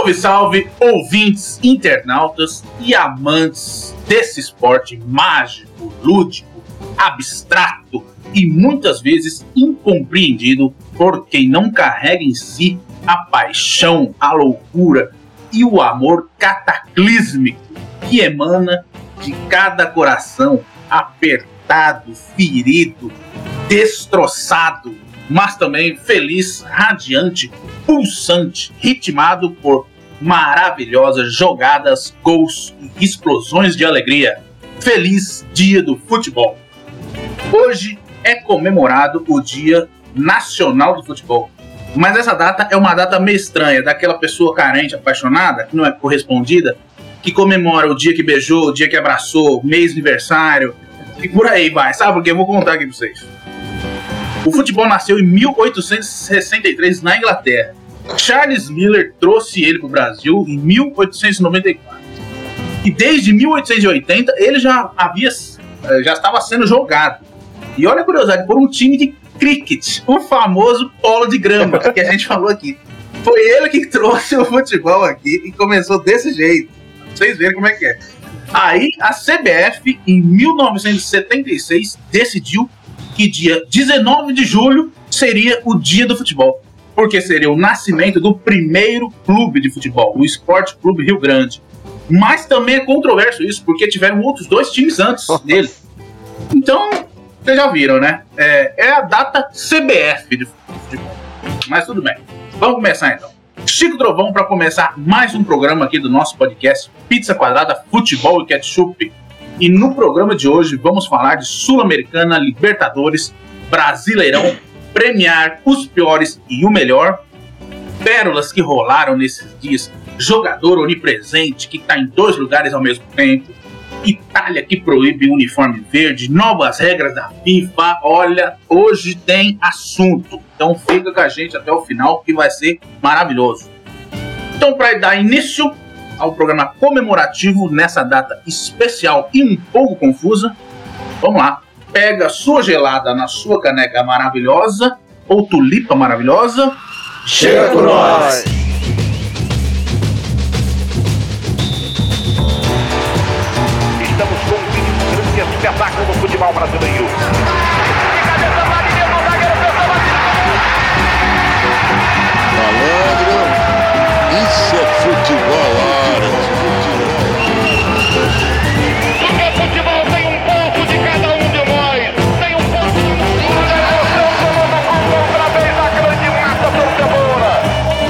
Salve, salve, ouvintes, internautas e amantes desse esporte mágico, lúdico, abstrato e muitas vezes incompreendido por quem não carrega em si a paixão, a loucura e o amor cataclísmico que emana de cada coração apertado, ferido, destroçado, mas também feliz, radiante, pulsante, ritmado por maravilhosas jogadas, gols e explosões de alegria. Feliz Dia do Futebol! Hoje é comemorado o Dia Nacional do Futebol. Mas essa data é uma data meio estranha, daquela pessoa carente, apaixonada, que não é correspondida, que comemora o dia que beijou, o dia que abraçou, mês aniversário, e por aí vai. Sabe por quê? Eu vou contar aqui pra vocês. O futebol nasceu em 1863 na Inglaterra. Charles Miller trouxe ele para o Brasil em 1894. E desde 1880 ele já estava sendo jogado. E olha a curiosidade, por um time de cricket, o famoso polo de grama que a gente falou aqui. Foi ele que trouxe o futebol aqui e começou desse jeito. Pra vocês verem como é que é. Aí a CBF, em 1976, decidiu que dia 19 de julho seria o dia do futebol, porque seria o nascimento do primeiro clube de futebol, o Esporte Clube Rio Grande. Mas também é controverso isso, porque tiveram outros dois times antes dele. Então, vocês já viram, né? É a data CBF de futebol. Mas tudo bem, vamos começar então. Chico Trovão para começar mais um programa aqui do nosso podcast Pizza Quadrada, Futebol e Ketchup. E no programa de hoje vamos falar de Sul-Americana, Libertadores, Brasileirão, premiar os piores e o melhor, pérolas que rolaram nesses dias, jogador onipresente que está em 2 lugares ao mesmo tempo, Itália que proíbe o uniforme verde, novas regras da FIFA. Olha, hoje tem assunto, então fica com a gente até o final que vai ser maravilhoso. Então, para dar início ao programa comemorativo nessa data especial e um pouco confusa, vamos lá, pega sua gelada na sua caneca maravilhosa ou tulipa maravilhosa, chega com nós! Estamos com um grande espetáculo no futebol brasileiro. Malandro, isso é futebol, hora. Porque futebol tem um pouco de cada um de nós. Tem um pouco de outra vez a grande massa torcedora.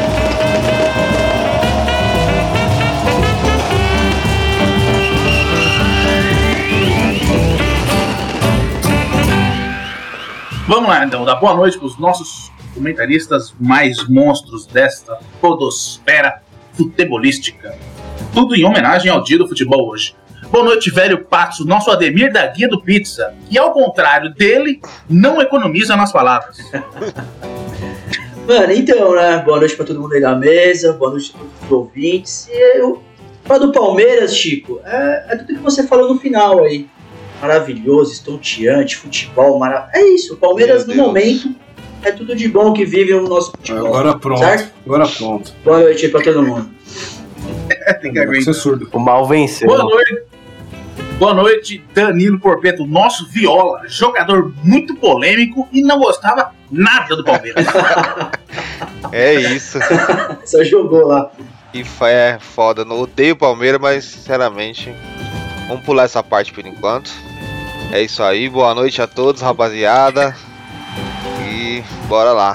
Vamos lá então, dar boa noite para os nossos comentaristas mais monstros desta podosfera futebolística. Tudo em homenagem ao dia do futebol hoje. Boa noite, velho Pato, nosso Ademir da Guia do Pizza, que ao contrário dele, não economiza nas palavras. Mano, então, né? Boa noite pra todo mundo aí da mesa, boa noite a todos os ouvintes. E eu falo do Palmeiras, Chico, é tudo que você falou no final aí. Maravilhoso, estonteante, futebol, É isso, o Palmeiras no momento é tudo de bom que vive no nosso futebol. Agora pronto, certo? Agora pronto. Boa noite aí pra todo mundo. Tem que aguentar. Você é surdo. O mal venceu. Boa noite, Danilo Porpeto, nosso Viola, jogador muito polêmico e não gostava nada do Palmeiras. É isso. Só jogou lá. E é foda. Não odeio o Palmeiras, mas sinceramente, vamos pular essa parte por enquanto. É isso aí. Boa noite a todos, rapaziada. E bora lá.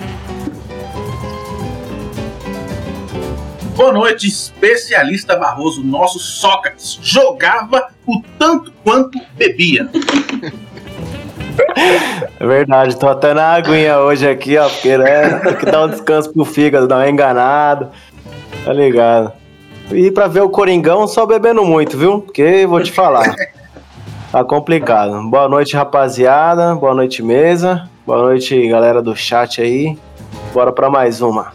Boa noite, especialista Barroso, nosso Sócrates. Jogava o tanto quanto bebia. É verdade, tô até na aguinha hoje aqui, ó, porque tem que dar um descanso pro fígado, dar uma enganada, tá ligado? E pra ver o Coringão, só bebendo muito, viu? Porque vou te falar, tá complicado. Boa noite, rapaziada, boa noite, mesa, boa noite, galera do chat aí, bora pra mais uma.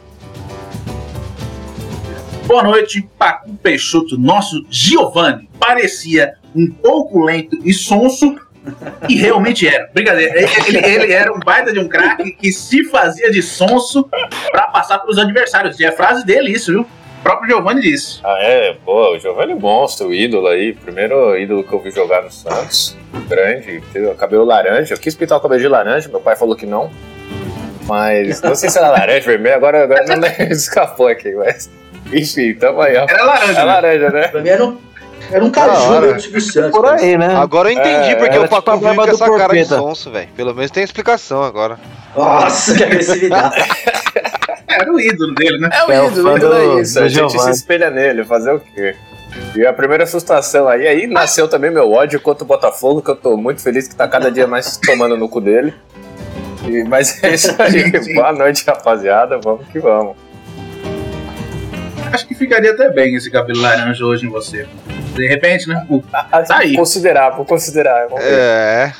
Boa noite, Pacu Peixoto, nosso Giovanni. Parecia um pouco lento e sonso, e realmente era. Brincadeira, ele era um baita de um craque que se fazia de sonso pra passar pros adversários. E é a frase dele isso, viu? próprio Giovanni disse. O Giovanni é monstro, o ídolo aí. Primeiro ídolo que eu vi jogar no Santos. Grande, teve cabelo laranja. Eu quis pintar o cabelo de laranja, meu pai falou que não. Mas não sei se era laranja, vermelho, agora não escapou aqui, mas. Enfim, tamo aí, ó. Era laranja. É laranja, né? Pra mim era um caju do Silvio Santos. Por aí, né? Agora eu entendi porque o Pacu tipo a vive com barba essa do cara de Porpeta. sonso, velho. Pelo menos tem explicação agora. Nossa, que agressividade. Era o ídolo dele, né? É o É o ídolo, fã ídolo do- é isso. do A gente se Giovanni. espelha nele, fazer o quê? E a primeira frustração aí nasceu também meu ódio contra o Botafogo, que eu tô muito feliz que tá cada dia mais tomando no cu dele. Mas é isso aí. Sim. Boa noite, rapaziada. Vamos que vamos. Acho que ficaria até bem esse cabelo laranja hoje em você. De repente, né? Tá aí. Vou considerar. Vamos ver. É.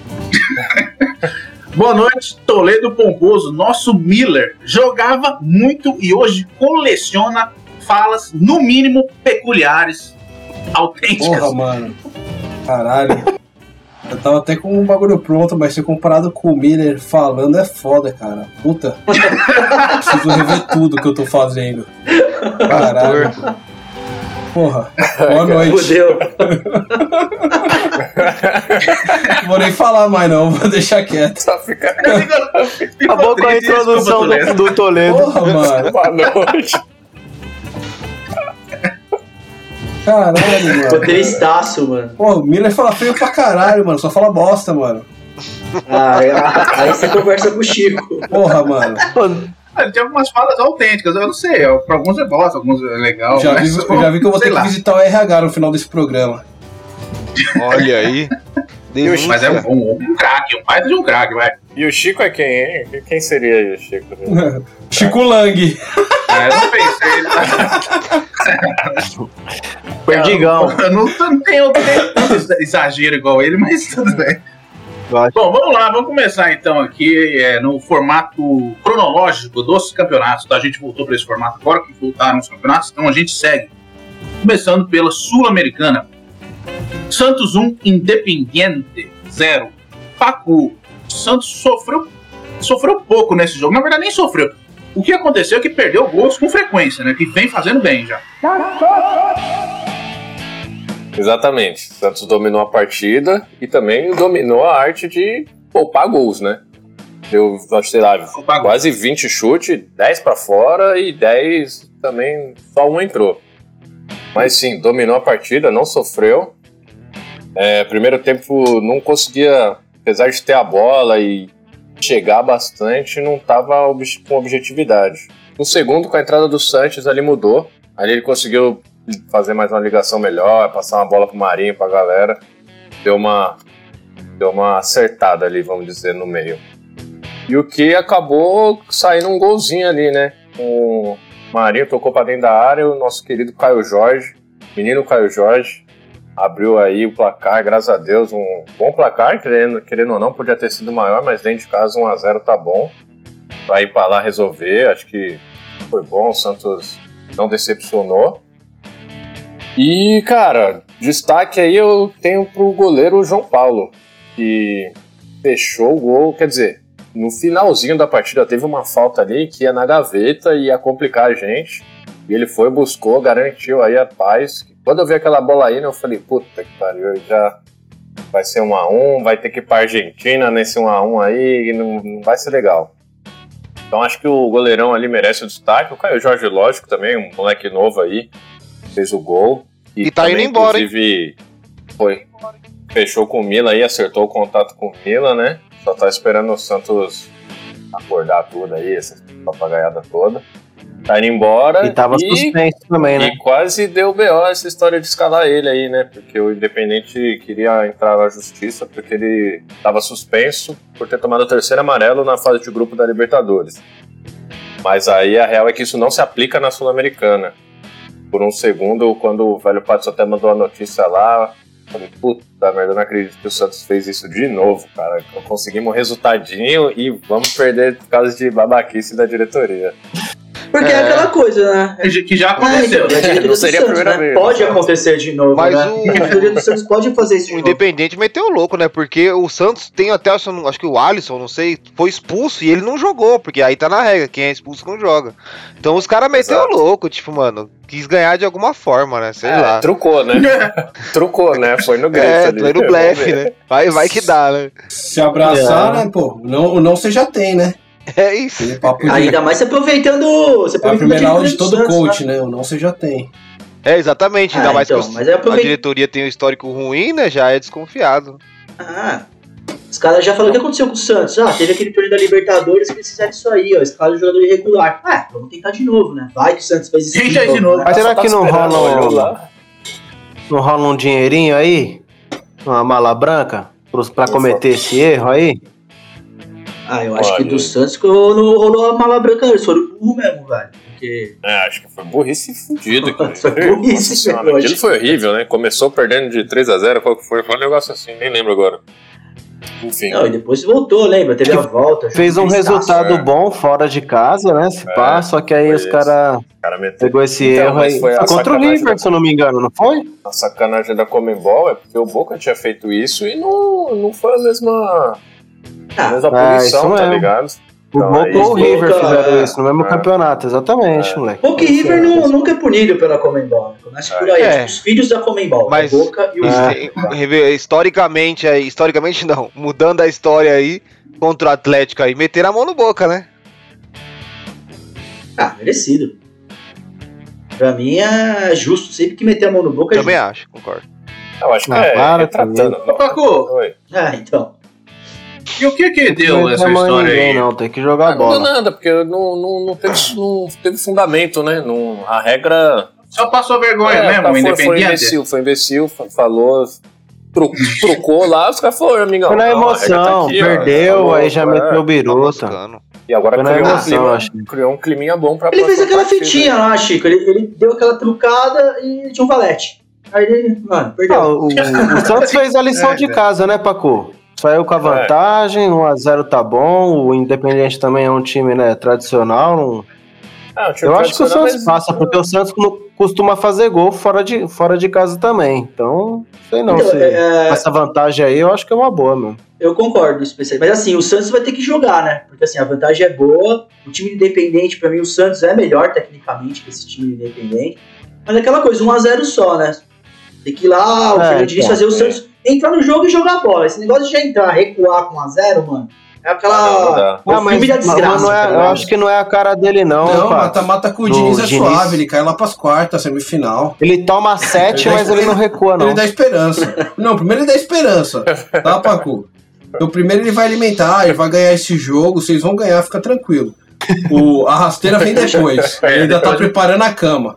Boa noite, Toledo Pomposo. Nosso Miller jogava muito e hoje coleciona falas, no mínimo, peculiares, autênticas. Porra, mano. Caralho. Eu tava até com um bagulho pronto, mas ser comparado com o Miller falando é foda, cara. Puta. Preciso rever tudo que eu tô fazendo. Caralho. Porra. Boa noite. Fudeu. Vou nem falar mais não, vou deixar quieto. Só fica. Acabou com a introdução do Toledo. Porra, mano. Boa noite. Caralho, mano. Roteiristaço, mano. Pô, o Miller fala feio pra caralho, mano. Só fala bosta, mano. Aí você conversa com o Chico. Porra, mano. Ele tinha algumas falas autênticas, eu não sei. Pra alguns é bosta, alguns é legal. Já mas, vi que eu vou ter sei que lá. visitar o RH no final desse programa. Olha aí. Mas é um craque, um baita de um craque, vai. E o Chico é quem, hein? Quem seria aí o Chico? Chico Lang. Eu não pensei. Perdigão. Eu não tenho tanto exagero igual ele, mas tudo bem. Gosto. Bom, vamos lá, vamos começar então aqui no formato cronológico dos campeonatos. Tá? A gente voltou para esse formato agora que voltaram os campeonatos, então a gente segue. Começando pela Sul-Americana. Santos 1, Independiente 0. Pacu. Santos sofreu pouco nesse jogo. Na verdade, nem sofreu. O que aconteceu é que perdeu gols com frequência, né? Que vem fazendo bem já. Exatamente. O Santos dominou a partida e também dominou a arte de poupar gols, né? Deu, sei lá, quase 20 chutes, 10 pra fora e 10 também, só um entrou. Mas sim, dominou a partida, não sofreu. Primeiro tempo não conseguia, apesar de ter a bola e chegar bastante, não estava com objetividade. No segundo, com a entrada do Sanches, ali mudou. Ali ele conseguiu fazer mais uma ligação melhor, passar uma bola pro Marinho, pra galera. Deu uma acertada ali, vamos dizer, no meio. E o que acabou saindo um golzinho ali, né? O Marinho tocou pra dentro da área, o nosso querido Caio Jorge, menino Caio Jorge, abriu aí o placar, graças a Deus, um bom placar, querendo ou não, podia ter sido maior, mas dentro de casa 1-0 tá bom. Pra ir pra lá resolver, acho que foi bom, o Santos não decepcionou. E, cara, destaque aí eu tenho pro goleiro João Paulo, que fechou o gol, quer dizer, no finalzinho da partida teve uma falta ali que ia na gaveta e ia complicar a gente. E ele foi, buscou, garantiu aí a paz. Quando eu vi aquela bola aí, eu falei, puta que pariu, já vai ser 1-1, vai ter que ir pra Argentina nesse 1-1 aí, e não vai ser legal. Então acho que o goleirão ali merece o destaque. O Caio Jorge, lógico, também, um moleque novo aí, fez o gol. E tá também, indo embora, inclusive, fechou com o Mila aí, acertou o contato com o Mila, né? Só tá esperando o Santos acordar tudo aí, essa papagaiada toda. Tá indo embora. E tava suspenso também, né? E quase deu BO essa história de escalar ele aí, né? Porque o Independente queria entrar na justiça porque ele tava suspenso por ter tomado o terceiro amarelo na fase de grupo da Libertadores. Mas aí a real é que isso não se aplica na Sul-Americana. Por um segundo, quando o velho Pato até mandou a notícia lá, eu falei, puta merda, eu não acredito que o Santos fez isso de novo, cara. Conseguimos um resultadinho e vamos perder por causa de babaquice da diretoria. Porque é aquela coisa, né? Que já aconteceu. Então, é a diretoria Não seria do a primeira Santos, né? vez. Pode acontecer de novo, Mas né? o- A diretoria do Santos pode fazer isso de O novo. Independente meteu o louco, né? Porque o Santos tem até, acho que o Alisson, não sei, foi expulso e ele não jogou, porque aí tá na regra, quem é expulso não joga. Então os caras meteu o Exato. louco, tipo, mano, quis ganhar de alguma forma, né? Sei lá. Trucou, né? Trucou, né? Foi no grito ali. Foi no Vamos blefe, ver. né? Vai que dá, né? Se abraçar, né, pô? O não você já tem, né? É isso. Aquele papo de... Ainda mais se aproveitando. É a primeira aula de todo Santos, coach, né? O não você já tem. É, exatamente, ainda mais então, que mas aí a aproveita. diretoria tem um histórico ruim, né? Já é desconfiado. Ah, os caras já falaram o que aconteceu com o Santos. Ah, teve aquele torneio da Libertadores que eles fizeram isso aí, ó. Escala de jogador irregular. Ah, vamos tentar de novo, né? Vai que o Santos fez isso. Tenta de novo. né? Mas será Só que não esperando, olhou rola, lá. não rola um dinheirinho aí? Uma mala branca? Pra cometer esse erro aí? Ah, eu acho que Olha. do Santos rolou a mala branca, eles foram burro mesmo, velho. Porque. Acho que foi burrice fudida. Foi burrice, Nossa senhora, velho. aquilo foi horrível, né? Começou perdendo de 3-0, qual que foi? Foi um negócio assim, nem lembro agora. Enfim. Não, e depois voltou, lembra? Teve a volta. Fez um tristaço. resultado é. bom fora de casa, né? Se pá, só que aí foi os isso. caras O cara meteu pegou esse Então, erro mas aí. foi a Foi contra o sacanagem River, da- se eu não me engano, não foi? a sacanagem da Comembol, é porque o Boca tinha feito isso e não foi a mesma Ah, punição, isso tá mesmo. ligado? O Então, Boca aí- ou o River Boca, fizeram isso no mesmo é. campeonato, exatamente, moleque. Boca e River nunca é punido pela Comembol. Né? Começa por aí. É. Tipo, os filhos da Comembol. Mas- O Boca e o River. Historicamente não, mudando a história aí, contra o Atlético aí, meteram a mão no Boca, né? Ah, merecido. Pra mim é justo. Sempre que meter a mão no Boca é Também justo. acho, concordo. Eu acho que Ah, para retratando. Ô, Pacu, Oi. Ah, então. e o que deu Não essa tem mão em história ninguém, aí? não, tem que jogar Não deu bola. nada, porque não teve fundamento, né? A regra. Só passou vergonha mesmo, foi independente. imbecil, falou, trucou lá, os caras falaram, amigão. Foi na não, a regra emoção, tá aqui, ó, perdeu, tá aí já louco, meteu o Tá biruta. moscando. E agora Foi na emoção, acho. criou um climinha bom pra Ele fez próxima aquela partida. fitinha lá, Chico. Ele deu aquela trucada e tinha um valete. Aí ele, mano, perdeu. Ah, o Santos fez a lição de casa, né, Pacu? Saiu com a vantagem, 1-0 tá bom, o Independiente também é um time, né, tradicional. Ah, o time Eu acho que o tradicional, Santos mas- passa, porque o Santos costuma fazer gol fora de casa também. Então, sei não, Então, se essa vantagem aí eu acho que é uma boa, meu. Eu concordo, especialmente. Mas assim, o Santos vai ter que jogar, né? Porque assim, a vantagem é boa. O time independente, pra mim, o Santos é melhor tecnicamente que esse time independente. Mas é aquela coisa, 1-0 só, né? Tem que ir lá, o Fernando Diniz então, fazer o Santos entrar no jogo e jogar a bola. Esse negócio de já entrar, recuar com 1-0, mano, é aquela. Não dá. É o filme da desgraça. não é, tá eu ligado? acho que não é a cara dele, não. Não, pá. mata-mata com o No Diniz é Diniz. suave, ele cai lá pras quartas, semifinal. Ele toma 7, mas ele não recua, não. Ele dá esperança. Não, primeiro ele dá esperança. Tá, Pacu? Então primeiro ele vai alimentar, ele vai ganhar esse jogo, vocês vão ganhar, fica tranquilo. A rasteira vem depois. Ele ainda tá preparando a cama.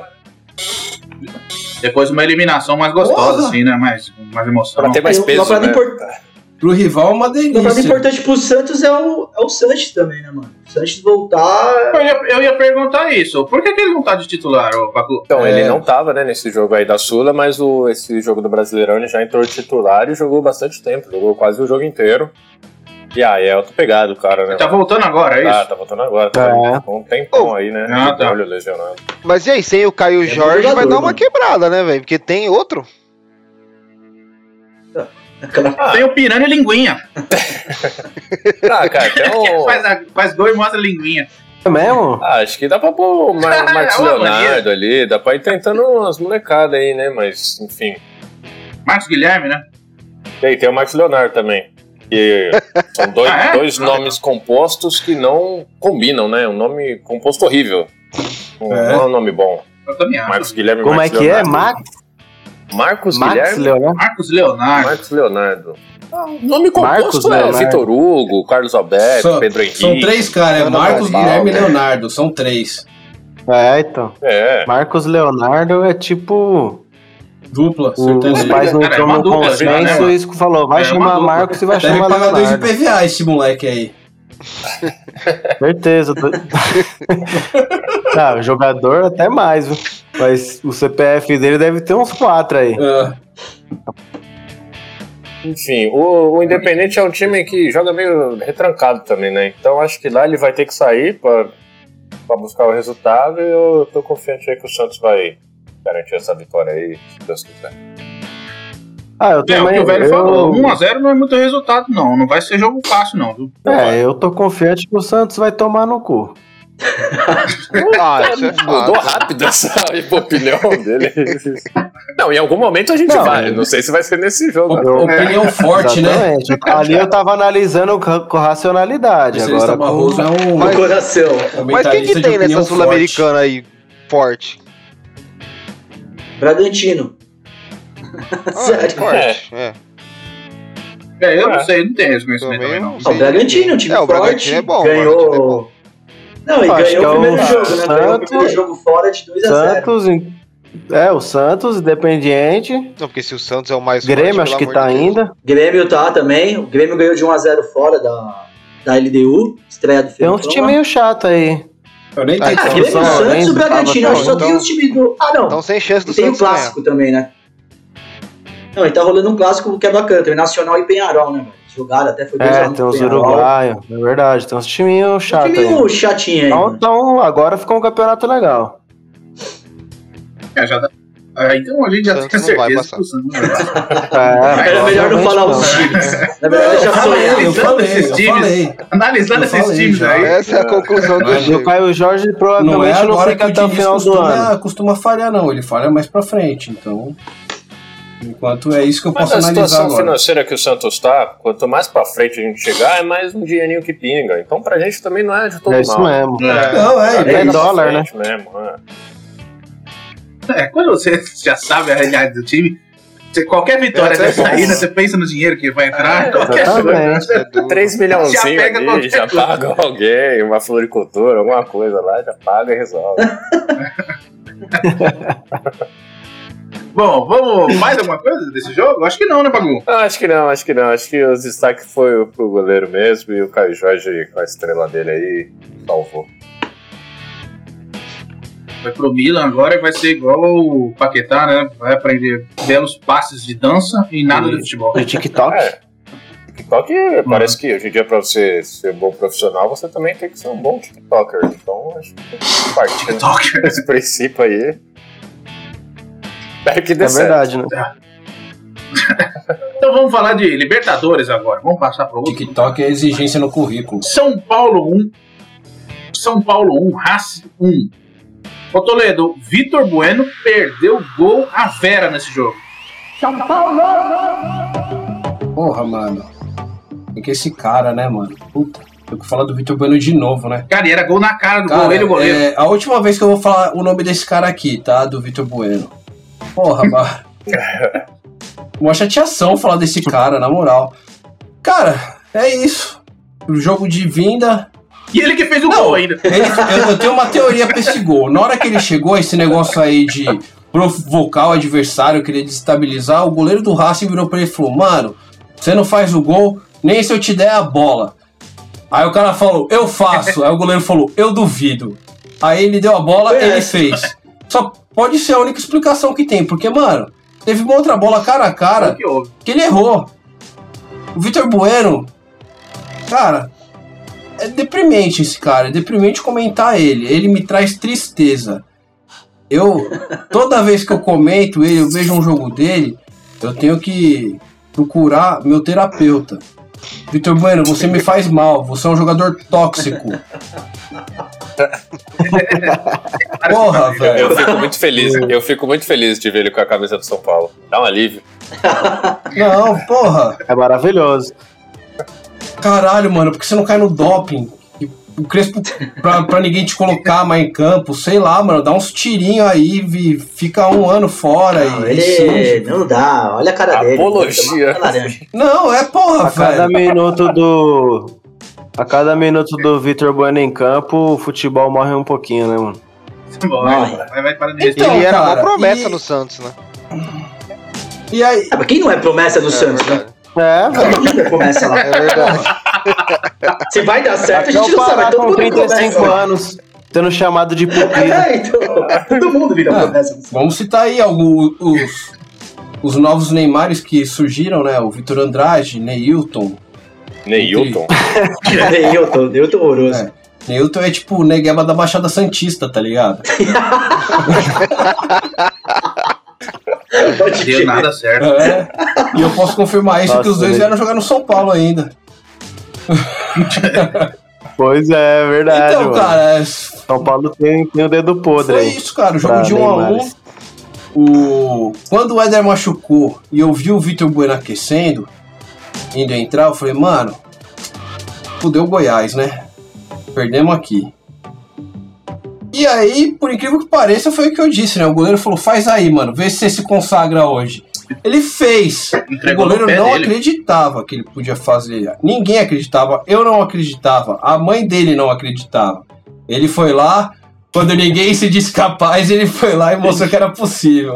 Depois uma eliminação mais gostosa, Porra! assim, né? Mais emoção. Pra ter mais Uma peso, parada né? Pro rival é uma Uma parada delícia. importante pro Santos é o Sanches também, né, mano? O Sanches voltar. Eu ia perguntar isso. Por que ele não tá de titular, ô Pacu? Então, ele não tava, né, nesse jogo aí da Sula, mas esse jogo do Brasileirão ele já entrou de titular e jogou bastante tempo, jogou quase o jogo inteiro. E aí é outro pegado, cara, né? Ele tá voltando agora, é isso? Tá voltando agora. É. Com um tempão aí, né? Ah, tá. Olho lesionado. Mas e aí, sem o Caio Jorge jogador, vai dar uma mano. quebrada, né, velho? Porque tem outro. Tem o Piranha e Linguinha. Ah, cara, então... Faz gol e mostra a linguinha. É mesmo? acho que dá pra pôr o Marcos É uma Leonardo ali, dá pra ir tentando umas molecadas aí, né? Mas, enfim. Marcos Guilherme, né? E aí, tem o Marcos Leonardo também. Que são dois nomes compostos que não combinam, né? Um nome composto horrível. Não é um nome bom. Eu também acho. Marcos Guilherme e Como é Marcos que é? Leonardo. Marcos Max Guilherme Leonardo? Marcos Leonardo. Marcos Leonardo. O nome Marcos composto é Leonardo. Vitor Hugo, Carlos Alberto, São, Pedro Henrique. são três caras, é Ana Marcos, Barbal, Guilherme e né? Leonardo. São três. É, então. É. Marcos Leonardo é tipo. Dupla, Os sertanejo. pais não Cara, é estão uma no dupla, consenso né, mano? e isso que falou. Vai É uma chamar dupla. Marcos e vai Deve chamar pagar 2 de Leonardo. PVA esse moleque aí. Certeza. Ah, o jogador até mais, viu? Mas o CPF dele deve ter uns 4 aí. Ah, Enfim, o Independente é um time que joga meio retrancado também, né? Então acho que lá ele vai ter que sair pra pra buscar o resultado e eu tô confiante aí que o Santos vai garantir essa vitória aí, se Deus quiser. Eu também. O que o velho falou, 1x0 não é muito resultado, não. Não vai ser jogo fácil, não, viu? Eu tô confiante que o Santos vai tomar no cu. Isso é Mudou fato. rápido essa opinião dele. Não, em algum momento a gente vai. Não sei se vai ser nesse jogo. Opinião forte, né? Exatamente. Ali eu tava analisando com racionalidade. Agora Barroso é um No coração. Mas quem que tem nessa Sul-Americana aí forte? Bragantino. Sério. Forte. Eu não sei, não tem esse conhecimento também, não. O Bragantino, um time o forte. Bragantino é bom. Ganhou. O Bragantino é bom. Não, e Acho que ganhou o é primeiro o jogo, né? Ganhou o Santos. primeiro jogo fora de 2x0. Santos. O Santos, Independiente. Não, porque se o Santos é o mais Grêmio, forte, acho que pelo tá amor de Deus. ainda. Grêmio tá também. O Grêmio ganhou de 1x0 fora da LDU. Estreia do Tem Felipão. uns times chato aí. Eu nem tenho Grêmio, São Santos e Lourenço, Bragantino. tava Acho que só então. tem os times do... não. Então sem chance do E tem o Santos ganhar. clássico também, né? Não, e tá rolando um clássico que é bacana. Tem o Nacional e Penharol, né, mano? Jogaram até, foi 2x1 Tem os pro Penharol. uruguaios, é verdade. Tem uns timinhos chatos aí. Um time chatinho aí. mano. Então, agora ficou um campeonato legal. Já dá. Então a gente já Santos tem não vai certeza passar. que o Santos não vai passar. Era melhor não falar não. os times. Na verdade, já falei. Analisando esses times já. aí. Essa é a conclusão do E o jogo. Caio Jorge Não é provavelmente não agora fica que o até o Diniz final do ano. costuma falhar, não. Ele falha mais pra frente. Então, enquanto é isso que eu Mas posso a analisar situação agora. financeira que o Santos tá, quanto mais pra frente a gente chegar, é mais um dinheirinho que pinga. Então pra gente também não é de todo É isso mal. mesmo. Não, É Pra dólar, né? frente mesmo, Quando você já sabe a realidade do time, qualquer vitória até dessa bom. aí, né, você pensa no dinheiro que vai entrar. Qualquer exatamente. coisa. É duro. 3 milhãozinhos Já pega ali, qualquer já coisa. paga alguém, uma floricultura, alguma coisa lá, já paga e resolve. Bom, vamos mais alguma coisa desse jogo? Acho que não, né, Bagu? Acho que não. Acho que os destaques foi pro goleiro mesmo e o Caio Jorge com a estrela dele aí salvou. Vai pro Milan agora e vai ser igual o Paquetá, né? Vai aprender belos passes de dança e nada de futebol. E TikTok. TikTok, parece que hoje em dia, pra você ser um bom profissional, você também tem que ser um bom TikToker. Então, acho que partindo desse princípio aí. Espero que dê É certo. verdade, né? Então vamos falar de Libertadores agora. Vamos passar para outro. TikTok é exigência no currículo. São Paulo 1, Racing 1. Ô Toledo, Vitor Bueno perdeu gol à Vera nesse jogo. Porra, mano. É que esse cara, né, mano? Puta. Eu vou falar do Vitor Bueno de novo, né? Cara, e era gol na cara do Cara, goleiro e o goleiro. a última vez que eu vou falar o nome desse cara aqui, tá? Do Vitor Bueno. Porra, mano. Uma chateação falar desse cara, na moral. Cara, é isso. O jogo de vinda. E ele que fez o gol ainda. Eu tenho uma teoria pra esse gol. Na hora que ele chegou, esse negócio aí de provocar o adversário, querer desestabilizar, o goleiro do Racing virou pra ele e falou: mano, você não faz o gol, nem se eu te der a bola. Aí o cara falou, eu faço. Aí o goleiro falou, eu duvido. Aí ele deu a bola, ele fez. Só pode ser a única explicação que tem, porque, mano, teve uma outra bola cara a cara Que houve? que ele errou. O Vitor Bueno, cara, é deprimente esse cara, é deprimente comentar ele. Ele me traz tristeza. Toda vez que eu comento ele, eu vejo um jogo dele, eu tenho que procurar meu terapeuta. Vitor Bueno, você me faz mal, você é um jogador tóxico. Porra, velho. Eu fico muito feliz de ver ele com a camisa do São Paulo. Dá um alívio. Não, porra. É maravilhoso. Caralho, mano, porque você não cai no doping? O Crespo, pra ninguém te colocar mais em campo, sei lá, mano, dá uns tirinhos aí, fica um ano fora. Não, e ele não dá, olha a cara dele. Apologia. Não, é porra, A cada minuto do Vitor Bueno em campo, o futebol morre um pouquinho, né, mano? Vai parar de Então, Ele era uma cara, promessa no Santos, né? E aí? Mas quem não é promessa do Santos, né? Velho. Quem não é promessa lá? É verdade. Se vai dar certo, a Até gente o não sabe. Pará Todo com mundo é 35 promessa. anos, sendo chamado de pupido. Então, todo mundo vira promessa. Vamos citar aí os novos Neymares que surgiram, né? O Vitor Andrade, Neilton. Neilton. Neilton horroroso. Neilton é tipo Negueba da Baixada Santista, tá ligado? Não deu nada certo. E eu posso confirmar isso, que os dois vieram jogar no São Paulo ainda. Pois é verdade. Então, mano. cara, São Paulo tem o dedo podre foi aí. isso, cara. O jogo de 1-1. Quando o Éder machucou e eu vi o Vitor Bueno aquecendo, indo entrar, eu falei, mano, fudeu o Goiás, né? Perdemos aqui. E aí, por incrível que pareça, foi o que eu disse, né? O goleiro falou, faz aí, mano, vê se você se consagra hoje. Ele fez. Entregou o goleiro no pé não dele. acreditava que ele podia fazer. Ninguém acreditava, eu não acreditava, a mãe dele não acreditava. Ele foi lá, quando ninguém se disse capaz, ele foi lá e mostrou que era possível.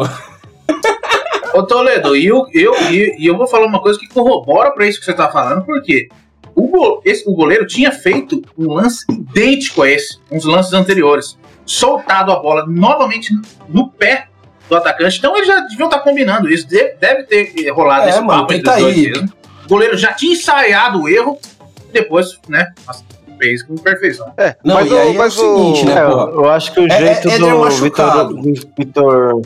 Ô Toledo, e eu vou falar uma coisa que corrobora pra isso que você tá falando, porque o goleiro tinha feito um lance idêntico a esse, uns lances anteriores, soltado a bola novamente no pé do atacante, então eles já deviam estar combinando isso, deve ter rolado esse papo entre os dois mesmo. O goleiro já tinha ensaiado o erro, depois, né, fez com perfeição. Não, mas e aí mas é o seguinte, né, porra? Eu acho que o jeito Éder do machucado. Vitor.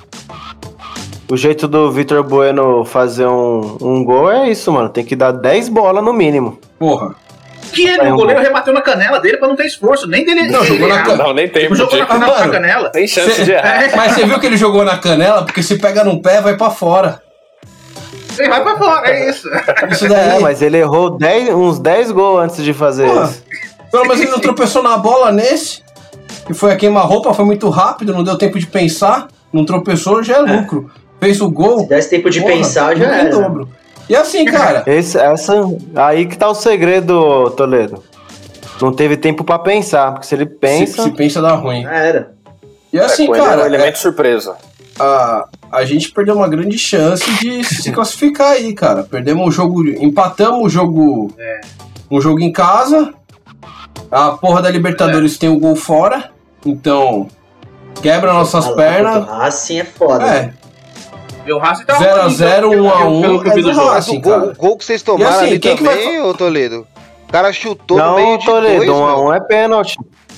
O jeito do Vitor Bueno fazer um gol é isso, mano. Tem que dar 10 bolas no mínimo. Porra. Que o goleiro rebateu na canela dele pra não ter esforço, nem dele. Não, jogou na canela. Não, nem tem. Jogou na canela, Mano, na canela. Tem chance de errar. Mas você viu que ele jogou na canela? Porque se pega no pé, vai pra fora. Ele vai pra fora, é isso. Isso daí. Mas ele errou uns 10 gols antes de fazer Porra. isso. Pelo menos ele não tropeçou na bola nesse. Que foi a queima-roupa, foi muito rápido, não deu tempo de pensar. Não tropeçou, já é lucro. Fez o gol. Se desse tempo de pensar, já lucro em era. dobro. E assim, cara. Aí que tá o segredo, Toledo. Não teve tempo pra pensar, porque se ele pensa. Se pensa, dá ruim. Já era. E assim, Com ele é cara. um elemento surpresa. A gente perdeu uma grande chance de se classificar aí, cara. Perdemos o jogo. Empatamos o jogo. Um jogo em casa. A porra da Libertadores tem o gol fora. Então. Quebra nossas pernas. Assim é foda. É. E o Racing tá 0x0, 1x1. pelo que eu vi do jogo. Racing, Mas o gol que vocês tomaram E assim, ali quem que também, ô Toledo? O cara chutou no Não, meio de Toledo, dois, 1x1 é pênalti.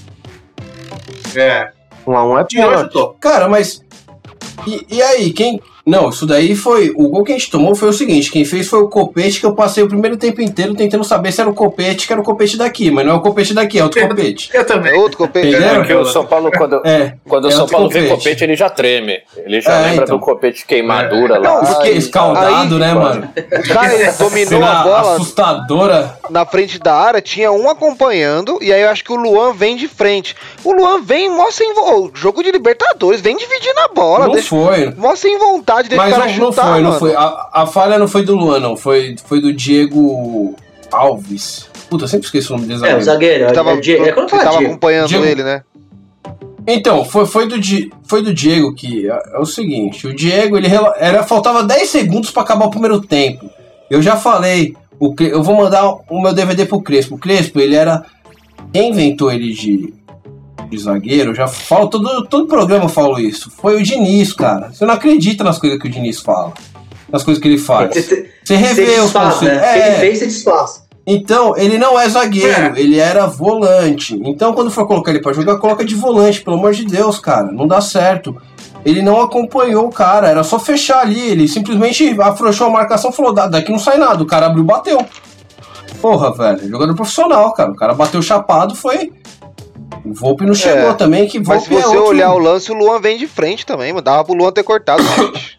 É. 1x1 é Tirou, pênalti. chutou. Cara, mas. E aí, quem. Não, isso daí foi. O gol que a gente tomou foi o seguinte: quem fez foi o Copete, que eu passei o primeiro tempo inteiro tentando saber se era o Copete, que era o Copete daqui. Mas não é o Copete daqui, é outro Copete. Eu também. É outro competente. Entendeu? Porque o São Paulo, quando o São outro Paulo vê Copete. Copete, ele já treme. Ele já lembra então. do Copete queimadura lá. Não, porque escaldado, aí, né, mano? O cara ele dominou Cena a bola assustadora. na frente da área, tinha um acompanhando, e aí eu acho que o Luan vem de frente. O Luan vem, mostra o jogo de Libertadores, vem dividindo a bola. Não foi. Mostra em vontade desse Mas cara não chutar, foi, não mano. foi. A falha não foi do Luan, não. Foi do Diego Alves. Puta, eu sempre esqueço o nome dele. É, o zagueiro. Você tava, É quando você fala tava Diego. acompanhando Diego. ele, né? Então, foi do Diego que é o seguinte, o Diego, faltava 10 segundos pra acabar o primeiro tempo. Eu já falei, eu vou mandar o meu DVD pro Crespo. O Crespo, ele era... Quem inventou ele de zagueiro, já falo, todo programa eu falo isso. Foi o Diniz, cara. Você não acredita nas coisas que o Diniz fala. Nas coisas que ele faz. Você revê os desfaz, conceitos. né? Ele fez, você desfaz. Então, ele não é zagueiro, ele era volante. Então, quando for colocar ele pra jogar, coloca de volante, pelo amor de Deus, cara. Não dá certo. Ele não acompanhou o cara, era só fechar ali. Ele simplesmente afrouxou a marcação e falou: daqui não sai nada. O cara abriu e bateu. Porra, velho, jogador profissional, cara. O cara bateu chapado, foi. O Volpe não chegou também, que Mas se Volpe você é outro... olhar o lance, o Luan vem de frente também, mano. Dava pro Luan ter cortado. Gente.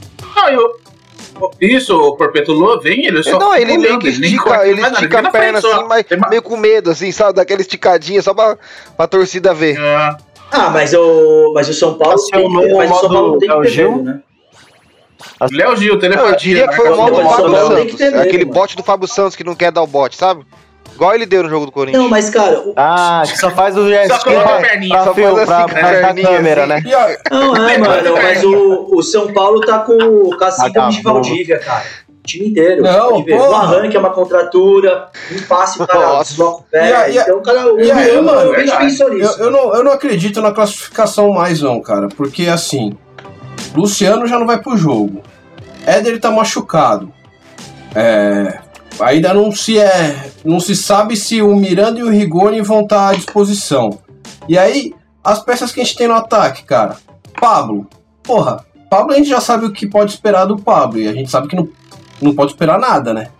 Isso, o Porpeto Luan vem, ele só. Não, ele meio que estica, ele mais nada, estica fica a perna na frente assim, só. mas meio com medo, assim, sabe? Daquela esticadinha só pra torcida ver. Mas o São Paulo Acionou tem, mas o São o Paulo modo tem que Léo ter Gil? medo, né? Léo Gil, Não, telepatia. eu diria que foi o modo do Mas o Fábio São Paulo tem que Santos. ter medo, Aquele mano. bote do Fábio Santos que não quer dar o bote, sabe? Igual ele deu no jogo do Corinthians. Não, mas cara, Que só faz o gestinho coloca a perninha, pra só faz assim, pra com a perninha, câmera, assim. né? não é, mano, mas o São Paulo tá com a síndrome de Valdívia, cara. O time inteiro. Não, Pode ver. porra. Um arranque é uma contratura, um passe o cara Nossa. desloca o pé. Então o cara, E aí, mano, a gente pensou nisso. eu não acredito na classificação mais não, cara. Porque assim, Luciano já não vai pro jogo. Éder tá machucado. ainda não se sabe se o Miranda e o Rigoni vão estar à disposição. E aí, as peças que a gente tem no ataque, cara. Pablo. Porra, Pablo a gente já sabe o que pode esperar do Pablo. E a gente sabe que não pode esperar nada, né?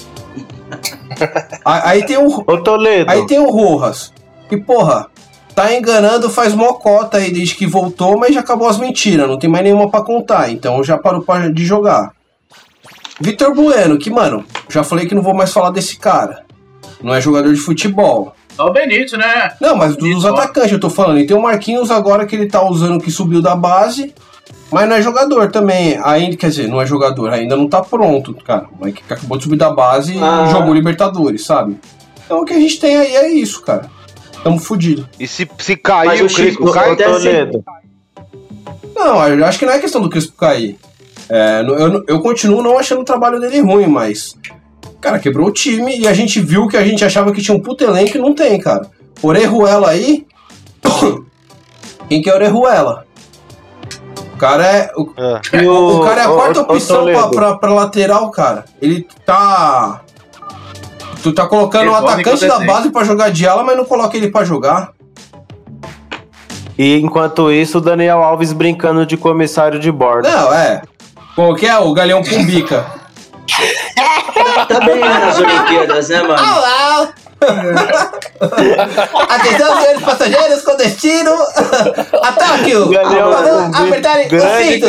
Aí tem o Toledo. Aí tem o Rojas. Que, porra, tá enganando faz mocota aí desde que voltou, mas já acabou as mentiras. Não tem mais nenhuma pra contar. Então já parou de jogar. Vitor Bueno, que, mano, já falei que não vou mais falar desse cara. Não é jogador de futebol. Só o Benítez, né? Não, mas dos atacantes eu tô falando. E tem o Marquinhos agora que ele tá usando, que subiu da base, mas não é jogador também. Ainda, quer dizer, não é jogador, ainda não tá pronto, cara. Mas que acabou de subir da base e jogou Libertadores, sabe? Então o que a gente tem aí é isso, cara. Tamo fudido. E se cair o Crespo cai? Não, eu acho que não é questão do Crespo cair. Eu continuo não achando o trabalho dele ruim, mas... Cara, quebrou o time e a gente viu que a gente achava que tinha um puto elenco e não tem, cara. Orejuela aí... Quem que é Orejuela? O cara é... O cara é a quarta opção pra lateral, cara. Ele tá... Tu tá colocando o atacante da base pra jogar de ala, mas não coloca ele pra jogar. E enquanto isso, o Daniel Alves brincando de comissário de bordo. Não, Qual que é? O Galeão Cumbica. Tá bem nas Olimpíadas, né, mano? Olá! Atenção, senhores passageiros com destino a Tóquio! Apertarem os cintos!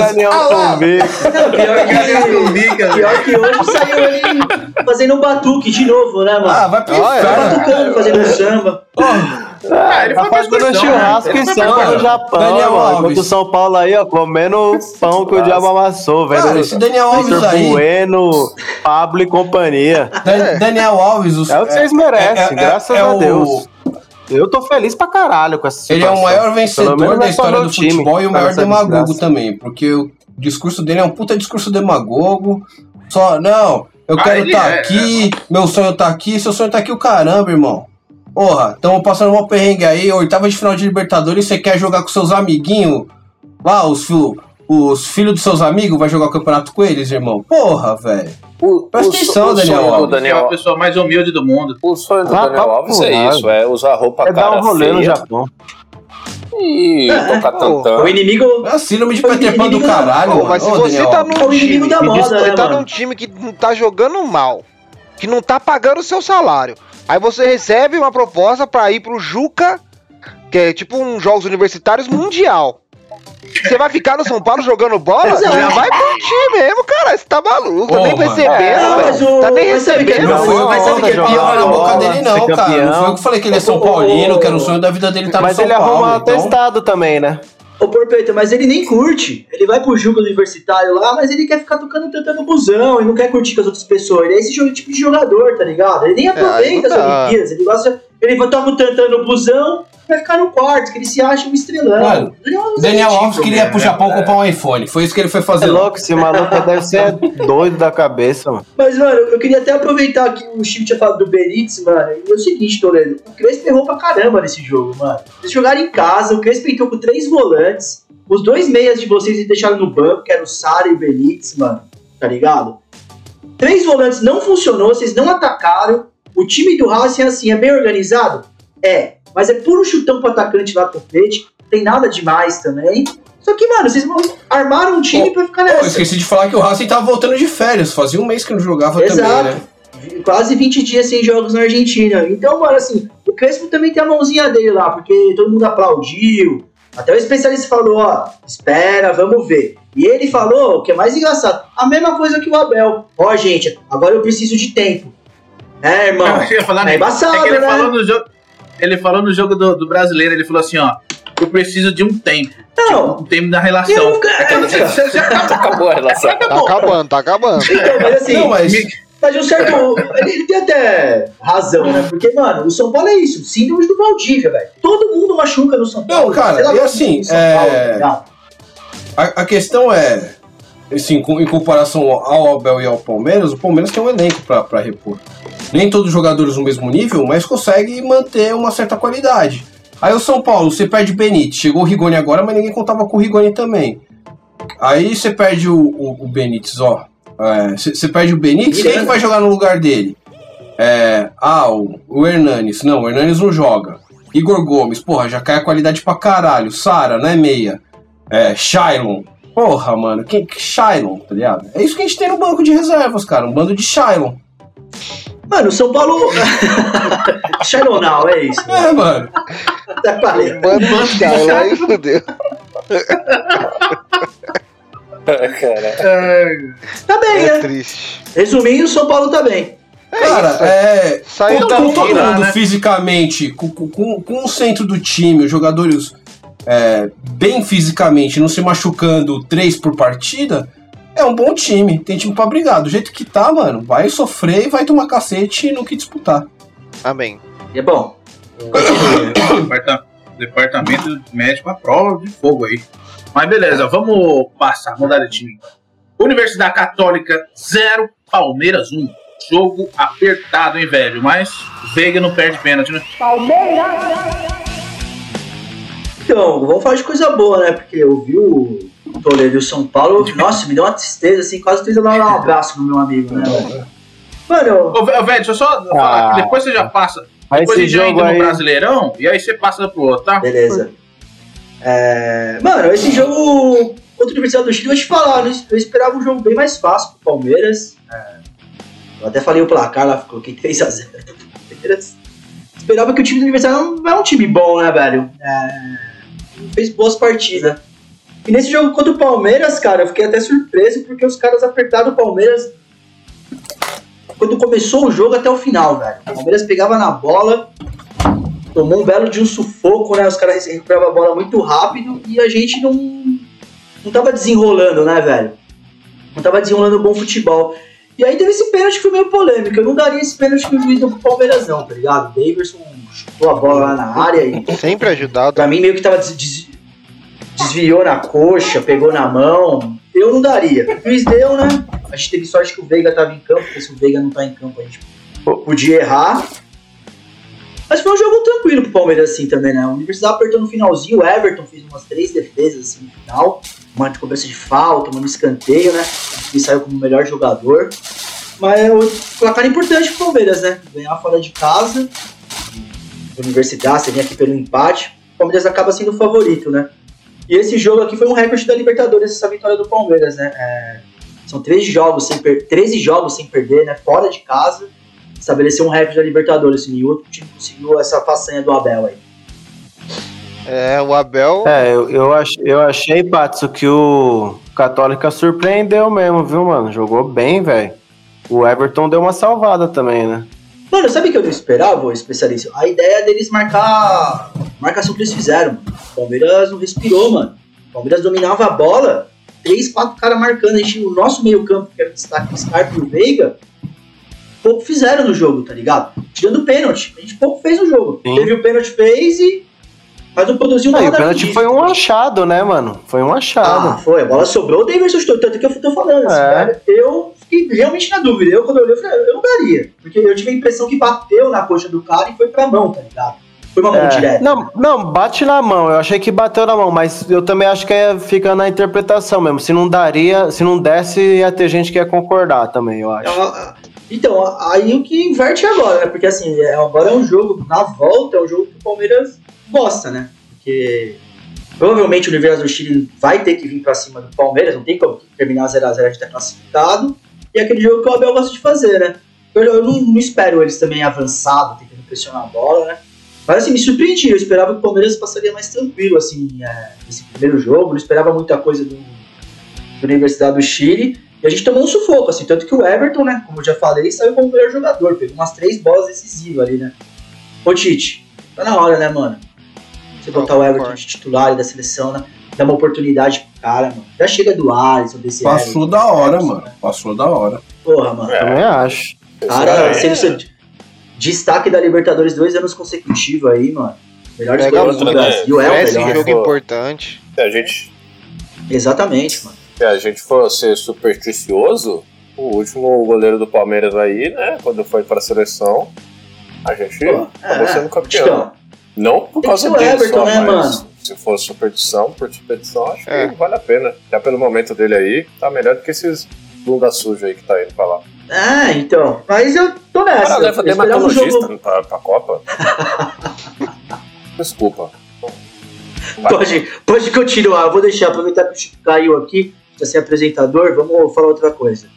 Pior que hoje saiu ele fazendo um batuque de novo, né, mano? Ah, vai pro batucando, fazendo samba. Ele foi fazendo churrasco e samba no Japão, Daniel mano. Alves. Enquanto o São Paulo aí, ó, comendo pão que o diabo amassou, velho. Cara, esse Daniel Alves Vitor aí... Bueno, Pablo e companhia. Daniel Alves... É o que vocês merecem, graças a Deus. Eu tô feliz pra caralho com essa situação. Ele é o maior vencedor da história do futebol e o maior demagogo desgraça também, porque o discurso dele é um puta discurso demagogo. Só, não, eu quero estar aqui, meu sonho tá aqui, seu sonho tá aqui o caramba, irmão. Porra, tamo passando uma perrengue aí, 8ª de final de Libertadores, você quer jogar com seus amiguinhos lá, os filhos dos seus amigos, vai jogar o campeonato com eles, irmão? Porra, velho. Presta atenção, Daniel Alves. É a pessoa mais humilde do mundo. O sonho do Daniel Alves é isso, é usar roupa cara dar um rolê feia no Japão. E tocar tantão. O inimigo... É síndrome de Peter Pan do caralho, Mas se mano. você tá num time, da moda, você né, tá mano? num time que não tá jogando mal, que não tá pagando o seu salário, aí você recebe uma proposta pra ir pro Juca, que é tipo um Jogos Universitários Mundial. Você vai ficar no São Paulo jogando bola? Você já vai curtir mesmo, cara. Você tá maluco, Ô, nem mano. recebendo, velho. Tá nem recebendo. Não foi eu que Mas coloquei sabe que pior na boca bola, dele, não, ser cara. campeão. Não foi eu que falei que ele é São Paulino, que era o sonho da vida dele estar no Mas São ele Paulo. arruma então... atestado também, né? Ô, Porpeito, mas ele nem curte. Ele vai pro jogo universitário lá, mas ele quer ficar tocando busão e não quer curtir com as outras pessoas. Ele é esse tipo de jogador, tá ligado? Ele nem aproveita as Olimpíadas. Ele gosta. Ele toca o tantã no busão, vai ficar no quarto, que ele se acha um estrelão. Mano, Daniel Alves queria ir pro Japão comprar um iPhone. Foi isso que ele foi fazer. É louco, esse maluco deve ser doido da cabeça, mano. Mas, mano, eu queria até aproveitar que o Chico tinha falado do Benítez, mano. E é o seguinte, Toledo, o Crespo errou pra caramba nesse jogo, mano. Eles jogaram em casa, o Crespo entrou com 3 volantes. Os 2 meias de vocês eles deixaram no banco, que eram o Sara e o Benítez, mano. Tá ligado? 3 volantes não funcionou, vocês não atacaram. O time do Racing, assim, é bem organizado? É. Mas é puro chutão pro atacante lá pro frente. Não tem nada demais também. Só que, mano, vocês armaram um time pra ficar nessa. Eu esqueci de falar que o Racing tava voltando de férias. Fazia um mês que não jogava também, né? Quase 20 dias sem jogos na Argentina. Então, mano, assim, o Crespo também tem a mãozinha dele lá, porque todo mundo aplaudiu. Até o especialista falou, ó, espera, vamos ver. E ele falou, o que é mais engraçado, a mesma coisa que o Abel. Ó, gente, agora eu preciso de tempo. É, irmão, é embaçado, que ele né? Ele falou no jogo do brasileiro, ele falou assim, ó, eu preciso de um tempo. Não. Tipo, um tempo da relação. Acabou a relação. Tá acabando. Então, mas assim, Não, mas... de um certo... Ele tem até razão, né? Porque, mano, o São Paulo é isso, síndrome do Valdívia, velho. Todo mundo machuca no São Paulo. Não, cara, e assim, a questão é, assim, em comparação ao Abel e ao Palmeiras, o Palmeiras tem um elenco pra repor. Nem todos os jogadores no mesmo nível, mas consegue manter uma certa qualidade. Aí o São Paulo, você perde o Benítez, chegou o Rigoni agora, mas ninguém contava com o Rigoni também. Aí você perde o Benítez, ó. Você perde o Benítez, quem é que vai jogar no lugar dele? O Hernanes. Não, o Hernanes não joga. Igor Gomes, porra, já cai a qualidade pra caralho. Sara, não é meia. Shailon. Porra, mano, que Shailon, tá ligado? É isso que a gente tem no banco de reservas, cara. Um bando de Shailon. Mano, o São Paulo... Shailon não, é isso. Mano. Até falei. Mano, Shailon aí fudeu. Tá bem, né? Triste. Resumindo, o São Paulo tá bem. Cara, Saiu com da todo fila, mundo né? fisicamente, com o centro do time, os jogadores bem fisicamente, não se machucando 3 por partida, é um bom time. Tem time pra brigar. Do jeito que tá, mano, vai sofrer e vai tomar cacete no que disputar. Amém. E é bom. Departamento médico à prova de fogo aí. Mas beleza, vamos passar, mudar de time. Universidade Católica 0, Palmeiras 1. Jogo apertado, hein, velho? Mas o Veiga não perde pênalti, né? Então, vamos falar de coisa boa, né? Porque eu vi o Toledo e o São Paulo. Nossa, me deu uma tristeza, assim, quase tristeza dar um abraço no meu amigo, né? Mano, Ô, velho, deixa eu só falar que depois você já passa. Depois a gente já entra no Brasileirão e aí você passa pro outro, tá? beleza. Mano, esse jogo contra a Universidade do Chile, eu vou te falar, eu esperava um jogo bem mais fácil pro Palmeiras. Eu até falei o placar lá, coloquei 3-0 pro Palmeiras. Esperava que o time do Universidade não é um time bom, né, velho? Fez boas partidas. E nesse jogo contra o Palmeiras, cara, eu fiquei até surpreso porque os caras apertaram o Palmeiras quando começou o jogo até o final, velho. O Palmeiras pegava na bola, tomou um belo de um sufoco, né? Os caras recuperavam a bola muito rápido e a gente não tava desenrolando, né, velho? Não tava desenrolando bom futebol. E aí teve esse pênalti que foi meio polêmico. Eu não daria esse pênalti que o juiz deu pro Palmeiras, não, tá ligado? O Daverson chutou a bola lá na área e Sempre ajudado. pra mim meio que tava desviou na coxa, pegou na mão. Eu não daria. O juiz deu, né? A gente teve sorte que o Veiga tava em campo, porque se o Veiga não tá em campo a gente podia errar. Mas foi um jogo tranquilo pro Palmeiras assim também, né? A Universidade apertou no finalzinho, o Everton fez umas 3 defesas assim no final. Uma de cobrança de falta, uma no escanteio, né? Ele saiu como o melhor jogador. Mas o placar importante pro Palmeiras, né? Ganhar fora de casa. A Universidade, você vem aqui pelo empate. O Palmeiras acaba sendo o favorito, né? E esse jogo aqui foi um recorde da Libertadores, essa vitória do Palmeiras, né? São 13 jogos sem perder, né? Fora de casa. Estabeleceu um recorde da Libertadores. E outro time conseguiu essa façanha do Abel aí. O Abel... Eu achei, Patso, que o Católica surpreendeu mesmo, viu, mano? Jogou bem, velho. O Everton deu uma salvada também, né? Mano, sabe o que eu não esperava, especialista? A ideia deles marcar... Marcação que eles fizeram, mano. O Palmeiras não respirou, mano. O Palmeiras dominava a bola. 3, 4 caras marcando. A gente, o nosso meio campo, que era o destaque do Scarpa e o Veiga, pouco fizeram no jogo, tá ligado? Tirando o pênalti. A gente pouco fez no jogo. Sim. Teve o pênalti, fez e... Mas não produziu nada. O pênalti foi um achado, né, mano? Foi um achado. Foi. A bola sobrou, o Daverson chutou. Tanto que eu tô falando, assim, velho. Eu fiquei realmente na dúvida. Quando eu olhei, eu falei, eu não daria. Porque eu tive a impressão que bateu na coxa do cara e foi pra mão, tá ligado? Foi uma mão direta. Não, bate na mão. Eu achei que bateu na mão, mas eu também acho que fica na interpretação mesmo. Se não desse, ia ter gente que ia concordar também, eu acho. Então, aí o que inverte agora, né? Porque assim, agora é um jogo, na volta, é um jogo que o Palmeiras gosta, né? Porque provavelmente o Universidade do Chile vai ter que vir pra cima do Palmeiras, não tem como terminar 0x0, a gente tá classificado. E é aquele jogo que o Abel gosta de fazer, né? Eu não espero eles também avançados, tentando pressionar a bola, né? Mas assim, me surpreendi, eu esperava que o Palmeiras passaria mais tranquilo, assim, nesse primeiro jogo, não esperava muita coisa do Universidade do Chile. E a gente tomou um sufoco, assim, tanto que o Everton, né, como eu já falei, saiu como o melhor jogador, pegou umas 3 bolas decisivas ali, né? Ô Tite, tá na hora, né, mano? Você botar o Everton de titular da seleção, né? Dar uma oportunidade pro cara, mano. Já chega do Alisson, desse Passou Everton, da hora, mano. Passou da hora. Porra, mano. Também acho. Cara, sendo seu destaque da Libertadores 2 anos consecutivos aí, mano. Melhor jogador do Brasil, é o Esse melhor. jogo importante. Exatamente, mano. Se a gente for ser supersticioso, o último goleiro do Palmeiras aí, né, quando foi pra seleção, a gente acabou sendo campeão. Então, não por causa o dele Everton, só, né, mas mano? se for superstição, acho que vale a pena. Já pelo momento dele aí, tá melhor do que esses bunda suja aí que tá indo pra lá. Então. Mas eu tô nessa. O cara leva Eu esperava um dermatologista jogo... pra Copa. Desculpa. Pode continuar, eu vou deixar, aproveitar que o Chico caiu aqui, pra ser apresentador, vamos falar outra coisa.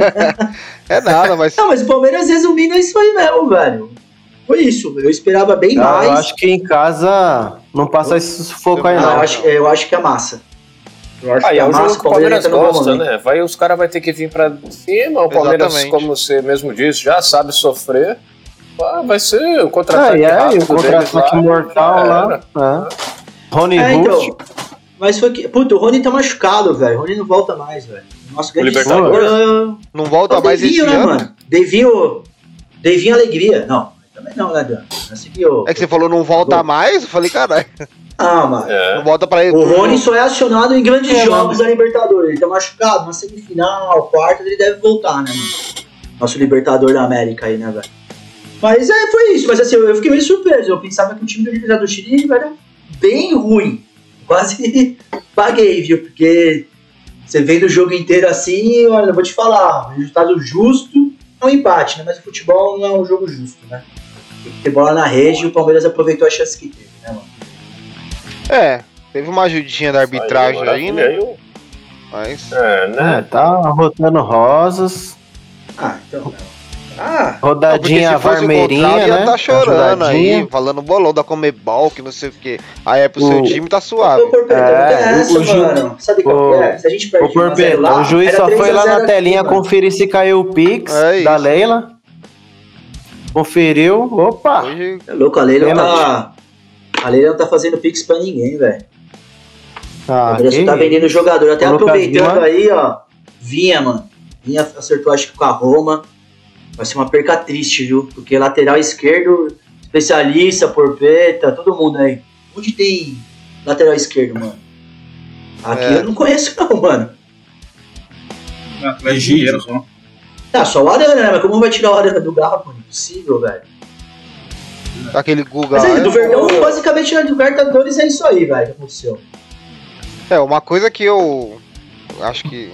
É nada, mas... Não, mas o Palmeiras resumindo é isso aí mesmo, velho. Foi isso, eu esperava bem mais. Eu acho que em casa não passa esse sufoco aí, não. Eu acho que é massa. Eu acho que É a um jogo massa, que o Palmeiras gosta, né? né? Os caras vão ter que vir pra cima, o Palmeiras, Exatamente. como você mesmo disse, já sabe sofrer. Vai ser um contra-ataque rápido o contra-ataque deles mortal lá. Rony Rush. Então, mas foi que... Puta, o Rony tá machucado, velho. O Rony não volta mais, velho. Nosso grande Libertador? Não volta o mais Devinho, esse né, ano? mano? Devinho Alegria. Não, também não, né, Dan? É que você falou não volta mais? Eu falei, caralho. Ah, mano. Não volta pra ele. O Rony só é acionado em grandes jogos da Libertadores. Ele tá machucado, na semifinal, quarta, ele deve voltar, né, mano? Nosso Libertador da América aí, né, velho? Mas foi isso. Mas assim, eu fiquei meio surpreso. Eu pensava que o time do Libertador do Chile era bem ruim. Quase paguei, viu? Porque você vendo o jogo inteiro assim, olha, eu vou te falar, o resultado justo é um empate, né? Mas o futebol não é um jogo justo, né? Tem que ter bola na rede e o Palmeiras aproveitou a chance que teve, né, mano? Teve uma ajudinha da arbitragem aí, né? Mas... né? Tá rotando rosas. Então... rodadinha varmeirinha, né? Tá chorando aí, falando bolão da Comebol, que não sei o que. Aí pro seu time tá suave. Mano. Sabe qual que é? Se a gente perde o juiz só foi lá na telinha conferir se caiu o Pix da Leila. Conferiu. Opa! É louco, a Leila não tá fazendo Pix pra ninguém, velho. A Leila só tá vendendo jogador. Até aproveitando aí, ó. Vinha acertou acho que com a Roma. Vai ser uma perca triste, viu? Porque lateral esquerdo, especialista, Porpeta, todo mundo aí. Onde tem lateral esquerdo, mano? Aqui eu não conheço não, mano. É dinheiro só. Só o Arana, né? Mas como vai tirar o Arana do Galo, mano? Impossível, velho. Aquele Guga. Mas do Verdão, basicamente, na Libertadores é isso aí, velho, que aconteceu. Uma coisa que eu acho que...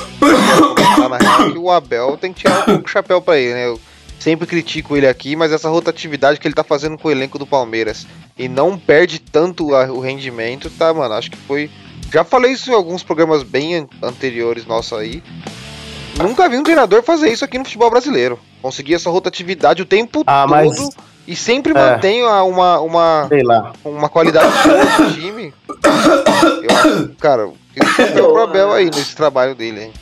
na real, que o Abel tem que tirar um chapéu pra ele, né? Eu sempre critico ele aqui, mas essa rotatividade que ele tá fazendo com o elenco do Palmeiras e não perde tanto o rendimento, tá, mano? Acho que foi... Já falei isso em alguns programas bem anteriores nossos aí. Nunca vi um treinador fazer isso aqui no futebol brasileiro. Conseguir essa rotatividade o tempo todo e sempre mantém uma qualidade boa do time. Eu acho, cara, o Abel aí nesse trabalho dele, hein?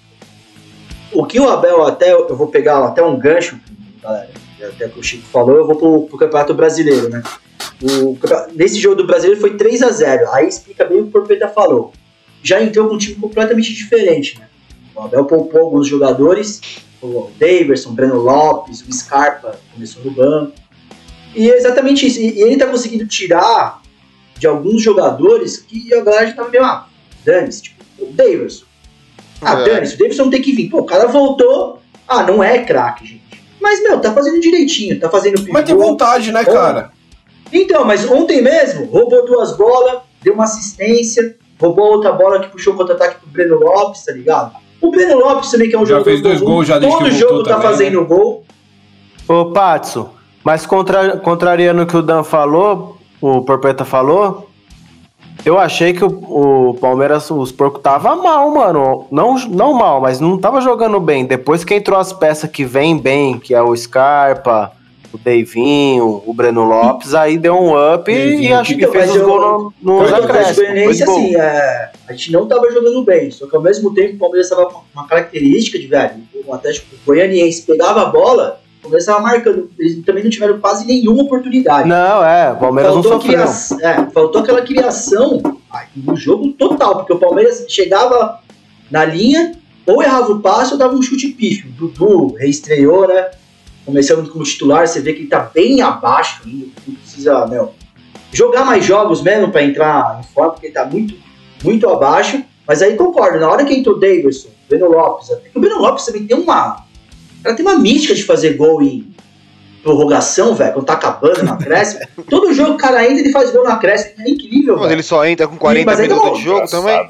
O que o Abel eu vou pegar até um gancho, galera, até que o Chico falou, eu vou pro Campeonato Brasileiro, né? Nesse jogo do Brasileiro foi 3-0, aí explica bem o que o Porpeta falou. Já entrou com um time completamente diferente, né? O Abel poupou alguns jogadores, o Daverson, o Breno Lopes, o Scarpa começou no banco. E é exatamente isso. E ele tá conseguindo tirar de alguns jogadores que a galera já tava meio, dane-se, tipo, o Daverson. Dane-se, o Daverson não tem que vir. Pô, o cara voltou, não é craque, gente. Mas, tá fazendo direitinho, tá fazendo pivô. Mas tem vontade, né, cara? Então, mas ontem mesmo, roubou 2 bolas, deu uma assistência, roubou outra bola que puxou contra-ataque pro Breno Lopes, tá ligado? O Breno Lopes também, que é um jogador... Já fez 2 gols, já desde que voltou. Todo jogo tá fazendo gol. Ô, Patson, mas contrariando o que o Dan falou, o Porpeta falou, eu achei que o Palmeiras, os porcos tava mal, mano. Não mal, mas não tava jogando bem. Depois que entrou as peças que vêm bem, que é o Scarpa, o Deivinho, o Breno Lopes, aí deu um up e acho que fez os gols nos acréscimos. Assim, a gente não tava jogando bem, só que ao mesmo tempo o Palmeiras tava com uma característica de, velho, o Atlético Goianiense pegava a bola, o Palmeiras tava marcando, eles também não tiveram quase nenhuma oportunidade. Não, o Palmeiras não sofreu. Faltou aquela criação no jogo total, porque o Palmeiras chegava na linha, ou errava o passe ou dava um chute pífio. O Dudu reestreou, né? Começando como titular, você vê que ele tá bem abaixo ainda, precisa, jogar mais jogos mesmo pra entrar em forma, porque ele tá muito, muito abaixo, mas aí concordo, na hora que entrou o Daverson, o Breno Lopes, o Breno Lopes também tem uma mística de fazer gol em prorrogação, velho, quando tá acabando na acréscimo, todo jogo o cara entra e ele faz gol na acréscimo, é incrível, mas ele só entra com 40 minutos de jogo também?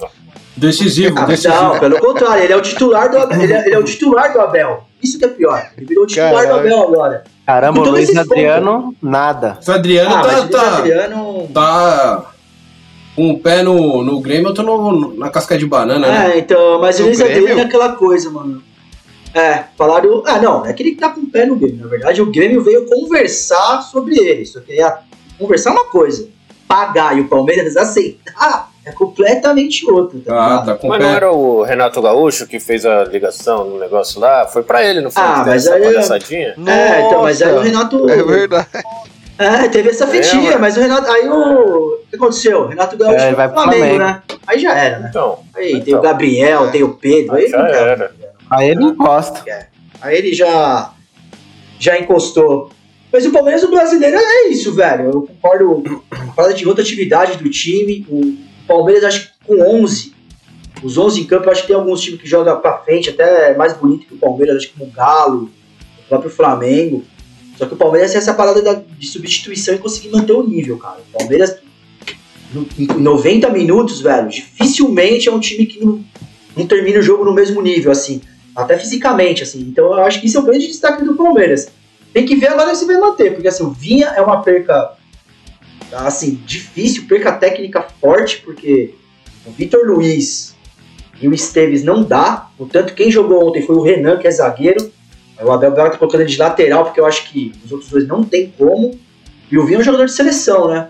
Decisivo. Não, pelo contrário, ele é o titular do ele é o titular do Abel. Isso que é pior. Ele virou o titular do Abel agora. Caramba, o Luiz Adriano, nada. O Adriano Adriano... tá com o pé no Grêmio, eu tô na casca de banana, né? Então, mas o Luiz Adriano é aquela coisa, mano. Falaram... não, é que ele tá com o pé no Grêmio. Na verdade, o Grêmio veio conversar sobre ele. Só que conversar uma coisa. Pagar e o Palmeiras aceitar é completamente outra. Tá com mas não era o Renato Gaúcho que fez a ligação no negócio lá? Foi pra ele, não foi? Mas aí... então, mas aí o Renato... É verdade. Teve essa fitinha, mas o Renato... Aí o que aconteceu? O Renato Gaúcho foi pro Flamengo, né? Aí já era, né? Aí tem o Gabriel, tem o Pedro. Aí já era. Aí ele encosta. Aí ele já encostou. Mas o Palmeiras, o brasileiro, é isso, velho. Eu concordo com a de rotatividade do time. O Palmeiras, acho que com 11, os 11 em campo, eu acho que tem alguns times que jogam pra frente, até mais bonito que o Palmeiras, acho que como o Galo, o próprio Flamengo. Só que o Palmeiras tem essa parada de substituição e conseguir manter o nível, cara. O Palmeiras, em 90 minutos, velho, dificilmente é um time que não termina o jogo no mesmo nível, assim. Até fisicamente, assim. Então eu acho que isso é o grande destaque do Palmeiras. Tem que ver agora se vai manter, porque assim, o Vinha é uma perca, assim, difícil, perca técnica forte, porque o Vitor Luiz e o Esteves não dá. Portanto, quem jogou ontem foi o Renan, que é zagueiro. O Abel tá colocando ele de lateral, porque eu acho que os outros dois não tem como. E o Vinha é um jogador de seleção, né?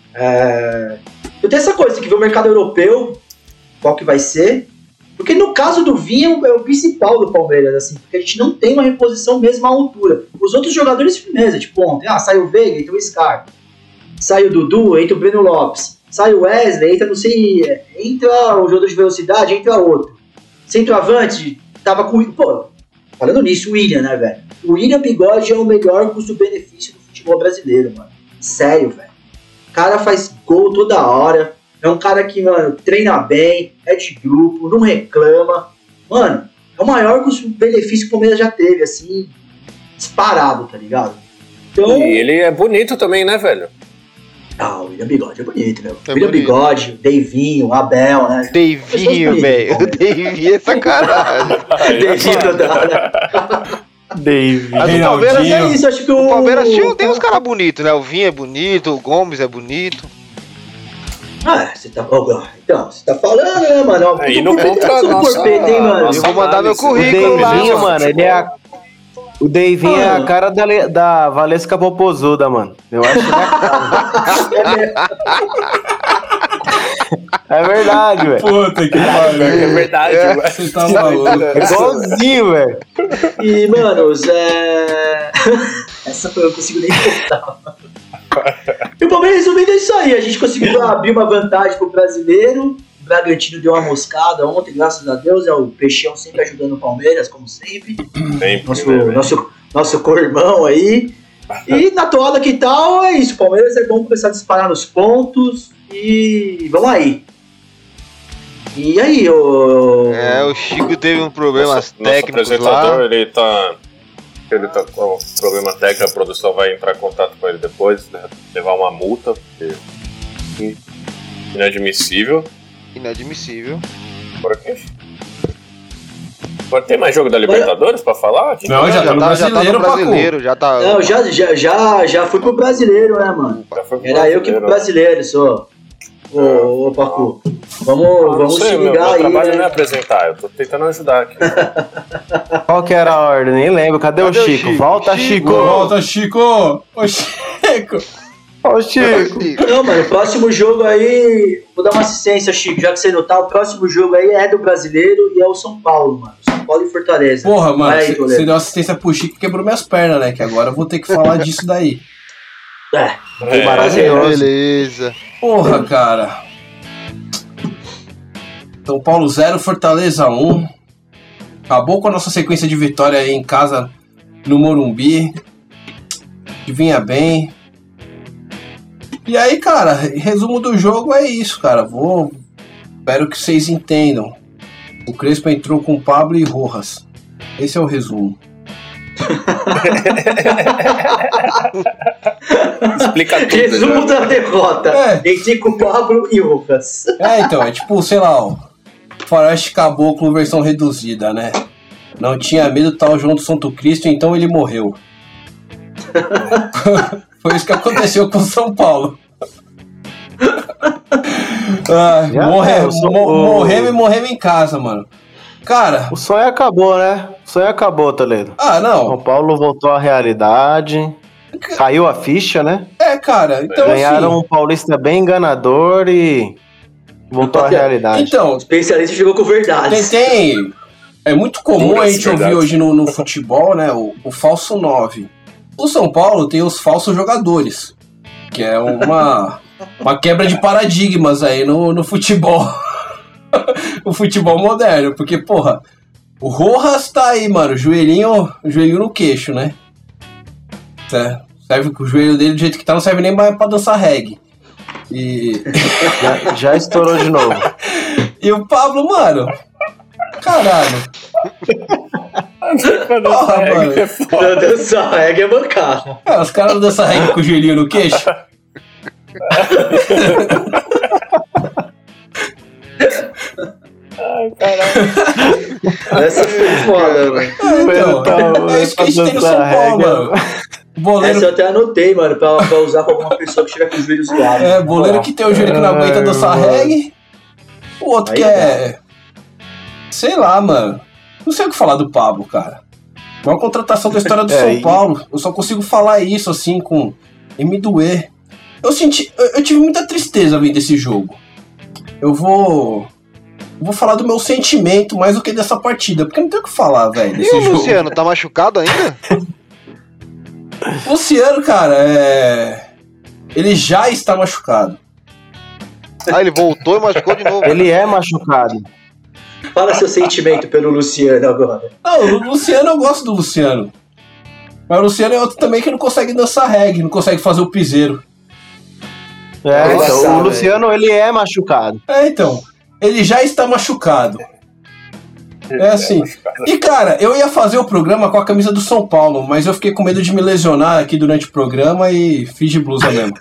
Eu tenho essa coisa, tem que ver o mercado europeu, qual que vai ser. Porque no caso do Vinha é o principal do Palmeiras, assim, porque a gente não tem uma reposição mesmo à altura. Os outros jogadores, firmeza, tipo ontem, sai o Veiga, entra o Scar. Sai o Dudu, entra o Breno Lopes. Sai o Wesley, entra, não sei, entra o jogador de velocidade, entra outro. Centroavante, tava com... Pô, falando nisso, o William, né, velho? O William Bigode é o melhor custo-benefício do futebol brasileiro, mano. Sério, velho. O cara faz gol toda hora. É um cara que, mano, treina bem, é de grupo, não reclama. Mano, é o maior custo-benefício que o Palmeiras já teve, assim, disparado, tá ligado? Então... E ele é bonito também, né, velho? O William Bigode é bonito, né? O William Bigode, o Deivinho, o Abel, né? Deivinho, velho. O Deivinho é sacanagem. Deivinho toda hora. David. Mas o Palmeiras é isso, acho que o Palmeiras tem uns caras bonitos, né? O Vinha é bonito, o Gomes é bonito. Você tá... Então, você tá falando, né, mano? Aí não conta mano. Eu vou mandar meu currículo lá, mano. Ele é o Deivinho é a cara da Valesca Popozuda, mano. Eu acho que é verdade, velho. Puta que pariu. É verdade, velho. Você tá maluco. É igualzinho, velho. E, mano, essa eu não consigo nem contar. E o Palmeiras, resumindo, é isso aí. A gente conseguiu abrir uma vantagem pro brasileiro. O Bragantino deu uma moscada ontem, graças a Deus. É o Peixão sempre ajudando o Palmeiras, como sempre. Nosso co-irmão aí. E na toada que tal, é isso. O Palmeiras é bom começar a disparar nos pontos. E vamos aí. E aí, o Chico teve um problemas técnicos apresentador, lá. Ele tá com problema técnico, a produção vai entrar em contato com ele depois, né? Levar uma multa, porque inadmissível. Por quê? Pode ter mais jogo da Libertadores pra falar? Não, já tá no brasileiro, já tá. Não, já fui pro brasileiro, né, mano? Era eu que pro brasileiro, só. Ô, Pacu, vamos se ligar aí. Meu trabalho não é apresentar, eu tô tentando ajudar aqui. Qual que era a ordem? Nem lembro. Cadê o Chico? Volta, Chico! Volta, Chico! Ô, Chico! Ó, Chico! Não, mano, o próximo jogo aí... Vou dar uma assistência, Chico, já que você não tá. O próximo jogo aí é do brasileiro e é o São Paulo, mano. São Paulo e Fortaleza. Porra, mano, você deu assistência pro Chico e quebrou minhas pernas, né? Que agora eu vou ter que falar disso daí. Maravilhoso. Beleza. Porra, cara. São Paulo 0, Fortaleza 1. Acabou com a nossa sequência de vitória aí em casa no Morumbi. Que vinha bem. E aí, cara, resumo do jogo é isso, cara. Espero que vocês entendam. O Crespo entrou com Pablo e Rojas. Esse é o resumo. Explica tudo. Resumo da derrota. Entrei com Pablo e Rojas. Então, é tipo, sei lá, ó. Faroeste Caboclo versão reduzida, né? Não tinha medo tal João do Santo Cristo, então ele morreu. Foi isso que aconteceu com São Paulo. Morremos em casa, mano. Cara... O sonho acabou, né? O sonho acabou, Toledo. Não. São Paulo voltou à realidade. Caiu a ficha, né? Cara, então ganharam assim... um paulista bem enganador e voltou à realidade. Então... O especialista chegou com verdade. É muito comum a gente ouvir hoje no futebol, né? O falso 9. O São Paulo tem os falsos jogadores. Que é uma quebra de paradigmas aí no futebol. O futebol moderno. Porque, porra, o Rojas tá aí, mano. Joelhinho no queixo, né? Serve com o joelho dele do jeito que tá, não serve nem mais pra dançar reggae. E... já estourou de novo. E o Pablo, mano... Caralho. Porra, mano. Dançar reggae é bancada. Os caras dançam reggae com o joelhinho no queixo. Ai, caralho. Essa foi foda, mano. Então, é isso que a gente tem no São Paulo, mano. Boleiro... Essa eu até anotei, mano, pra usar pra alguma pessoa que tiver com os joelhos zoados. Boleiro que tem o joelho que não aguenta dançar reggae. O outro que é... Sei lá, mano. Não sei o que falar do Pablo, cara. Maior contratação da história do São Paulo. Eu só consigo falar isso, assim, com... E me doer. Eu tive muita tristeza vendo esse jogo. Eu vou falar do meu sentimento mais do que dessa partida, porque não tem o que falar, velho, desse jogo. E o Luciano, tá machucado ainda? Luciano, cara, ele já está machucado. Ele voltou e machucou de novo. Ele é machucado. Fala seu sentimento pelo Luciano agora. Não, o Luciano, eu gosto do Luciano. Mas o Luciano é outro também que não consegue dançar reggae, não consegue fazer o piseiro. Então, o Luciano, ele é machucado. Então, ele já está machucado. É assim. E, cara, eu ia fazer o programa com a camisa do São Paulo, mas eu fiquei com medo de me lesionar aqui durante o programa e fiz de blusa mesmo.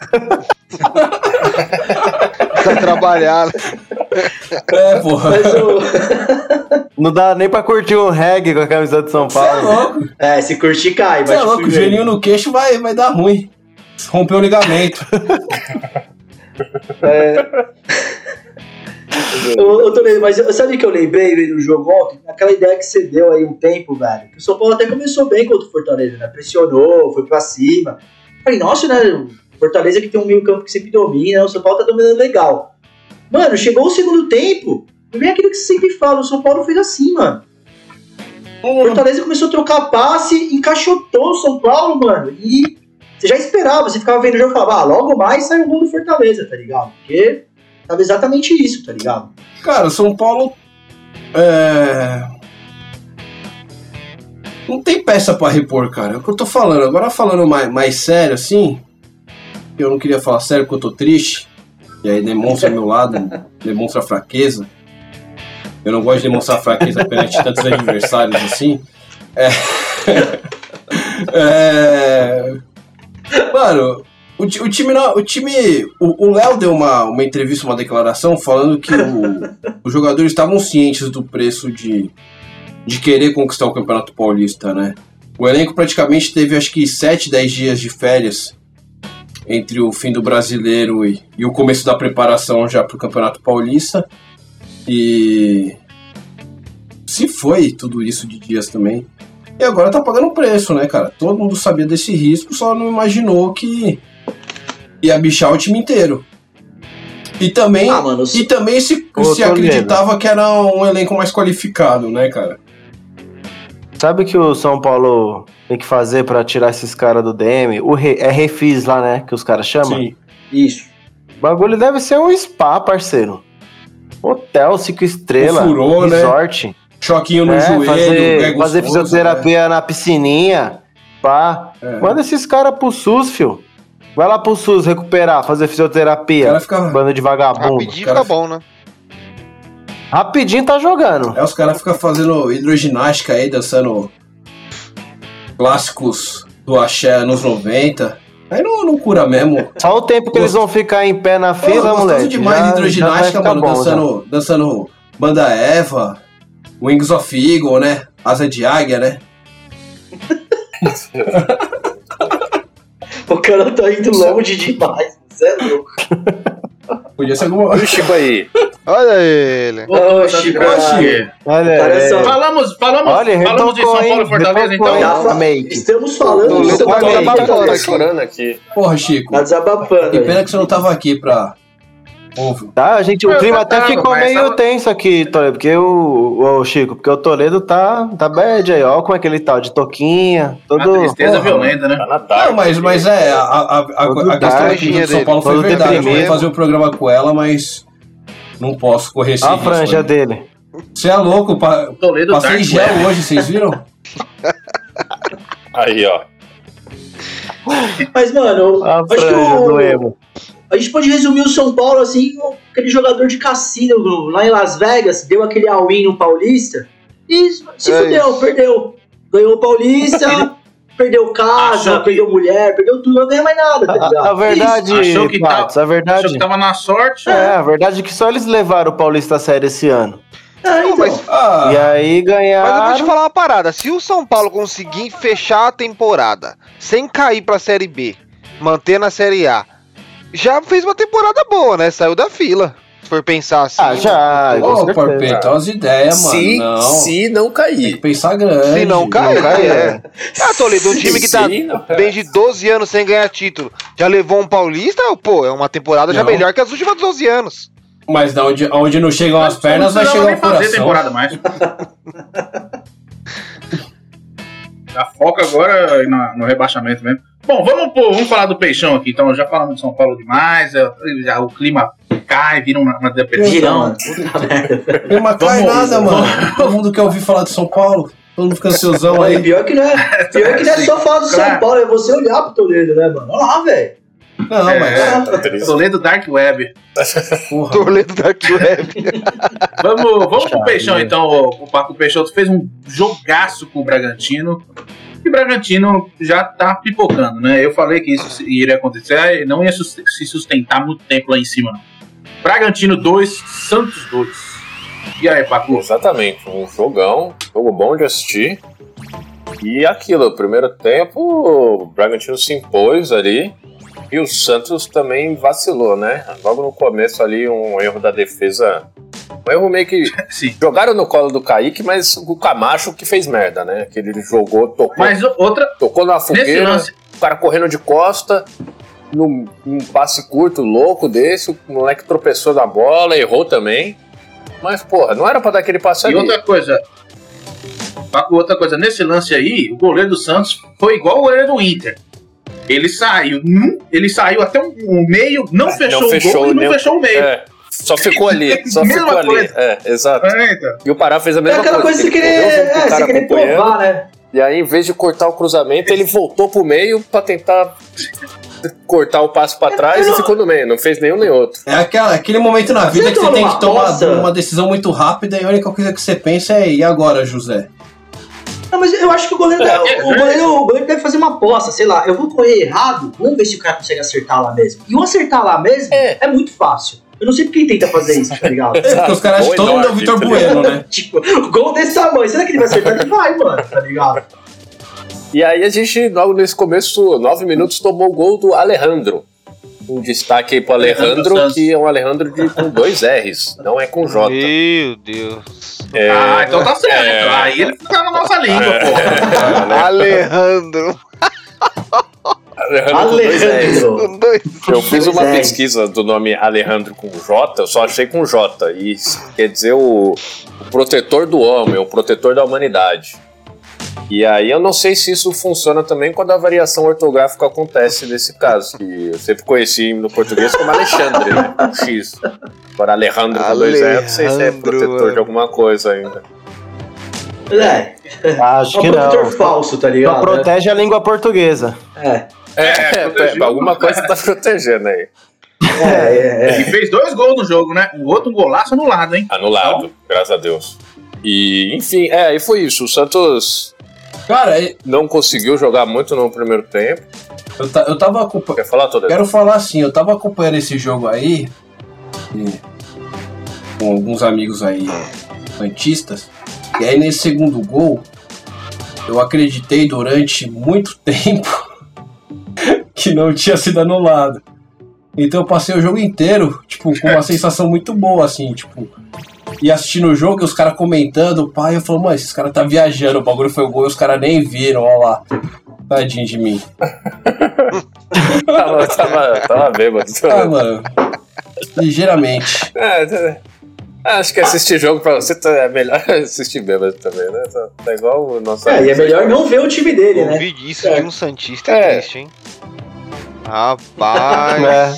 Tá trabalhado. Porra. Não dá nem pra curtir um reggae com a camisa do São Paulo. Você é louco. Se curtir, cai. Você é louco, o gelinho no queixo vai dar ruim. Rompeu o ligamento. Mas sabe o que eu lembrei do jogo ontem? Aquela ideia que você deu aí um tempo, velho. O São Paulo até começou bem contra o Fortaleza, né? Pressionou, foi pra cima. Falei, nossa, né? O Fortaleza que tem um meio campo que sempre domina, o São Paulo tá dominando legal. Mano, chegou o segundo tempo, vem aquilo que você sempre fala, o São Paulo fez assim, mano. O Fortaleza começou a trocar passe, encaixotou o São Paulo, mano, e você já esperava, você ficava vendo o jogo e falava, logo mais sai o gol do Fortaleza, tá ligado? Porque tava exatamente isso, tá ligado? Cara, o São Paulo não tem peça pra repor, cara. É o que eu tô falando. Agora falando mais sério, assim, eu não queria falar sério porque eu tô triste, e aí demonstra meu lado, demonstra fraqueza. Eu não gosto de demonstrar fraqueza perante tantos adversários assim. Mano, o Léo deu uma entrevista, uma declaração falando que os jogadores estavam cientes do preço de querer conquistar o Campeonato Paulista, né? O elenco praticamente teve acho que 7, 10 dias de férias entre o fim do Brasileiro e o começo da preparação já pro Campeonato Paulista. E se foi tudo isso de dias também. E agora tá pagando preço, né, cara? Todo mundo sabia desse risco, só não imaginou que ia bichar o time inteiro. E também, se acreditava que era um elenco mais qualificado, né, cara? Sabe o que o São Paulo tem que fazer pra tirar esses caras do DM? É refis lá, né? Que os caras chamam? Sim, isso. O bagulho deve ser um spa, parceiro. Hotel 5 estrelas, furou, resort. Né? Choquinho no joelho. Fazer fisioterapia na piscininha. Pá. Manda esses caras pro SUS, fio. Vai lá pro SUS recuperar, fazer fisioterapia. Bando de vagabundo. Rapidinho fica bom, né? Rapidinho tá jogando. Os caras ficam fazendo hidroginástica aí, dançando clássicos do axé anos 90. Aí não cura mesmo. Só o tempo que eles vão ficar em pé na fila, moleque. Gostoso demais de hidroginástica, mano, dançando Banda Eva, Wings of Eagle, né? Asa de Águia, né? O cara tá indo longe demais, você é louco. Podia ser alguma Olha o Chico aí. Olha ele. Ô, Chico, Olha cara, aí. só- Falamos Olha, de São Paulo e hein? Fortaleza, Retocou, então. hein? estamos falando Tô isso, lendo tá pra desabafando fora Tá aqui. chorando aqui. Porra, Chico. Tá desabafando. Que aí. pena que você não tava aqui pra... Ouve. Tá, o clima até tava, ficou mas meio tava- tenso aqui, Toledo, porque o Chico, porque o Toledo tá bad aí, ó, como é que ele tá, de toquinha, Uma todo... tristeza Porra, violenta, né? Tá na tarde. Não, mas a questão da crise de São Paulo foi todo verdade. Eu deprimido. ia fazer um programa com ela, mas não posso correr esse Olha a risco, franja né? dele. Você é louco, Toledo passei Dark gel Web. hoje, vocês viram? Aí, ó. Mas, mano, A acho que franja do emo. a gente pode resumir o São Paulo assim, aquele jogador de cassino lá em Las Vegas, deu aquele all-in no Paulista e se fudeu, perdeu. Ganhou o Paulista, perdeu casa, Achou que- perdeu mulher, perdeu tudo, não ganha mais nada, tá ligado? A verdade, Achou que Patos, tá- a verdade... Achou que tava na sorte. A verdade é que só eles levaram o Paulista a sério esse ano. Então, mas- Ah, E aí Mas eu vou te ganharam... falar uma parada. Se o São Paulo conseguir fechar a temporada sem cair pra Série B, manter na Série A, já fez uma temporada boa, né? Saiu da fila. Se for pensar assim. Ah, já, com ô, certeza. Porpeta, olha as ideias, mano. Se não Tem que cair. pensar grande. Se não cair, é. Ah, Toledo, um time que tá Se não- bem de 12 anos sem ganhar título, já levou um Paulista, pô, é uma temporada já Não. melhor que as últimas 12 anos. Mas onde não chegam as pernas, Não vai precisava chegar nem o fazer coração. temporada mais. Já foca agora no rebaixamento mesmo. Bom, vamos falar do Peixão aqui. Então, já falamos de São Paulo demais. Já o clima cai, vira uma Vira, depressão. mano. Puta merda. Não cai Vamos- nada, mano. Todo mundo quer ouvir falar de São Paulo. Todo mundo fica ansiosão Olha, aí. pior que não é só falar do São Claro. Paulo, é você olhar pro Toledo, né, mano? Olha lá, velho. Não, mas... Toledo Dark Web. Porra. Toledo da Web. Vamos pro Peixão, então. O Paco Peixoto fez um jogaço com o Bragantino. E o Bragantino já tá pipocando, né? Eu falei que isso iria acontecer, não ia se sustentar muito tempo lá em cima, não. Bragantino 2, Santos 2. E aí, Paco? Exatamente, um jogão, jogo bom de assistir. E aquilo, o primeiro tempo, o Bragantino se impôs ali. E o Santos também vacilou, né? Logo no começo ali, um erro da defesa. Um erro meio que... Sim. Jogaram no colo do Kaique, mas o Camacho que fez merda, né? Que ele jogou, Mas outra, tocou na fogueira, lance- o cara correndo de costa, num passe curto, louco desse, o moleque tropeçou na bola, errou também. Mas, porra, não era pra dar aquele passe e ali. outra coisa, nesse lance aí, o goleiro do Santos foi igual o goleiro do Inter. Ele saiu até o meio, não fechou o gol e não nem- fechou o meio. É, só ficou ali, só Mesma ficou ali. coisa. É, exato. É, então. E o Pará fez a É mesma aquela coisa coisa. que você ele correu junto com o querer, cara você querer acompanhando, provar, né? E aí, em vez de cortar o cruzamento, ele voltou pro meio pra tentar cortar o passo pra trás e ficou no meio. Não fez nenhum nem outro. É aquele momento na vida que você tem que tomar Nossa. uma decisão muito rápida e a única coisa que você pensa é, e agora, José? Não, mas eu acho que o goleiro deve fazer uma aposta, sei lá, eu vou correr errado, vamos ver se o cara consegue acertar lá mesmo. E o acertar lá mesmo é muito fácil. Eu não sei por quem tenta fazer isso, tá ligado? É, porque os caras acham que todo mundo é o enorme, Vitor tá Bueno, né? Tipo, gol desse tamanho, será que ele vai acertar? Ele vai, mano, tá ligado? E aí a gente, logo nesse começo, 9 minutos, tomou o gol do Alejandro. Um destaque aí pro Alejandro Alejandro, que é um Alejandro com 2 R's, não é com J. Meu Deus. Ah, então tá certo. Aí ele fica na nossa língua, porra. Alejandro. Alejandro com 2 R's. Alejandro. Com dois. Eu fiz uma Pois é. pesquisa do nome Alejandro com J, eu só achei com J. E quer dizer o protetor do homem, o protetor da humanidade. E aí eu não sei se isso funciona também quando a variação ortográfica acontece nesse caso. Que eu sempre conheci no português como Alexandre, né? Com X. Agora Alejandro com 2 R, eu não sei se é Alejandro, protetor mano. de alguma coisa ainda. É, Acho é que um protetor não. falso, tá Só ligado? né? protege a língua portuguesa. protegeu. Alguma coisa tá protegendo aí. E fez 2 gols no jogo, né? O outro golaço anulado, hein? Anulado, graças a Deus. E, enfim, e foi isso. O Santos Cara, não conseguiu jogar muito no primeiro tempo. eu tava acompanhando. Quer falar, Toledo? Quero falar assim, eu tava acompanhando esse jogo aí. E com alguns amigos aí santistas. E aí nesse segundo gol, eu acreditei durante muito tempo que não tinha sido anulado. Então eu passei o jogo inteiro, tipo, com uma sensação muito boa, assim, tipo, e assistindo o jogo e os caras comentando, pai, eu falo, mano, esses caras tá viajando, o bagulho foi o gol e os caras nem viram, ó lá. Tadinho de mim. Tava bêbado. Ah, mano, ligeiramente. Acho que assistir jogo pra você é melhor assistir bêbado também, né? Tá igual o nosso. E é melhor não ver o time dele, né? Ouvir isso de um Santista é triste, hein? Rapaz.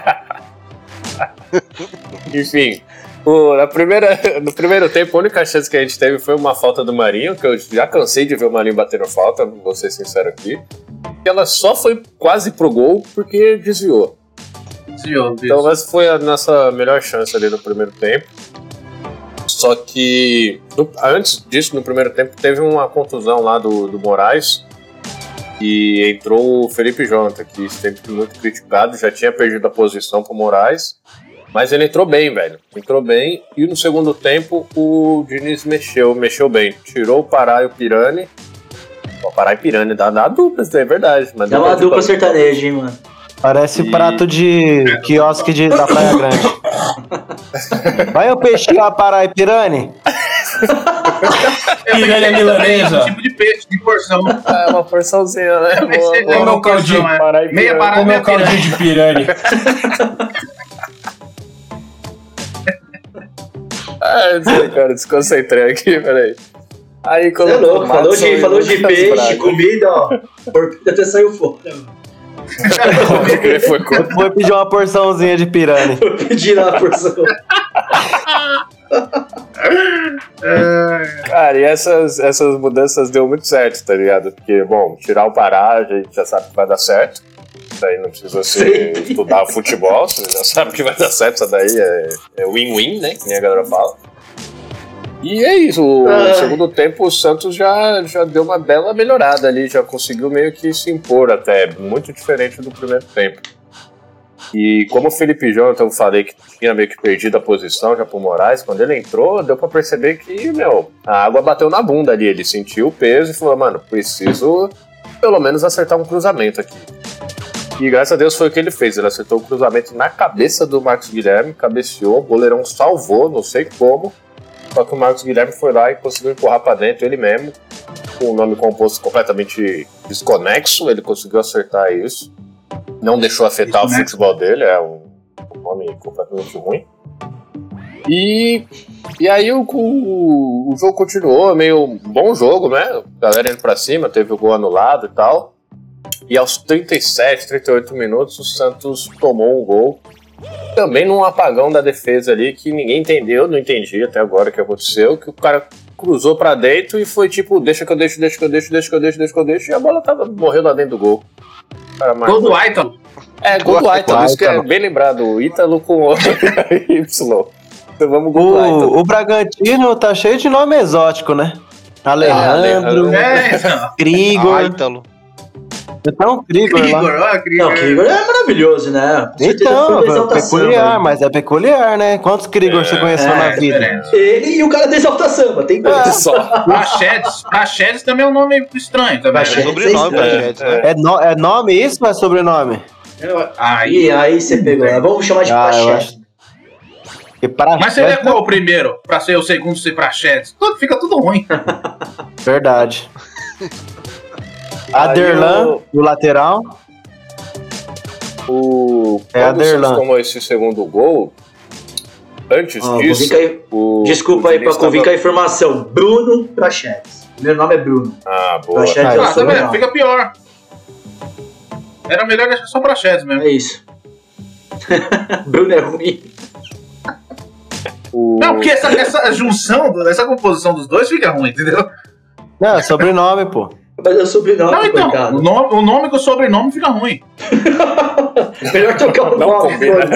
Enfim, no primeiro tempo, a única chance que a gente teve foi uma falta do Marinho, que eu já cansei de ver o Marinho batendo falta, vou ser sincero aqui. E ela só foi quase pro gol porque desviou. Então essa foi a nossa melhor chance ali no primeiro tempo. Só que antes disso, no primeiro tempo, teve uma contusão lá do Moraes. E entrou o Felipe Jonathan, que sempre muito criticado, já tinha perdido a posição pro Moraes. Mas ele entrou bem, velho. Entrou bem. E no segundo tempo, o Diniz mexeu bem. Tirou o Pará e o Pirani. O Pará e Pirani dá dupla, isso é verdade. Mas dá uma dupla sertaneja, hein, mano. Parece prato de quiosque da Praia Grande. Vai o peixe lá, Pará e Pirani? Pirani é milanesa. Um tipo de peixe, de porção. É uma porçãozinha, né? Como é o caldinho? Meia Pará, como é o caldinho de Pirani? Cara, desconcentrei aqui, peraí. Aí quando falou de peixe, comida, ó. O porco até saiu fora, mano. Foi pedir uma porçãozinha de pirani. Vou pedir lá a porção. Cara, e essas mudanças deu muito certo, tá ligado? Porque, bom, tirar o Pará, a gente já sabe que vai dar certo. Isso aí não precisa estudar futebol, você já sabe que vai dar certo. Isso daí é win-win, né? Que nem a galera fala. E é isso, no segundo tempo o Santos já deu uma bela melhorada ali, já conseguiu meio que se impor até, muito diferente do primeiro tempo. E como o Felipe Jonathan, eu falei que tinha meio que perdido a posição já pro Moraes, quando ele entrou, deu pra perceber que, a água bateu na bunda ali, ele sentiu o peso e falou, mano, preciso pelo menos acertar um cruzamento aqui. E graças a Deus foi o que ele fez, ele acertou o cruzamento na cabeça do Marcos Guilherme, cabeceou, o goleirão salvou, não sei como. Só que o Marcos Guilherme foi lá e conseguiu empurrar pra dentro ele mesmo, com o nome composto completamente desconexo, ele conseguiu acertar isso. Não deixou afetar o futebol dele, é um nome completamente ruim. E aí o jogo continuou, meio bom jogo, né? A galera indo pra cima, teve o gol anulado e tal. E aos 37, 38 minutos o Santos tomou um gol. Também num apagão da defesa ali que ninguém entendeu, não entendi até agora o que aconteceu, que o cara cruzou pra dentro e foi tipo, deixa que eu deixo, e a bola morreu lá dentro do gol. Gol do Ítalo. Gol do Ítalo, isso que é bem lembrado, o Ítalo com Y. Então vamos gol do Ítalo. O Bragantino tá cheio de nome exótico, né? Alejandro, Krigor. Ítalo. Então, Krigor lá. Não, Krigor é maravilhoso, né? Então, peculiar, mas é peculiar, né? Quantos Krigor você conheceu na vida? Ele e o cara da Exalta Samba, tem dois. Só. Praxedes também é um nome estranho. Também. É sobrenome, Praxedes, né? É nome isso ou é sobrenome? Aí você pegou. Vamos chamar de Praxedes. Mas seria qual o primeiro? Pra ser o segundo ser Praxedes? Fica tudo ruim. Verdade. Aderlan, o lateral. Quando Aderlan. o Santos tomou esse segundo gol, antes disso... Desculpa aí pra convir a informação. Bruno Praxedes. Meu nome é Bruno. Boa. Tá vendo? Fica pior. Era melhor deixar só Praxedes mesmo. É isso. Bruno é ruim. Não, porque essa junção, essa composição dos dois fica ruim, entendeu? Não, é sobrenome, pô. Mas é o sobrenome, não, então, o nome com o sobrenome fica ruim. Melhor trocar o nome.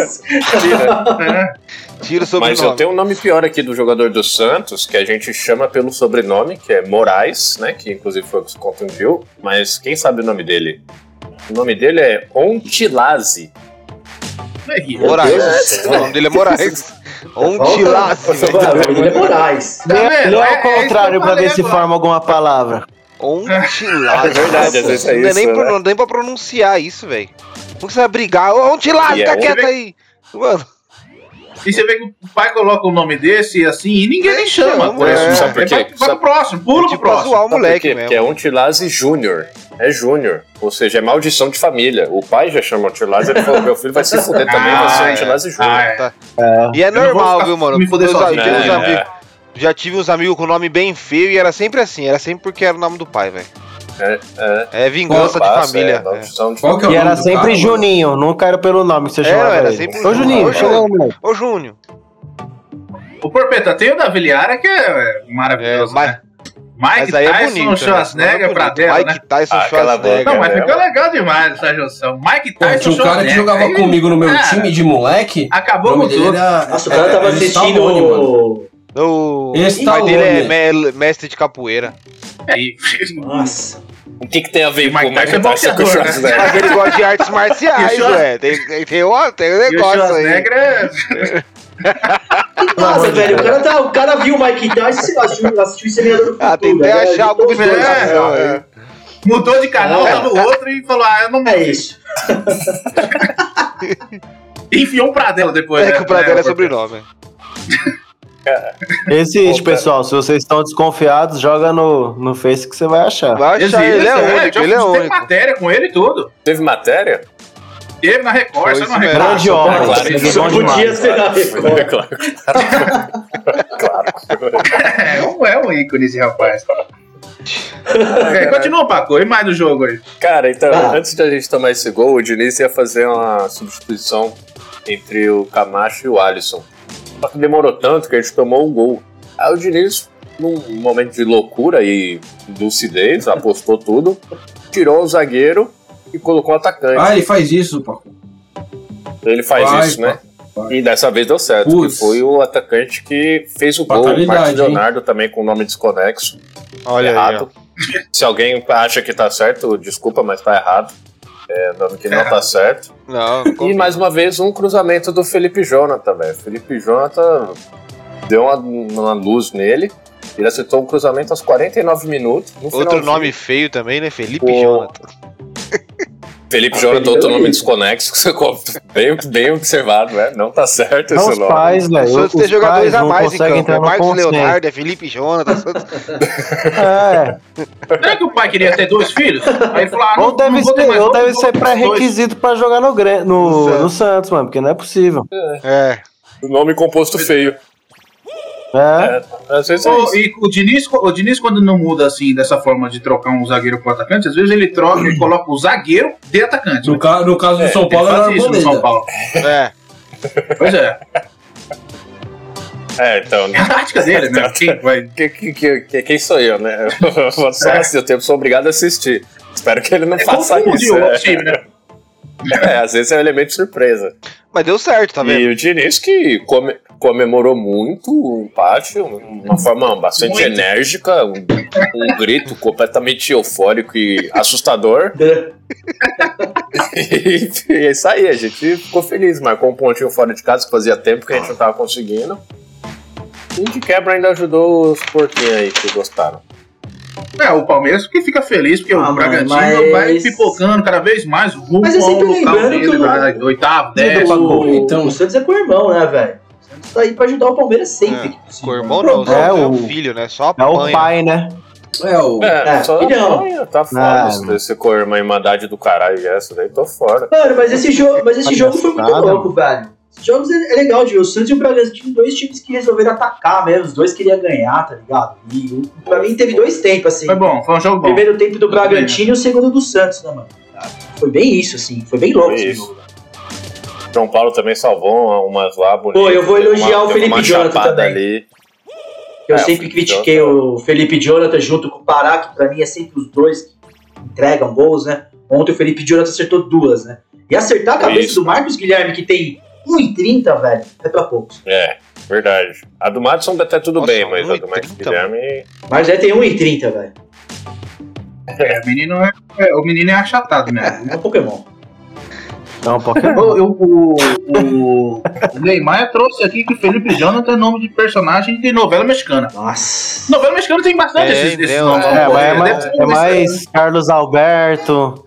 Tira o sobrenome. Mas eu tenho um nome pior aqui do jogador do Santos, que a gente chama pelo sobrenome, que é Moraes, né? Que inclusive foi o que se confundiu. Mas quem sabe o nome dele? O nome dele é Ontilazzi. Moraes. O nome dele é Moraes. Ontilaze. Ele é Moraes. Lê ao contrário pra ver se forma alguma palavra. Ontilaze. É verdade, às vezes é Não é isso, nem, né? não dá nem pra pronunciar isso, velho. Como que você vai brigar? Ô, Ontilaze, E tá é quieto aí. Mano. E você vê que o pai coloca um nome desse assim e ninguém nem chama. Sabe por quê? Vai pro próximo, pula pro Tipo pra próximo. zoar o moleque Por quê? mesmo. Porque é Ontilaze Júnior. É Júnior. Ou seja, é maldição de família. O pai já chama Ontilaze, ele falou, meu filho vai se fuder também, vai ser Ontilaze Júnior. Tá. É. E é não vou normal, ficar viu, mano? me fuder Meus sozinho, amigos- né? amigos- Já tive uns amigos com nome bem feio e era sempre assim. Era sempre porque era o nome do pai, velho. É vingança de família. Maldição de Qual que é o E nome era do sempre cara, mano? Juninho, nunca era pelo nome que você chamava era ele. sempre Ô Juninho, Ô, chega aí, moleque. Ô, Júnior. O Porpeta tem o da Viliara que é maravilhoso, né? Mike Mas aí é Tyson, bonito. Schwarzenegger né? pra dela, Mike né? Tyson, aquela Schwarzenegger. Não, mas É, ficou legal demais essa junção. Mike Pô, Tyson, tinha um cara que Schwarzenegger. jogava Aí, comigo no meu cara, time de moleque. Acabou O nome com dele tudo. era. Nossa, o cara tava era Stallone, mano. assistindo. O Esse pai dele Stallone. é mestre de capoeira. Aí, Nossa. O que tem a ver com Mike o Mike Tyson é Tyson com o boxeador, né? Schwarzenegger? Mas ele gosta de artes marciais, E o ué. Tem um e o negócio aí. Schwarzenegger é... Nossa, velho, o cara viu o Mike Tyson, assistiu o Exterminador do Futuro. Ah, tem que né? achar algo Todos os dois, diferente. né? Mudou de canal, tá no outro e falou, eu não... É isso. E enfiou um Pradella depois, É né? que o Pradella é sobrenome. Existe, Opa. pessoal. Se vocês estão desconfiados, joga no Face que você vai achar. Vai achar, ele é único, ele é Tem único. matéria com ele e tudo. Teve matéria? Teve na Record, Foi só isso na mesmo. Record. Grande homem. claro, Isso é Só bom podia demais. ser na Record. Claro. É um ícone esse rapaz. Continua, Paco. E mais do jogo aí? Cara, então, antes de a gente tomar esse gol, o Diniz ia fazer uma substituição entre o Camacho e o Alisson. Só que demorou tanto que a gente tomou um gol. Aí o Diniz, num momento de loucura e lucidez, apostou tudo, tirou o zagueiro e colocou o atacante. Ah, ele faz isso, Paco. Ele faz Vai, isso, né? vai. E dessa vez deu certo, Putz. que foi o atacante que fez o gol, o Fatalidade, Marcos Leonardo, também com o nome desconexo. Olha aí, Errado. Se alguém acha que tá certo, desculpa, mas tá errado. É nome que não tá certo. ó. Não, E mais uma vez um cruzamento do Felipe Jonathan, velho. Felipe Jonathan deu uma luz nele. Ele acertou um cruzamento aos 49 minutos. No outro finalzinho. nome feio também, né? Felipe Pô. Jonathan. Felipe Jonathan, outro nome desconexo. Bem observado, né? Não tá certo É esse os nome. pais, O velho. Santos Os tem jogadores pais a não mais em conseguem campo. entrar É no Marcos consenso. Leonardo, é Felipe Jonathan. Santos- É. Será que o pai queria ter 2 filhos? Aí ele falou, Ou deve vou ter ser, mais ou um, deve vou ser ter dois. pré-requisito pra jogar no Santos, mano, porque não é possível. É. Nome composto feio. É. Às vezes é Ô, isso. E o Diniz, quando não muda assim, dessa forma de trocar um zagueiro por atacante, às vezes ele troca e coloca o zagueiro de atacante. No caso do São Paulo Ele era faz isso no São Arboleda. Paulo. É. Pois é. Então, É a tática dele, né? Quem vai... quem sou eu, né? Eu sou obrigado a assistir. Espero que ele não faça confundir isso. o outro time, né? Às vezes é um elemento de surpresa. Mas deu certo, tá vendo? E o Diniz que comemorou muito o empate, uma forma bastante Muito. enérgica, um grito completamente eufórico e assustador. E é isso aí, a gente ficou feliz, marcou um pontinho fora de casa que fazia tempo que a gente não tava conseguindo. E de quebra ainda ajudou os porquinhos aí que gostaram. O Palmeiras que fica feliz, porque o Bragantino mas- vai pipocando cada vez mais rumo Mas é ao sempre local lembrando dele, que o- vai, oitavo, décimo. Então- O Santos é com o irmão, né, velho? O Santos tá aí pra ajudar o Palmeiras sempre. que Com possível. o irmão não, só É, é o o- filho, né? Só É o apanha. pai, né? É, o. Só filhão. apanha, tá foda Ah, esse com a irmandade do caralho essa daí, tô fora. Mano, mas esse jogo foi muito Palhaçada. louco, velho. Esses jogos é legal de ver. O Santos e o Bragantino, dois times que resolveram atacar mesmo. Os dois queriam ganhar, tá ligado? E pra mim teve dois tempos, assim. Foi bom, foi um jogo O bom. primeiro tempo do Bragantino e o segundo do Santos, né, mano? Foi bem isso, assim. Foi bem louco Foi esse isso. jogo. João Paulo também salvou umas lá bonitas. Pô, eu vou Teve elogiar o teve Felipe uma Jonathan chapada também. ali. Eu É, sempre o Felipe critiquei o Felipe Jonathan junto com o Pará, que pra mim é sempre os dois que entregam gols, né? Ontem o Felipe Jonathan acertou 2, né? E acertar a cabeça Isso. do Marcos Guilherme, que tem 1,30, velho, é pra poucos. É, verdade. A do Madison até tudo Nossa, bem, mas a do Marcos 1,30, Guilherme... O Marcos Guilherme tem 1,30, velho. O menino é achatado mesmo. É um Pokémon. É um Pokémon. O Neymar trouxe aqui que Felipe Jonathan é nome de personagem de novela mexicana. Nossa. Novela mexicana tem bastante esses nomes. Mas é mais Carlos Alberto.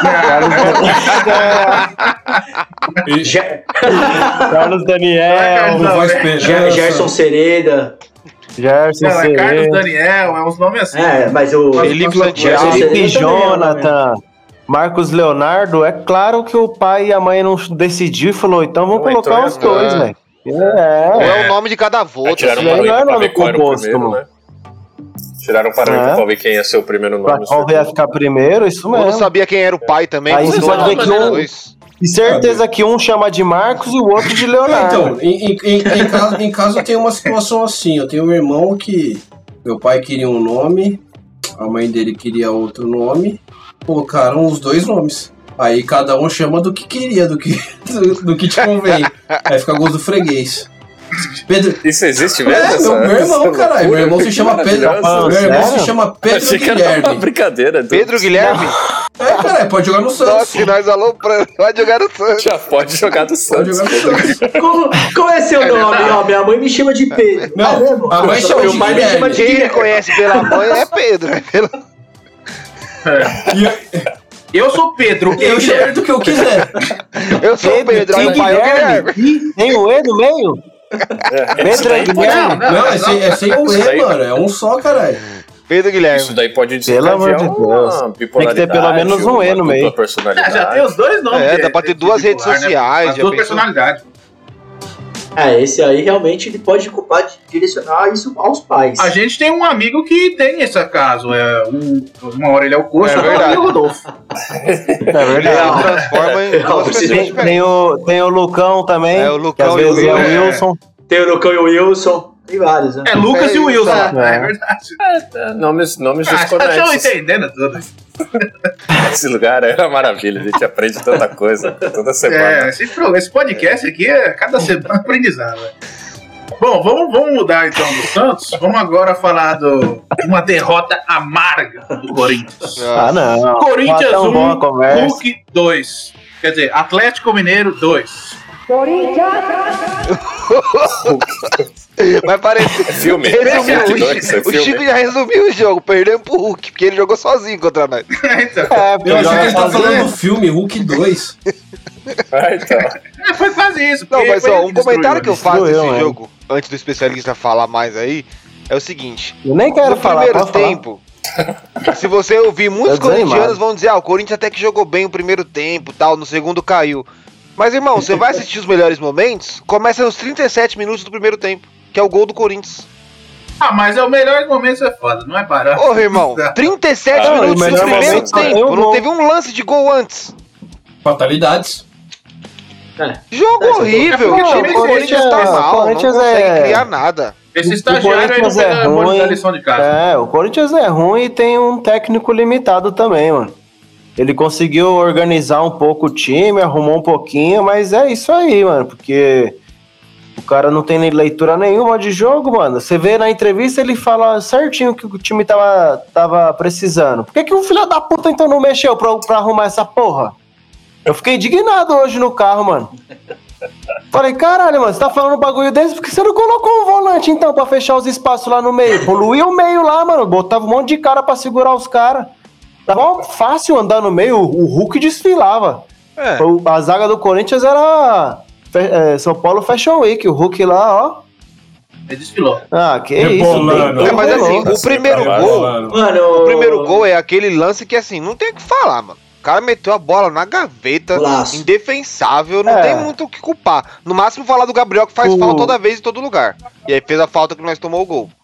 Carlos Daniel. Gerson Sereda. Gerson Sereda. Carlos Daniel, é uns nomes assim. Mas o Felipe Jonathan. Marcos Leonardo, é claro que o pai e a mãe não decidiu e falou, então vamos colocar os dois, velho. É o nome de cada avô. Tiraram não é pra nome ver qual era o composto, primeiro, mano. né? Tiraram para ver quem ia ser o primeiro nome. Qual ia ficar primeiro, isso Eu mesmo. não sabia quem era o pai também. Aí você pode ver que e certeza que um chama de Marcos e o outro de Leonardo. Então, em casa tem uma situação assim. Eu tenho um irmão que meu pai queria um nome, a mãe dele queria outro nome. Colocaram os dois nomes. Aí cada um chama do que queria, do que te convém. Aí fica gosto do freguês. Pedro... Isso existe mesmo? Meu irmão, caralho. Meu irmão se chama Pedro. Meu irmão se chama Pedro Guilherme. Brincadeira. Pedro Guilherme? Caralho, pode jogar no Santos. Nossa, nós aloprando. Pode jogar no Santos. Já pode jogar no Santos. Qual é seu nome? Ó, minha mãe me chama de Pedro. Não, a mãe chama de Guilherme. Quem ele conhece pela mãe é Pedro. Eu sou Pedro. Eu chamo do que eu quiser. Eu sou Pedro. Aí o pai é o Guilherme. Tem o E no meio? Pedro Guilherme? Não, é sem o E, mano. É um só, caralho. Pedro Guilherme. Isso daí pode Pelo amor de Deus. Tem que ter pelo menos um E no meio. Já tem os dois nomes. Dá pra ter duas redes sociais. As duas personalidades. Esse aí realmente ele pode culpar de direcionar isso aos pais. A gente tem um amigo que tem esse caso. Uma hora ele é o Coxa, outra hora ele é o Rodolfo. É verdade. Transforma em duas pessoas diferentes. Tem o Lucão também. É o Lucão que às vezes e o é o Wilson. Tem o Lucão e o Wilson. Tem vários, né? É Lucas e o Wilson. É verdade. Nomes Vocês estão entendendo tudo. Esse lugar é uma maravilha, a gente aprende tanta coisa toda semana. Esse podcast aqui é cada semana aprendizado. Bom, vamos mudar então do Santos. Vamos agora falar de uma derrota amarga do Corinthians. Não. Corinthians 1, Hulk 2. Quer dizer, Atlético Mineiro 2. Vai parecer filme. O Chico já resumiu o jogo, perdemos pro Hulk, porque ele jogou sozinho contra nós. Eu achei que ele tá falando do filme Hulk 2. Foi quase isso. Não, mas um comentário que eu faço desse jogo, antes do especialista falar mais aí, é o seguinte. Eu nem quero falar. No primeiro tempo, se você ouvir, muitos corintianos vão dizer, o Corinthians até que jogou bem o primeiro tempo, tal, no segundo caiu. Mas, irmão, você vai assistir os melhores momentos, começa nos 37 minutos do primeiro tempo, que é o gol do Corinthians. Mas é o melhor momento, é foda, não é barato. Ô, irmão, 37 minutos do primeiro tempo, não teve um lance de gol antes. Fatalidades. Jogo horrível, o time do Corinthians tá mal, não consegue criar nada. Esse estagiário aí não pega muito da lição de casa. O Corinthians é ruim e tem um técnico limitado também, mano. Ele conseguiu organizar um pouco o time, arrumou um pouquinho, mas é isso aí, mano, porque o cara não tem nem leitura nenhuma de jogo, mano. Você vê na entrevista, ele fala certinho que o time tava precisando. Por que o filho da puta então não mexeu pra arrumar essa porra? Eu fiquei indignado hoje no carro, mano. Falei, caralho, mano, você tá falando um bagulho desse? Por que você não colocou um volante então pra fechar os espaços lá no meio? Poluía o meio lá, mano, botava um monte de cara pra segurar os caras. Tava fácil andar no meio, o Hulk desfilava. A zaga do Corinthians era São Paulo Fashion Week, o Hulk lá, ó. Ele desfilou. Que isso. Mas assim, o primeiro gol é aquele lance que assim, não tem o que falar, mano. O cara meteu a bola na gaveta, indefensável, não tem muito o que culpar. No máximo falar do Gabriel que faz falta toda vez em todo lugar. E aí fez a falta que nós tomou o gol.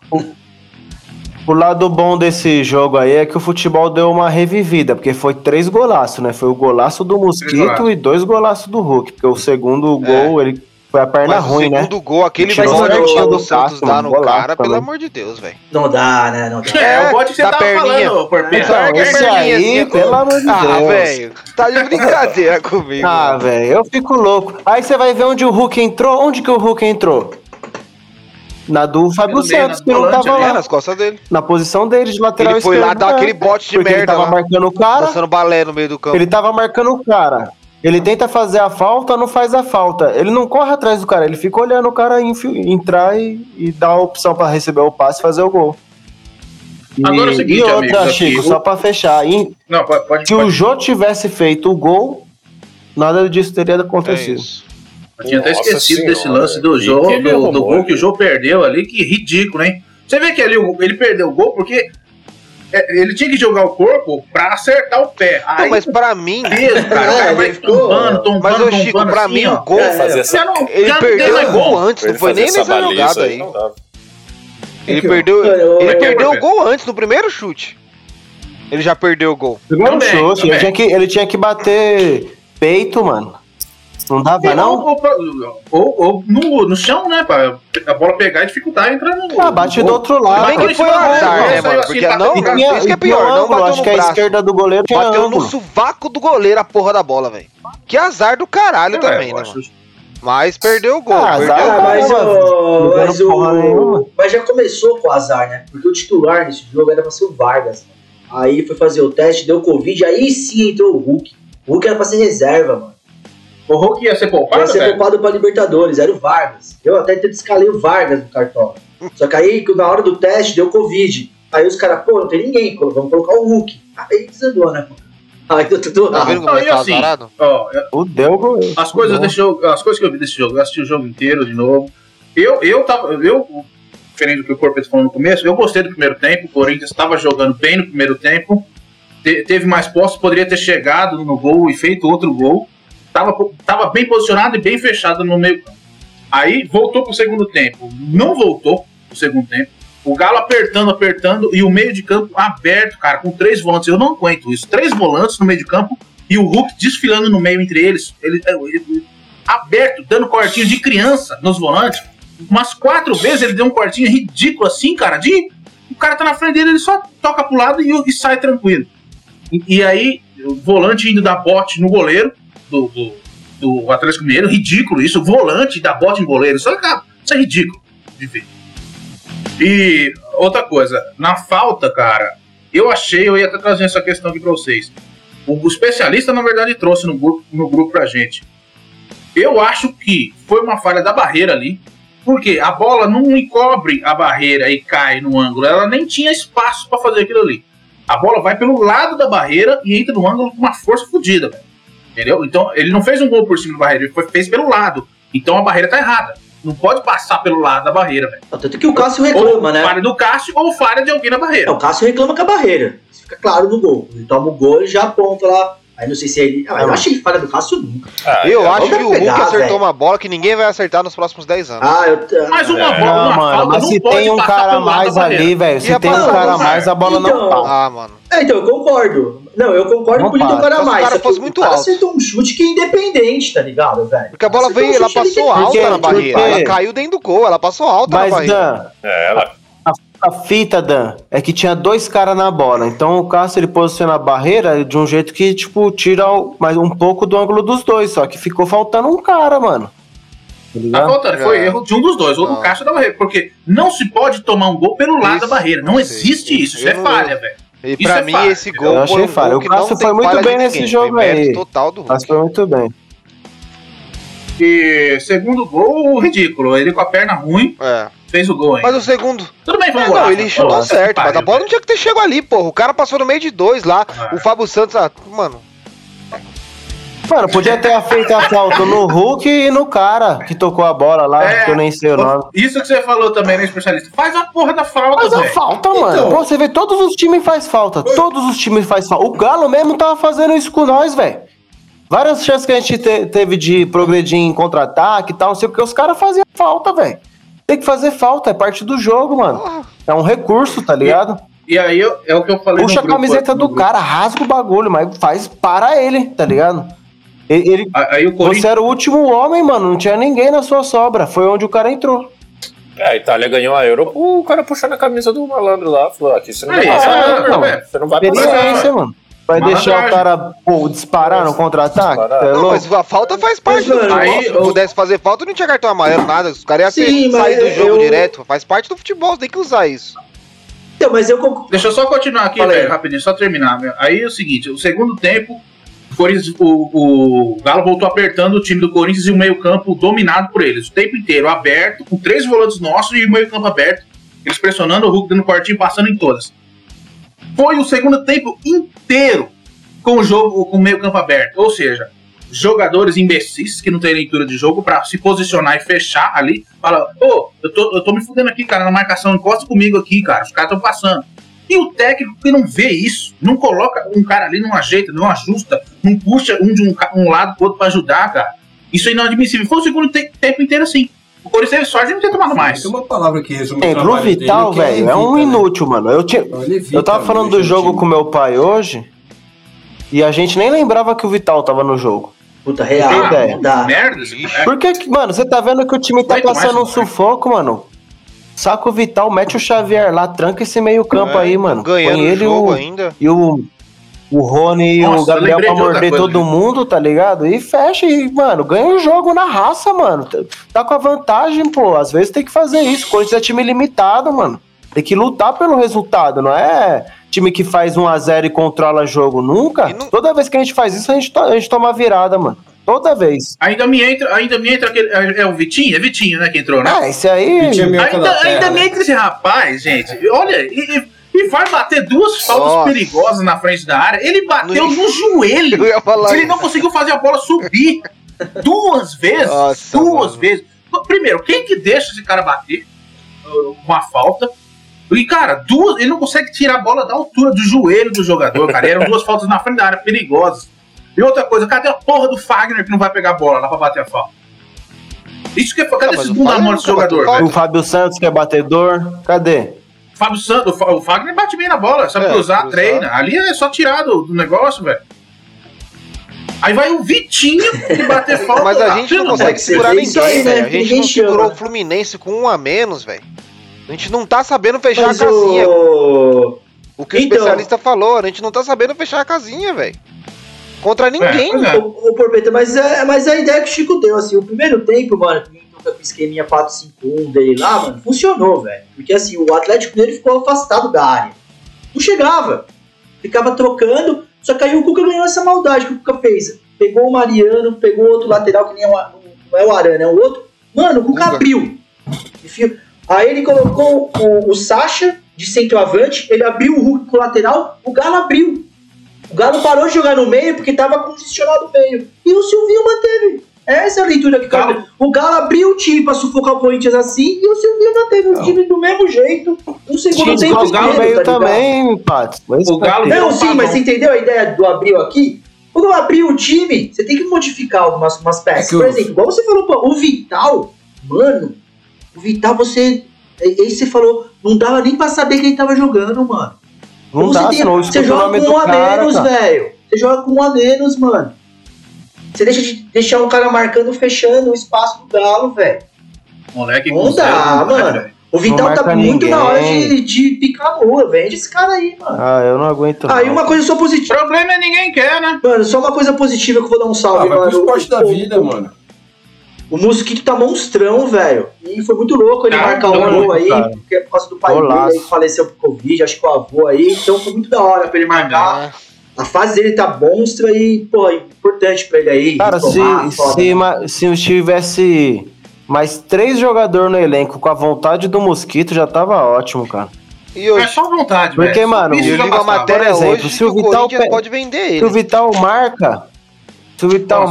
O lado bom desse jogo aí é que o futebol deu uma revivida, porque foi 3 golaços, né? Foi o golaço do Mosquito e 2 golaços do Hulk, porque o segundo gol, ele foi a perna ruim, né? O segundo gol, aquele bote do Santos dá no cara, pelo amor de Deus, velho. Não dá, né? Não dá. O bote que você tava falando, Porpinha. Esse aí, pelo amor de Deus. Velho, tá de brincadeira comigo. Velho, eu fico louco. Aí você vai ver onde o Hulk entrou. Onde que o Hulk entrou? Na do Fábio Santos, que não tava lá. Nas costas dele. Na posição dele, de lateral esquerdo. Ele foi lá dar aquele bote de merda ele tava marcando o cara. Passando balé no meio do campo. Ele tava marcando o cara. Ele tenta fazer a falta, não faz a falta. Ele não corre atrás do cara, ele fica olhando o cara entrar e dar a opção pra receber o passe e fazer o gol. Agora é o seguinte, e outra, amigos, Chico, aqui, só pra fechar. Não, pode. Se o Jô tivesse feito o gol, nada disso teria acontecido. Eu tinha até Nossa esquecido senhora, desse lance do que Jô, ele do arrumou, gol que o Jô perdeu ali, que ridículo, hein? Você vê que ali ele perdeu o gol porque ele tinha que jogar o corpo pra acertar o pé. Não, mas pra mim. Peso, cara, o cara vai tombando, Mas, ô Chico, pra assim, mim ó. o gol. Ele perdeu o gol antes, não foi nem nessa jogada aí. Ele perdeu o gol antes, no primeiro chute. Ele já perdeu o gol. Primeiro chute, ele tinha que bater peito, mano. Não dava, não? Ou no chão, né? Pra a bola pegar e dificultar entrar no. Bate do outro lado. Bem que foi o azar, né, mano? Porque isso que é pior, não bateu acho no que a braço. esquerda do goleiro tinha Bateu ângulo. no sovaco do goleiro a porra da bola, velho. Que azar do caralho também, né, mano? Mas perdeu o gol. Mas já começou com o azar, né? Porque o titular nesse jogo era pra ser o Vargas. Aí foi fazer o teste, deu Covid, aí sim entrou o Hulk. O Hulk era pra ser reserva, mano. O Hulk ia ser poupado, ia ser poupado pra Libertadores, era o Vargas. Eu até escalei o Vargas no cartola. Só que aí, na hora do teste, deu Covid. Aí os caras, não tem ninguém, vamos colocar o Hulk. Aí desandou, né, mano? Aí deu tudo Tá vendo como é que tá azarado? As coisas que eu vi desse jogo, eu assisti o jogo inteiro de novo. Eu diferente do que o Corpeto falou no começo, eu gostei do primeiro tempo. O Corinthians estava jogando bem no primeiro tempo, teve mais posse, poderia ter chegado no gol e feito outro gol. Tava bem posicionado e bem fechado no meio campo. Aí voltou pro segundo tempo. Não voltou pro segundo tempo. O Galo apertando e o meio de campo aberto, cara, com 3 volantes. Eu não aguento isso. 3 volantes no meio de campo e o Hulk desfilando no meio entre eles. Ele aberto, dando cortinho de criança nos volantes. Umas 4 vezes ele deu um cortinho ridículo assim, cara. O cara tá na frente dele, ele só toca pro lado e sai tranquilo. E aí, o volante indo dar bote no goleiro do Atlético Mineiro, ridículo isso, volante dá bote em goleiro, isso é ridículo de ver. E outra coisa, na falta, cara, eu ia até trazer essa questão aqui pra vocês. O especialista, na verdade, trouxe no grupo pra gente. Eu acho que foi uma falha da barreira ali, porque a bola não encobre a barreira e cai no ângulo, ela nem tinha espaço pra fazer aquilo ali. A bola vai pelo lado da barreira e entra no ângulo com uma força fodida, velho. Entendeu? Então, ele não fez um gol por cima da barreira, ele fez pelo lado. Então, a barreira tá errada. Não pode passar pelo lado da barreira, velho. Tanto que o Cássio reclama, né? Falha do Cássio ou falha de alguém na barreira. O Cássio reclama com a barreira. Isso fica claro no gol. Ele toma o gol e já aponta lá. Aí não sei se ele... eu achei falha do Cássio nunca. Eu acho que o Hulk acertou uma bola que ninguém vai acertar nos próximos 10 anos. Mas uma bola, uma falta, mas se tem um cara mais ali, velho, se tem um cara mais, a bola não passa. Mano. Então, eu concordo. Não, eu concordo com o cara mais. Se o cara fosse muito alto. Acertou um chute que é independente, tá ligado, velho? Porque a bola veio, ela passou alta na barreira. Ela caiu dentro do gol, ela passou alta na barreira. A fita, Dan, é que tinha 2 caras na bola. Então o Cássio, ele posiciona a barreira de um jeito que, tipo, tira mais um pouco do ângulo dos dois. Só que ficou faltando um cara, mano. Tá faltando, foi erro de um dos dois, ou do Cássio da barreira. Porque não se pode tomar um gol pelo lado da barreira. Não existe isso. Isso é falha, velho. E pra mim, esse gol eu achei falha. O Cássio foi muito bem nesse jogo aí. Total do Hulk. O Cássio foi muito bem. E segundo gol, ridículo. Ele com a perna ruim. Fez o gol, hein? Mas o segundo... Tudo bem, vamos lá. Não, ele chutou certo, mas a bola não tinha que ter chegado ali, porra. O cara passou no meio de 2 lá. O Fábio Santos, mano, podia ter feito a falta no Hulk e no cara que tocou a bola lá, que eu nem sei o nome. Isso que você falou também, né, especialista? Faz a porra da falta, Faz a falta, mano. Então, você vê, todos os times faz falta. Todos os times faz falta. O Galo mesmo tava fazendo isso com nós, velho. Várias chances que a gente teve de progredir em contra-ataque e tal, não sei o que, os caras faziam falta, velho. Tem que fazer falta, é parte do jogo, mano. É um recurso, tá ligado? E aí é o que eu falei. Puxa a camiseta do cara, rasga o bagulho, mas faz para ele, tá ligado? Aí o Corinthians... Você era o último homem, mano, não tinha ninguém na sua sobra, foi onde o cara entrou. A Itália ganhou a Euro, o cara puxando a camisa do malandro lá, falou, aqui você não vai passar, não. Você não vai passar, mano. Vai deixar o cara disparar no contra-ataque? Não, mas a falta faz parte do futebol. Se não pudesse fazer falta, não tinha cartão amarelo, nada. Os caras iam sair do jogo direto. Faz parte do futebol, tem que usar isso. Então, mas eu... Deixa eu só continuar aqui, velho, rapidinho, só terminar. Aí é o seguinte, o segundo tempo, o Galo voltou apertando o time do Corinthians e o meio-campo dominado por eles. O tempo inteiro aberto, com 3 volantes nossos e o meio-campo aberto. Eles pressionando, o Hulk dando cortinho, passando em todas. Foi o segundo tempo inteiro com o jogo, com o meio-campo aberto. Ou seja, jogadores imbecis que não tem leitura de jogo pra se posicionar e fechar ali. Fala, eu tô me fudendo aqui, cara, na marcação, encosta comigo aqui, cara. Os caras estão passando. E o técnico que não vê isso, não coloca um cara ali, não ajeita, não ajusta, não puxa um lado pro outro pra ajudar, cara. Isso é inadmissível. Foi o segundo tempo inteiro assim. O Corinthians teve sorte de não ter tomado mais. Tem uma palavra que resume o trabalho Vital, dele, velho, é um inútil, mano. Eu tava falando do jogo com meu pai hoje e a gente nem lembrava que o Vital tava no jogo. Puta, real, dá. Merda, porque, mano, você tá vendo que o time tá passando um sufoco, mano. Saca o Vital, mete o Xavier lá, tranca esse meio campo aí, mano. Ganhando põe ele o jogo ainda. E o Rony e o Gabriel pra morder todo mundo, tá ligado? E fecha e, mano, ganha o jogo na raça, mano. Tá com a vantagem, pô. Às vezes tem que fazer isso. O Corinthians é time limitado, mano. Tem que lutar pelo resultado, não é time que faz 1-0 e controla jogo nunca. Toda vez que a gente faz isso, a gente toma virada, mano. Toda vez. Ainda me entra aquele. É o Vitinho? É Vitinho, né? Que entrou, né? Esse aí. Ainda me entra esse rapaz, gente. Olha, e vai bater 2 faltas perigosas na frente da área. Ele bateu no joelho. Ele não conseguiu fazer a bola subir 2 vezes. Nossa, 2 vezes. Primeiro, quem que deixa esse cara bater uma falta? E, cara, ele não consegue tirar a bola da altura do joelho do jogador, cara. Eram 2 faltas na frente da área perigosas. E outra coisa, cadê a porra do Fagner que não vai pegar a bola lá pra bater a falta? Isso que é. Cadê esse bunda mole desse jogador? O Fábio Santos, que é batedor, cadê? Fábio Santos, o Fagner bate bem na bola, sabe cruzar, treina. Ali é só tirar do negócio, velho. Aí vai o Vitinho que bater falta. Mas a gente não consegue segurar ninguém, velho. A gente não segurou o Fluminense com 1 a menos, velho. A gente não tá sabendo fechar a casinha. O que o especialista falou, a gente não tá sabendo fechar a casinha, velho. Contra ninguém, velho. O Porpeta, mas a ideia que o Chico deu, assim, o primeiro tempo, mano, com o esqueminha 4-5-1 dele lá, mano, funcionou, velho. Porque, assim, o Atlético dele ficou afastado da área. Não chegava. Ficava trocando, só que aí o Cuca ganhou essa maldade que o Cuca fez. Pegou o Mariano, pegou outro lateral, que nem não é o Arana, é o outro. Mano, o Cuca abriu. Aí ele colocou o Sacha de centroavante, ele abriu o Hulk pro lateral, o Galo abriu. O Galo parou de jogar no meio porque tava congestionado no meio. E o Silvinho manteve. Essa é a leitura que o Galo abriu o time pra sufocar o Corinthians assim e o Silvinho manteve o time do mesmo jeito. No segundo tempo o Galo veio também, Pato. O Galo não, sim, mas você entendeu a ideia do abril aqui? Quando eu abri o time, você tem que modificar algumas peças. Por exemplo, igual você falou, pô, o Vital, mano, você falou, não dava nem pra saber quem tava jogando, mano. Não dá, você joga com 1 a menos, velho. Você joga com 1 a menos, mano. Você deixa de deixar um cara marcando, fechando o espaço do Galo, velho. Moleque, não dá, mano. O Vital tá muito na hora de picar a lua. Vende esse cara aí, mano. Eu não aguento. Aí uma coisa só positiva. O problema é ninguém quer, né? Mano, só uma coisa positiva que eu vou dar um salve, mano. Vai pro esporte da vida, mano. O Mosquito tá monstrão, velho. E foi muito louco ele marcar um gol aí, porque por causa do pai dele, que faleceu por Covid, acho que o avô aí. Então foi muito da hora pra ele marcar. A fase dele tá monstra e, pô, é importante pra ele aí. Cara, se eu tivesse mais 3 jogadores no elenco com a vontade do Mosquito, já tava ótimo, cara. E hoje, é só vontade, porque, velho. Mano, eu li uma matéria por exemplo, hoje se o Vital pode vender ele. Se o Vital marca, se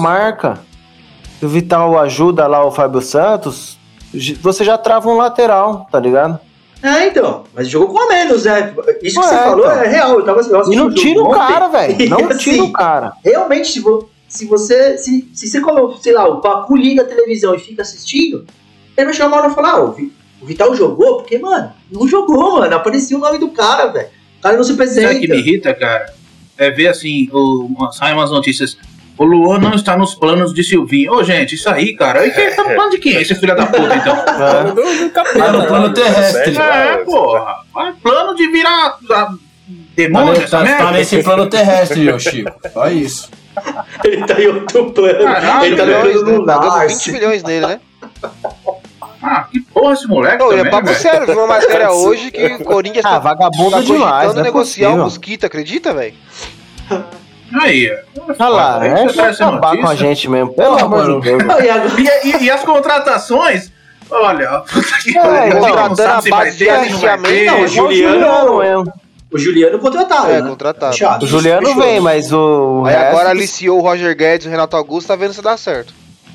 o Vital ajuda lá o Fábio Santos, você já trava um lateral, tá ligado? Então, mas jogou com a menos, né? Isso que você falou é real. E não tira o cara, velho. Não tira o cara. Realmente, se você coloca, sei lá, o Pacu liga a televisão e fica assistindo, ele vai chegar uma hora e falar, o Vital jogou? Porque, mano, não jogou, mano. Aparecia o nome do cara, velho. O cara não se apresenta. Sabe o que me irrita, cara? É ver assim, saem umas notícias. O Luan não está nos planos de Silvinho. Ô, gente, isso aí, cara. E tá no plano de quem é esse filho da puta, então? No plano terrestre. Porra. Plano de virar demônio, tá nesse plano terrestre, ô Chico. Só isso. Ele tá em outro plano. Caralho, ele tá no lunar. 20 milhões nele, né? Que porra esse moleque Não, também, é papo sério. Vi uma matéria hoje que o Corinthians vagabundo tá demais, cogitando negociar o Mosquito, acredita, velho? Aí, Olha lá, é acabar com a gente mesmo, pelo amor de Deus. E as contratações? Olha, contratando a base de aliciamento. Não, o Juliano. O Juliano contratado. Contratado. O Juliano vem, mas o. Aí agora aliciou o Roger Guedes e o Renato Augusto, tá vendo se dá certo.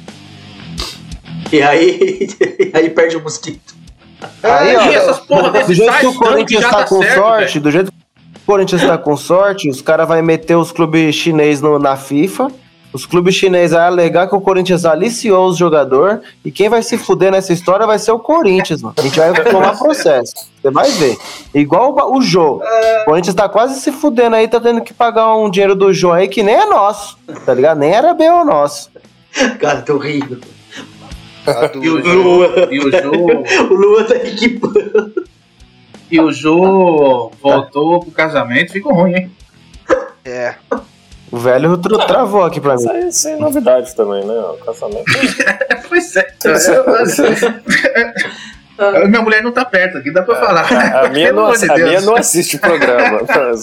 E aí perde o mosquito. Aí, essas porra do jeito que o Corinthians tá com sorte, do jeito que o Corinthians tá com sorte, os caras vão meter os clubes chineses na FIFA. Os clubes chineses vão alegar que o Corinthians aliciou os jogadores e quem vai se fuder nessa história vai ser o Corinthians, mano. A gente vai tomar processo. Você vai ver. Igual o Jô. O Corinthians tá quase se fudendo aí, tá tendo que pagar um dinheiro do Jô aí que nem é nosso, tá ligado? Nem era bem o nosso. Cara, tô rindo. E o Jô... O Lua tá equipando. E o Jô voltou pro casamento, ficou ruim, hein? É. O velho travou aqui pra mim. Isso aí sem novidade também, né? O casamento. Foi certo. Minha mulher não tá perto aqui, dá pra falar. A minha não assiste o programa.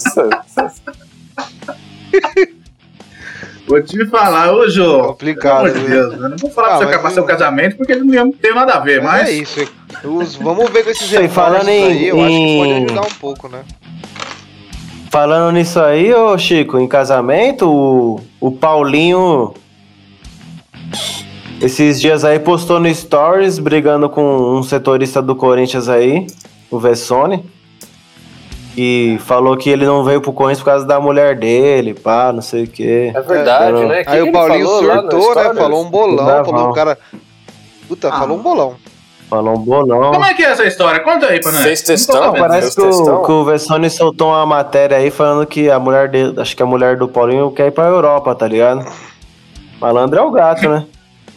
Vou te falar, ô Jô. Complicado. Pelo amor de Deus, eu não vou falar pra você acabar seu casamento porque ele não tem nada a ver, mas. É isso. Vamos ver com esses falando aí, eu acho que pode ajudar um pouco, né? Falando nisso aí, ô Chico, em casamento, o Paulinho esses dias aí postou no Stories brigando com um setorista do Corinthians aí, o Vessone, e falou que ele não veio pro Corinthians por causa da mulher dele, pá, não sei o quê. É verdade, né? Aí o Paulinho surtou, né? Falou um bolão, falou o cara... Puta, falou um bolão. Falou um bolão. Como é que é essa história? Conta aí pra nós. Fez textão? Parece que o Vessone soltou uma matéria aí falando que a mulher dele, acho que a mulher do Paulinho quer ir pra Europa, tá ligado? Malandro é o gato, né?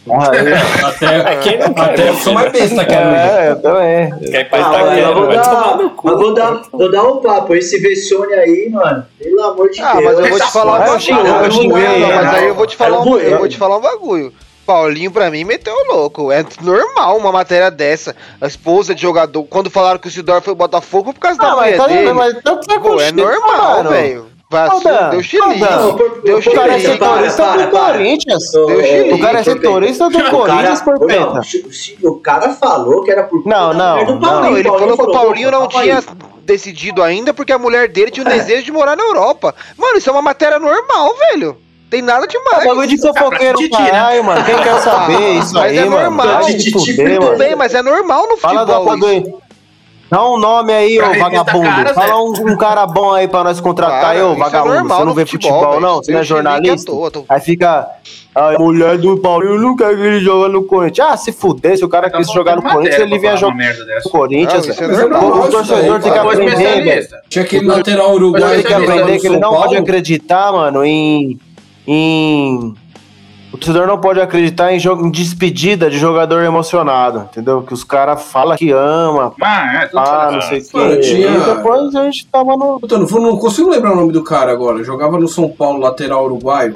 Até eu sou mais besta, cara. Eu também. Quer ir pra Itaquera, vou dar um papo. Esse Vessone aí, mano, pelo amor de Deus. Mas eu vou te falar um bagulho. Mas aí eu vou te falar um bagulho. Paulinho, pra mim, meteu o louco. É normal uma matéria dessa. A esposa de jogador, quando falaram que o Sidor foi o Botafogo por causa da mulher dele. Pô, é normal, velho. Deu xilinho. Deu xilinho. O cara é setorista do Corinthians. O cara é setorista do Corinthians por penta. O cara falou que era por Não. Ele falou que o Paulinho não tinha decidido ainda porque a mulher dele tinha o desejo de morar na Europa. Mano, isso é uma matéria normal, velho. Tem nada demais. É bagulho de fofoqueiro, caralho, mano. Quem quer saber isso aí, mano? Mas é normal. Tudo bem, mas é normal no futebol. Fala da Dá um nome aí, ô vagabundo. Cara, fala um cara bom aí pra nós contratar aí, ô vagabundo. Você não vê futebol, não? Você não é jornalista? Aí fica... A mulher do Paulinho não quer que ele jogue no Corinthians. Ah, se fuder, se o cara quis jogar no Corinthians, ele vinha jogar no Corinthians. O torcedor tem que aprender, velho. Tinha aquele lateral uruguaio. Tem que aprender que ele não pode acreditar, mano, o torcedor não pode acreditar em despedida de jogador emocionado, entendeu? Que os caras falam que ama, não sei o que. E depois a gente tava no... Puta, não consigo lembrar o nome do cara agora. Jogava no São Paulo, lateral uruguaio.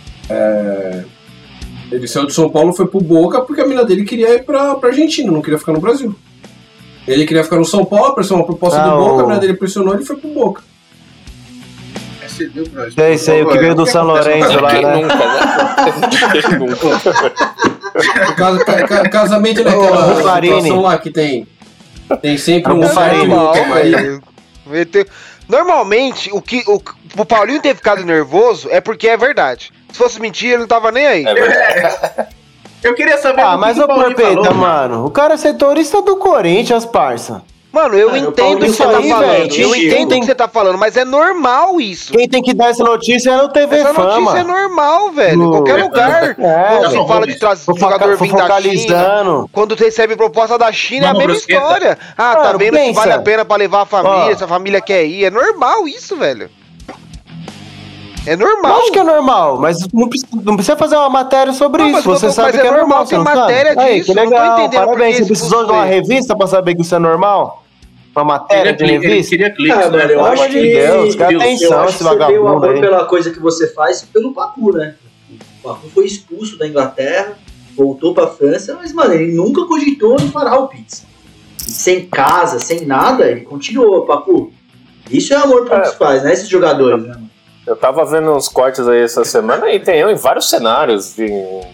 Ele saiu do São Paulo, foi pro Boca porque a mina dele queria ir pra Argentina, não queria ficar no Brasil. Ele queria ficar no São Paulo, apareceu uma proposta do Boca, a mina dele pressionou e ele foi pro Boca. Sei, o que veio do São Lourenço lá, né? Casamento naquela situação lá que tem sempre um Normalmente, o Paulinho ter ficado nervoso é porque é verdade. Se fosse mentira, ele não tava nem aí. Eu queria saber mas o Porpeta, mano, o cara é setorista do Corinthians, parça. Mano, eu entendo o que você tá falando. Eu entendo o que você tá falando, mas é normal isso. Quem tem que dar essa notícia é no TV Fama. Essa notícia é normal, velho. Em qualquer lugar. Quando você fala de trazer jogador vindo da China, quando recebe proposta da China, é a mesma história. Tá vendo que vale a pena pra levar a família, se a família quer ir. É normal isso, velho. É normal. Acho que é normal, mas não precisa fazer uma matéria sobre isso. Você sabe que é normal. Tem matéria disso. Que legal, parabéns. Você precisou de uma revista pra saber que isso é normal? Uma matéria de revista? Queria cliques, velho, eu acho que Deus, atenção, esse vagabundo aí. Você amor pela coisa que você faz pelo Pacu, né? O Pacu foi expulso da Inglaterra, voltou pra França, mas, mano, ele nunca cogitou em parar o Pizza. Sem casa, sem nada, ele continuou, Pacu. Isso é amor pelos pais, né? Esses jogadores, né, mano? Eu tava vendo uns cortes aí essa semana e tem eu em vários cenários. Pois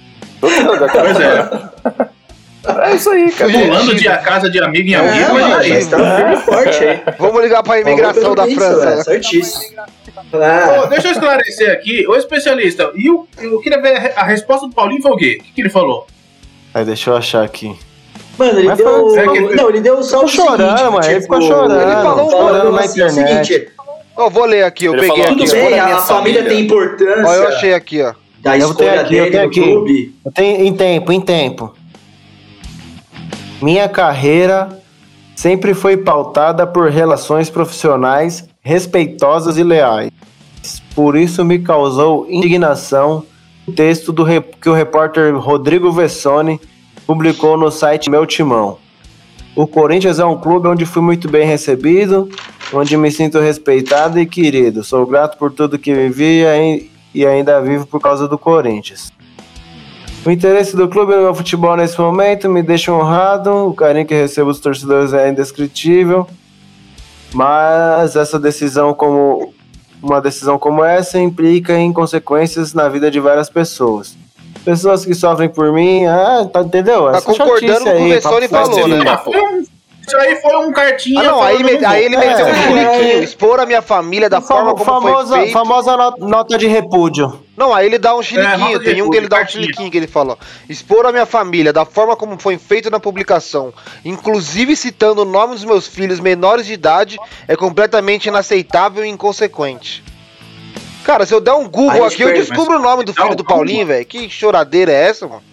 é isso aí, cara. Pulando de a casa de amigo em amigo, mas tá firme e forte aí. Vamos ligar pra imigração da França. Certíssimo. Deixa eu esclarecer aqui, ô especialista, eu queria ver a resposta do Paulinho foi o quê? O que ele falou? Aí, deixa eu achar aqui. Mano, ele deu. Não, ele deu só o chorando, mano. Ele ficou chorando. Ele falou chorando na assim, internet. É o seguinte. Eu vou ler aqui, eu peguei aqui. Tudo bem, a família tem importância. Ó, eu achei aqui, ó. Da escolha dele no clube. Eu tenho em tempo. Minha carreira sempre foi pautada por relações profissionais respeitosas e leais. Por isso me causou indignação o texto que o repórter Rodrigo Vessone publicou no site Meu Timão. O Corinthians é um clube onde fui muito bem recebido, onde me sinto respeitado e querido. Sou grato por tudo que vivi e ainda vivo por causa do Corinthians. O interesse do clube no meu futebol nesse momento me deixa honrado, o carinho que recebo dos torcedores é indescritível, mas uma decisão como essa implica em consequências na vida de várias pessoas. Pessoas que sofrem por mim, entendeu? Tá concordando com o que o Vessone falou, né? Isso aí foi um cartinha. Aí ele meteu um chiliquinho, expor a minha família da forma como foi feito. Famosa nota de repúdio. Não, aí ele dá um chiliquinho, tem um que ele dá um chiliquinho que ele fala, ó, expor a minha família da forma como foi feito na publicação, inclusive citando o nome dos meus filhos menores de idade, é completamente inaceitável e inconsequente. Cara, se eu der um Google aqui, eu descubro o nome do filho do Paulinho, velho. Que choradeira é essa, mano?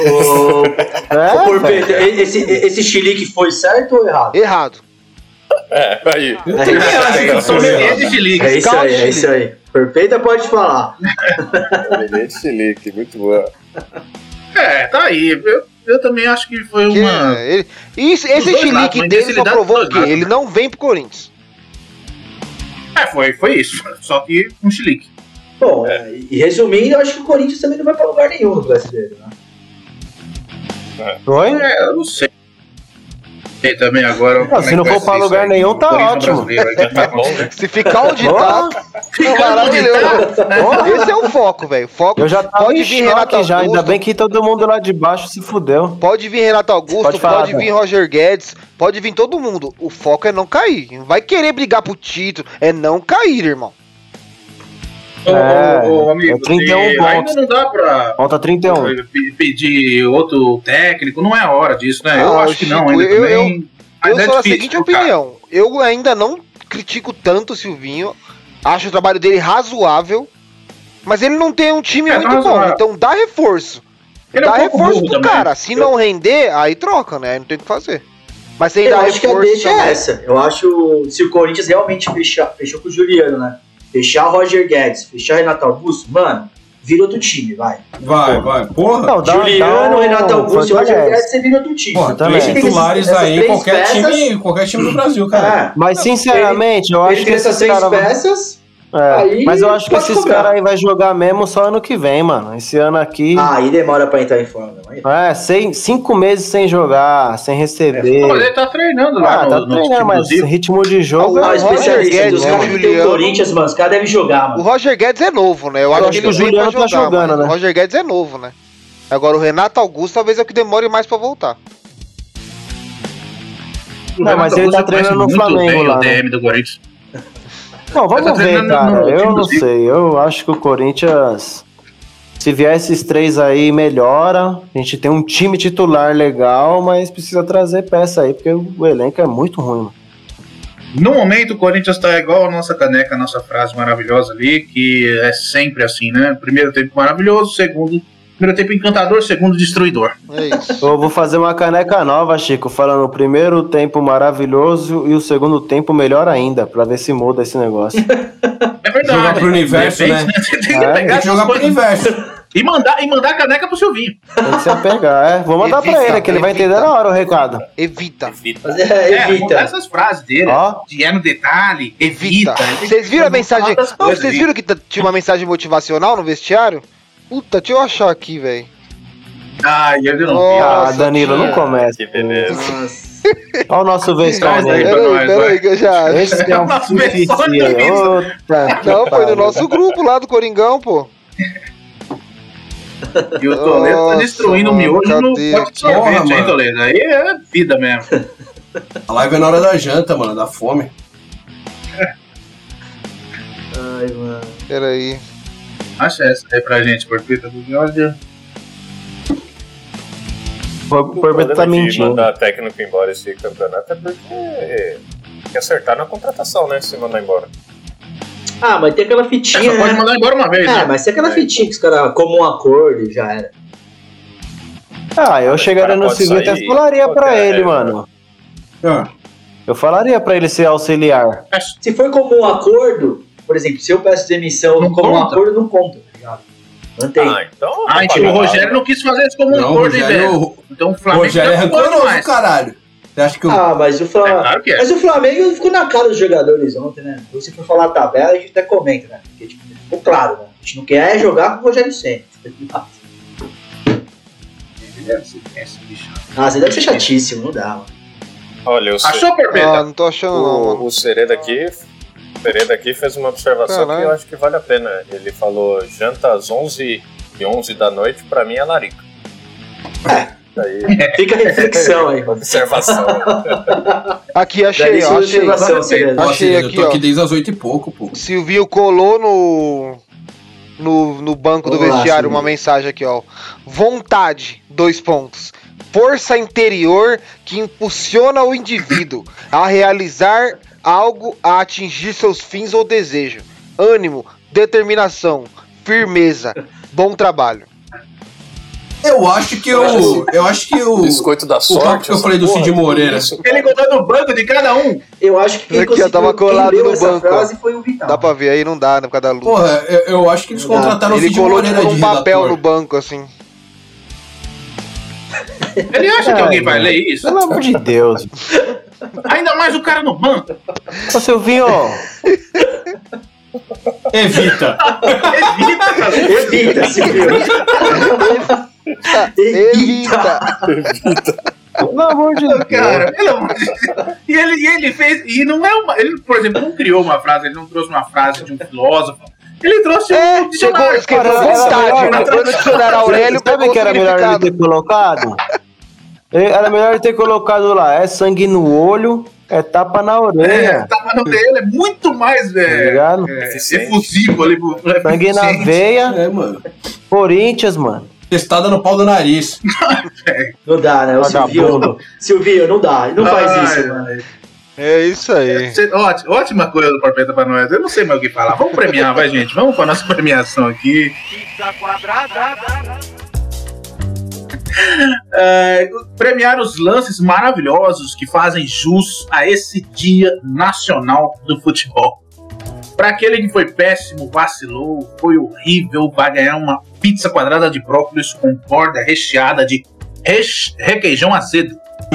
Esse chilique foi certo ou errado? Errado. Aí. É isso aí. Perfeita, pode falar. Sommelier de chilique, muito boa. Tá aí. Eu também acho que foi uma... Esse chilique dele só provou o quê? Ele não vem pro Corinthians. Foi isso. Só que um chilique. Bom, e resumindo, eu acho que o Corinthians também não vai pra lugar nenhum no brasileiro, né? Oi? Eu não sei. E também agora. Se não for pra lugar nenhum, tá ótimo. Se ficar onde tá, maravilhoso. Esse é o foco, velho. Eu já tava em choque já, ainda bem que todo mundo lá de baixo se fudeu. Pode vir Renato Augusto, pode vir Roger Guedes, pode vir todo mundo. O foco é não cair. Não vai querer brigar pro título, é não cair, irmão. Amigo, 31 pontos. Ainda não dá pra... Falta 31. Pedir outro técnico, não é a hora disso, né? Eu acho que não, ainda também. Eu sou da seguinte opinião. Eu ainda não critico tanto o Silvinho. Acho o trabalho dele razoável. Mas ele não tem um time muito bom. Então dá reforço. Dá reforço pro cara. Se não render, aí troca, né? Não tem o que fazer. Mas sem dar reforço. Eu acho que a deixa é essa. Eu acho se o Corinthians realmente fechou com o Juliano, né? Fechar Roger Guedes, fechar Renato Augusto, mano, vira outro time, vai. Vai. Porra. Não, Juliano, Renato Augusto e Roger Guedes, você vira outro time. Porra, três titulares aí, qualquer time do Brasil, cara. Mas sinceramente, eu acho que essas três peças... mas eu acho que esses caras aí vai jogar mesmo só ano que vem, mano. Esse ano aqui... Aí demora pra entrar em forma. 5 meses sem jogar, sem receber. Mas ele tá treinando lá. Tá treinando, mas ritmo de jogo... O especialista dos caras que tem o Corinthians, mano, os caras devem jogar, mano. O Roger Guedes é novo, né? Eu acho que o Juliano tá jogando, né? O Roger Guedes é novo, né? Agora o Renato Augusto talvez é o que demore mais pra voltar. Não, mas ele tá treinando no Flamengo lá, o DM do Corinthians. Não, vamos ver, cara. Eu não sei. Eu acho que o Corinthians, se vier esses 3 aí, melhora. A gente tem um time titular legal, mas precisa trazer peça aí, porque o elenco é muito ruim. No momento, o Corinthians tá igual a nossa caneca, a nossa frase maravilhosa ali, que é sempre assim, né? Primeiro tempo maravilhoso, primeiro tempo encantador, segundo destruidor. É isso. Eu vou fazer uma caneca nova, Chico, falando o primeiro tempo maravilhoso e o segundo tempo melhor ainda, pra ver se muda esse negócio. É verdade. Jogar pro universo, né? Tem que pegar essas jogar pro coisas universo. E mandar a caneca pro Silvinho. Tem que se apegar, Vou mandar pra ele, que ele vai entender na hora o recado. Evita. Evita. Essas frases dele, de no detalhe, evita. Vocês viram a mensagem... Vocês viram que tinha uma mensagem motivacional no vestiário? Puta, deixa eu achar aqui, velho. Ai, eu não vi. Ah, Danilo, não começa. Que beleza. Nossa. Olha o nosso Vestal Traz aí nele. pra nós, Peraí, que eu já acho. Esse é um Nosso Vestal fifi. Não, foi no nosso grupo lá do Coringão, pô. E o Toledo tá Nossa, destruindo o mano, miojo no cadê? pote de sorvete, Porra, hein, mano. Toledo? Aí é vida mesmo. A live é na hora da janta, mano, da fome. Ai, mano. Peraí. Acha essa aí pra gente, Porpeta do Jorge. O Porpeta tá de mentindo. mandar técnico embora esse campeonato é porque quer acertar na contratação, né? Se mandar embora. Ah, mas tem aquela fitinha, Só pode né? mandar embora uma vez, É, né? mas tem aquela fitinha que os caras, como um acordo, já era. Ah, eu chegaria cara no pode civil e sair até falaria pra qualquer ele, época. mano. Ah, Eu falaria pra ele ser auxiliar. Se for como um acordo, por exemplo, se eu peço demissão Não como um conta? acordo, não conta, tá ligado? Mantém. Ah, então. Ah, tipo, o Rogério não quis fazer isso como um não, acordo, hein, velho? Rogério, Então o Flamengo Rogério é não pode rancoroso, mais. caralho. Você acha que o... Ah, mas o Flamengo. É claro que é. Mas o Flamengo ficou na cara dos jogadores ontem, né? Então, se for falar a tabela, a gente até comenta, né? Porque, tipo, ficou claro, né? A gente não quer jogar com o Rogério Ceni. Ah, você deve ser chatíssimo, não dá, mano. Olha, Achou, Ah, Porpeta? não tô achando não, mano. o Sereda aqui fez uma observação Caralho. que eu acho que vale a pena. Ele falou: janta às 11h11 da noite, pra mim é larica. Aí, Fica a reflexão aí. observação. Aqui, achei, Daí ó, sua achei. observação, Serena. Nossa, achei eu aqui, tô ó. aqui desde as 8 e pouco, pô. Silvinho colou no banco do Vamos lá, vestiário Silvinho. uma mensagem aqui, ó. Vontade, 2 pontos. Força interior que impulsiona o indivíduo a realizar algo, a atingir seus fins ou desejos. Ânimo, determinação, firmeza, bom trabalho. Eu acho que o Biscoito da papo sorte. que eu falei do essa Cid porra, Moreira. isso, Ele cara. botou no banco de cada um. Eu acho que quem Aqui, ó, tava colado leu no essa banco, frase foi o Vital. Dá pra ver aí, não dá, né, por causa da luz. Porra, eu acho que eles contrataram o Ele Cid colou Moreira tipo de um papel redator. no banco, assim. Ele acha que alguém vai ler isso? Pelo amor de Deus. Ainda mais o cara no banco. Ô, Silvinho, Evita. Evita, Silvio. Evita! pelo amor de Deus. Cara, pelo amor de Deus. E ele fez. E não é uma. Ele, por exemplo, não criou uma frase, ele não trouxe uma frase de um filósofo. Ele trouxe É, um chegou, dicionário. escreveu Cara, era vontade, melhor- foi no dicionário Aurélio, Sabe pegou que o era melhor ele significado. ter colocado? Era melhor ele ter colocado lá. É sangue no olho, é tapa na orelha. Tava no dele, é muito mais Tá ligado? efusivo ali. Sangue na veia, É, mano. Corinthians, mano. Testada no pau do nariz. Não dá, né? O Vagabundo. Silvio, não dá. Ele não faz Ai, isso, mano. É isso aí. Ótima coisa do Porpeta pra nós. Eu não sei mais o que falar. Vamos premiar, vai, gente. Vamos pra nossa premiação aqui. Premiar os lances maravilhosos que fazem jus a esse Dia Nacional do Futebol. Para aquele que foi péssimo, vacilou, foi horrível, vai ganhar uma pizza quadrada de brócolis com borda recheada de requeijão azedo.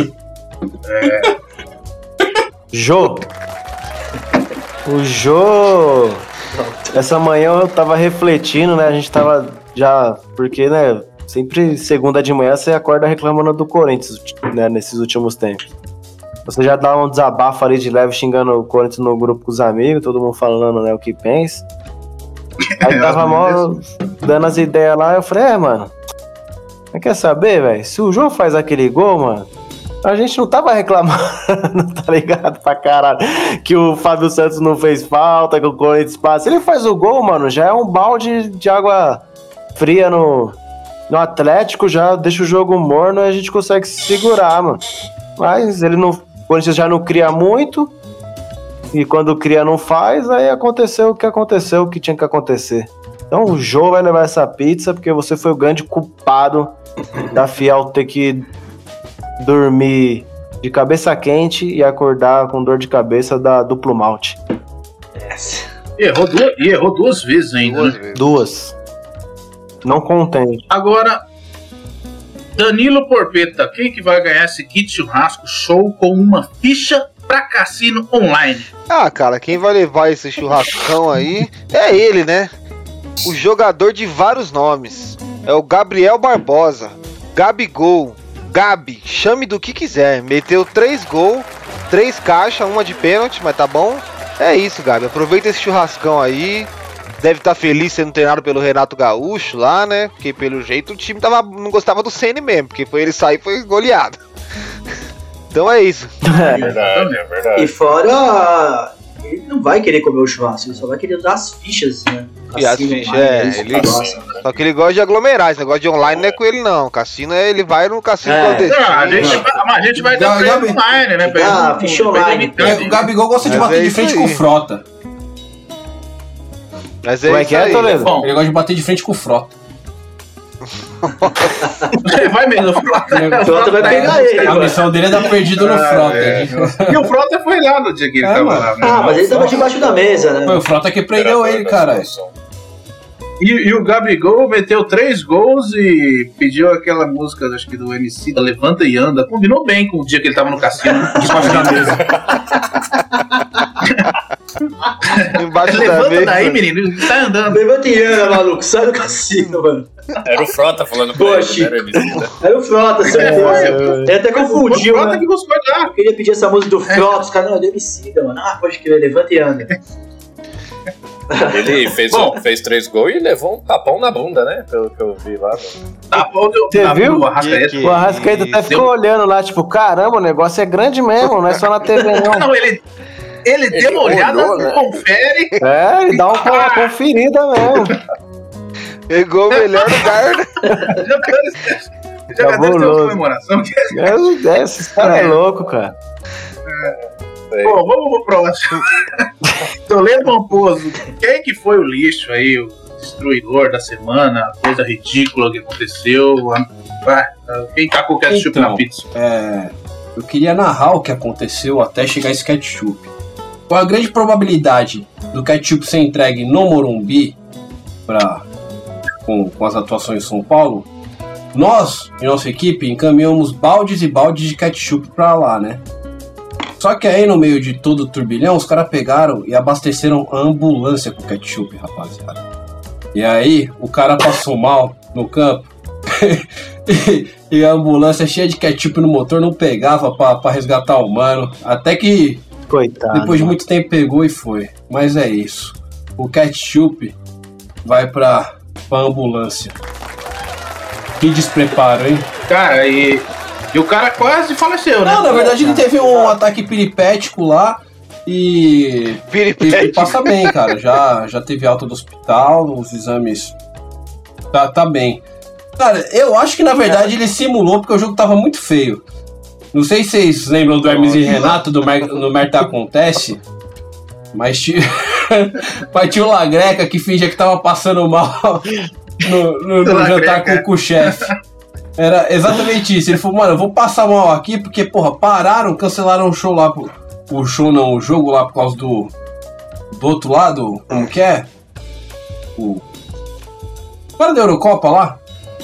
Jô. O Jô. Essa manhã eu tava refletindo, né? A gente tava já. Porque, né? Sempre segunda de manhã você acorda reclamando do Corinthians, né? Nesses últimos tempos. Você já dá um desabafo ali de leve xingando o Corinthians no grupo com os amigos, todo mundo falando, né, o que pensa. Aí tava mó dando as ideias lá, eu falei, mano, você quer saber, velho? Se o João faz aquele gol, mano, a gente não tava reclamando, tá ligado? Pra caralho. Que o Fábio Santos não fez falta, que o Corinthians passa. Ele faz o gol, mano, já é um balde de água fria no Atlético, já deixa o jogo morno e a gente consegue se segurar, mano. Mas ele não. O Corinthians já não cria muito. E quando cria não faz, aí aconteceu o que tinha que acontecer. Então o Jô vai levar essa pizza, porque você foi o grande culpado da Fiel ter que dormir de cabeça quente e acordar com dor de cabeça da duplo malte. E errou duas vezes ainda, né? Duas. Não contente. Agora, Danilo Porpeta, quem que vai ganhar esse kit churrasco show com uma ficha pra cassino online? Ah, cara, quem vai levar esse churrascão aí é ele, né? O jogador de vários nomes. É o Gabriel Barbosa. Gabigol. Gabi, chame do que quiser. Meteu 3 gols, 3 caixas, uma de pênalti, mas tá bom. É isso, Gabi. Aproveita esse churrascão aí. Deve estar feliz sendo treinado pelo Renato Gaúcho lá, né? Porque pelo jeito o time não gostava do Ceni mesmo, porque foi ele sair e foi goleado. Então é isso. É verdade. E fora, ele não vai querer comer o churrasco, ele só vai querer usar as fichas, né? E as fichas, só que ele gosta de aglomerar, esse negócio de online não é com ele não. Cassino ele vai no cassino clandestino. A gente vai dar pra ele online, né? Ficha online. O Gabigol gosta de bater de frente com o Frota. Mas é isso aí. Ele gosta de bater de frente com o Frota. Vai mesmo, o Frota vai pegar ele. A missão dele é dar perdido no Frota. E o Frota foi lá no dia que ele tava lá. Ah, mas ele tava debaixo da mesa, né? Foi o Frota que prendeu ele, cara. E o Gabigol meteu 3 gols e pediu aquela música, acho que do MC, da Levanta e Anda. Combinou bem com o dia que ele tava no cassino, debaixo da mesa. Levanta daí, menino, tá andando. Levanta e anda, maluco, sai do cassino, mano. Era o Frota falando com ele, era o Frota, certeza. Ele até confundiu, o Frota que buscou lá. Eu queria pedir essa música do Frota, os caras, não, é do MC, mano. Ah, pode crer, levanta e anda. Ele fez 3 gols e levou um tapão na bunda, né? Pelo que eu vi lá. Tapão Você viu? O Arrascaeta até ficou olhando lá, tipo, caramba, o negócio é grande mesmo, não é só na TV, não. Não, ele deu uma olhada, né? Confere. Ele dá uma conferida mesmo. Pegou o melhor lugar, né? Já deve ter uma comemoração. Esse cara é louco, cara. Bom, vamos pro próximo. Toledo Mamposo, quem que foi o lixo aí, o destruidor da semana, a coisa ridícula que aconteceu? Quem tacou o ketchup na pizza? Eu queria narrar o que aconteceu até chegar esse ketchup. Qual a grande probabilidade do ketchup ser entregue no Morumbi com as atuações em São Paulo? Nós, em nossa equipe, encaminhamos baldes e baldes de ketchup pra lá, né? Só que aí, no meio de todo o turbilhão, os caras pegaram e abasteceram a ambulância com ketchup, rapaziada. E aí, o cara passou mal no campo e a ambulância cheia de ketchup no motor não pegava pra resgatar o mano. Até que, coitado, depois de muito tempo, pegou e foi. Mas é isso. O ketchup vai pra ambulância. Que despreparo, hein? Cara, e o cara quase faleceu, né? Não, na verdade ele teve um ataque peripético lá e passa bem, cara. Já teve alta do hospital, os exames tá bem. Cara, eu acho que na verdade ele simulou porque o jogo tava muito feio. Não sei se vocês lembram do Hermes e Renato no Merta Acontece, mas tinha o Lagreca que fingia que tava passando mal no jantar com o chefe. Era exatamente isso. Ele falou, mano, eu vou passar mal aqui porque, porra, cancelaram o show lá. O show não, o jogo lá por causa do outro lado. Como que é? O cara da Eurocopa lá?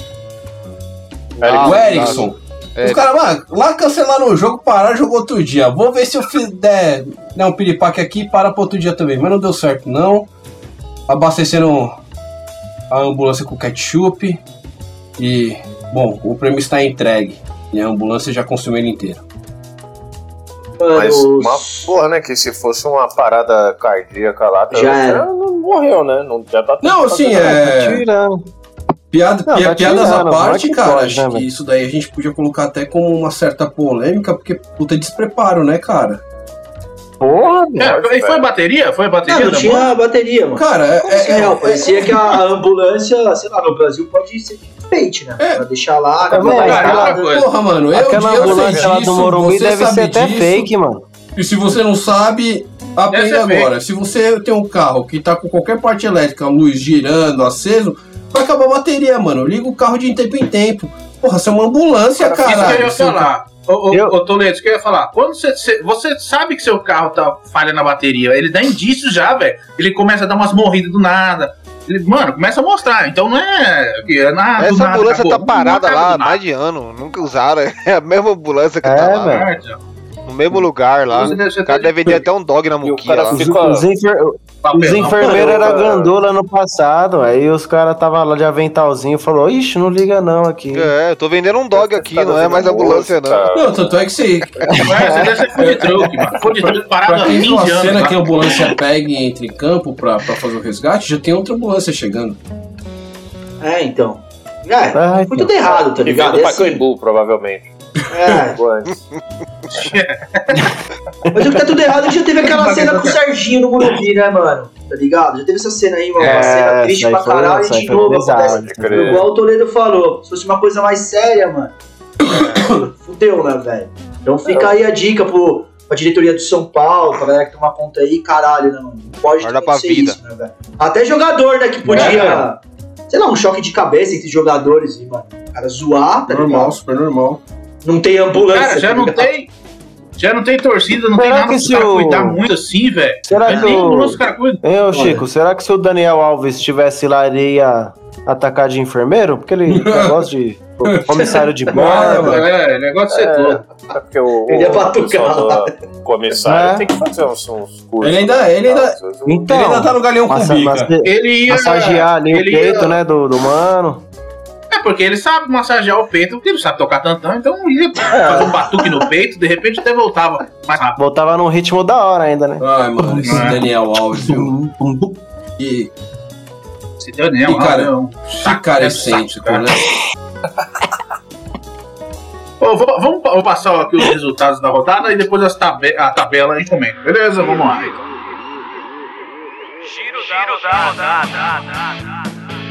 O Eriksson. Os caras lá cancelaram o jogo, pararam, jogou outro dia. Vou ver se eu der um piripaque aqui e para pro outro dia também. Mas não deu certo, não. Abasteceram a ambulância com ketchup. E, bom, o prêmio está entregue. E a ambulância já consumiu ele inteiro. Mas uma porra, né? Que se fosse uma parada cardíaca lá, já não morreu, né? Já tá não, assim, piadas à parte, cara, pode, acho que isso daí a gente podia colocar até como uma certa polêmica, porque puta despreparo, né, cara? Porra, e foi bateria? Foi bateria? Não tinha bateria, mano. Cara, parecia que a ambulância, sei lá, no Brasil pode ser feita, né? Pra deixar lá, porra, mano, aquela ambulância lá do Morumbi deve ser até fake, mano. E se você não sabe, aprenda agora. Se você tem um carro que tá com qualquer parte elétrica, luz girando, aceso, vai acabar a bateria, mano. Liga o carro de tempo em tempo. Porra, você é uma ambulância, cara. Isso que eu ia falar. Ô Toledo, isso que eu ia falar. Quando você sabe que seu carro tá falha na bateria, ele dá indícios já, velho. Ele começa a dar umas morridas do nada. Mano, começa a mostrar. Então não é nada. Essa ambulância tá parada lá há mais de ano. Nunca usaram. É a mesma ambulância que tá lá. Velho. No mesmo lugar lá. O cara deve ter até um dog na muquinha lá. Os enfermeiros eram gandula ano passado, aí os caras estavam lá de aventalzinho e falou, ixi, não liga não aqui. Eu tô vendendo um dog aqui, não é mais ambulância não. Não, tanto é que você deve ser food truck, mano. Food truck parado há 20 anos. A cena que a ambulância pega e entra em campo pra fazer o resgate, já tem outra ambulância chegando. Então. Foi tudo errado, tá ligado? Do Pacaembu, provavelmente. Mas o que tá tudo errado, já teve aquela cena com o Serginho no Morumbi, né, mano? Tá ligado? Já teve essa cena aí, uma cena triste pra caralho, e de novo acontece. Igual o Toledo falou, se fosse uma coisa mais séria, mano, fudeu, né, velho? Então fica aí a dica pra diretoria do São Paulo, pra galera que toma conta aí, caralho, né, mano? Não pode acontecer isso, né, velho? Até jogador, né, que podia, sei lá, um choque de cabeça entre jogadores, e, mano, o cara zoar, tá normal, ligado? Super normal. Não tem ambulância. Cara, já não tem torcida, não tem nada que os caras cuidar muito assim, velho. Será que os caras cuidam? Chico, será que se o Daniel Alves estivesse lá, ele ia atacar de enfermeiro? Porque ele gosta de comissário de bordo. Negócio de setor. É porque ele é batucado. O comissário tem que fazer uns cursos. Ele ainda tá no galeão com bica. Ele ia massagear ali o peito, né, do mano. Porque ele sabe massagear o peito, porque ele sabe tocar tantão, então ia fazer um batuque no peito, de repente até voltava mais rápido. Voltava num ritmo da hora ainda, né? Ai, mano, esse Daniel Alves, viu? Esse Daniel Alves, cara excêntrico, né? Vamos passar aqui os resultados da rodada e depois a tabela a gente comenta, beleza? Vamos lá. Giro da rodada.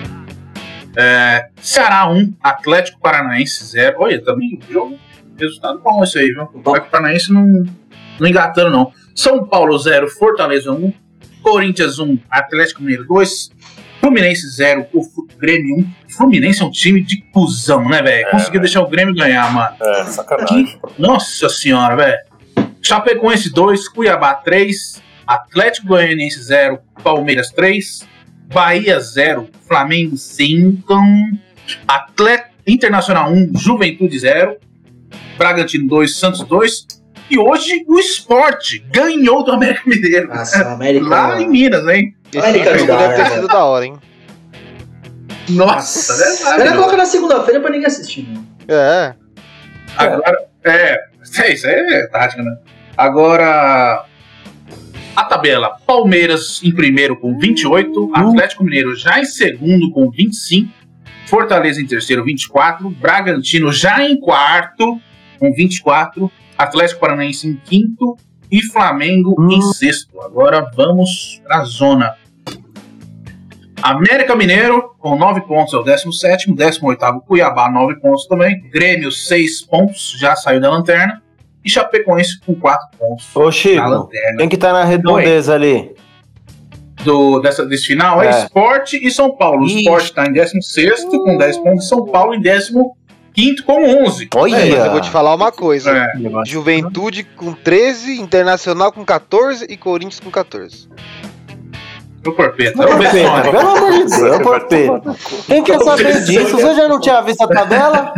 Ceará 1, Atlético Paranaense 0. Olha, também jogo, resultado bom esse aí, viu? O Atlético Paranaense não engatando, não. São Paulo 0, Fortaleza 1, Corinthians 1, Atlético Mineiro 2, Fluminense 0, o Grêmio 1. Fluminense é um time de cuzão, né, velho? Conseguiu deixar o Grêmio ganhar, mano. Sacanagem. Nossa senhora, velho. Chapecoense 2, Cuiabá 3, Atlético Goianiense 0, Palmeiras 3, Bahia 0, Flamengo 5, Internacional 1, Juventude 0, Bragantino 2, Santos 2. E hoje o Sport ganhou do América Mineiro. Nossa, América... Lá em Minas, hein? Esse jogo deve ter sido da hora, hein? Nossa, verdade. Ela coloca na segunda-feira pra ninguém assistir, né? Agora, isso aí é tática, né? Agora... A tabela, Palmeiras em primeiro com 28, Atlético Mineiro já em segundo com 25, Fortaleza em terceiro 24, Bragantino já em quarto com 24, Atlético Paranaense em quinto e Flamengo em sexto. Agora vamos pra zona. América Mineiro com 9 pontos é o 17º, 18º Cuiabá 9 pontos também, Grêmio 6 pontos, já saiu da lanterna. E Chapecoense com 4 pontos. Ô, Chico, quem que tá na redondeza ali? Desse final é Sport e São Paulo. O Sport tá em 16º com 10 pontos e São Paulo em 15º com 11. Mas eu vou te falar uma coisa. Juventude com 13, Internacional com 14 e Corinthians com 14. Ô, Porpeta, pelo amor de Deus, Porpeta. Quem quer saber disso? Você já não tinha visto a tabela?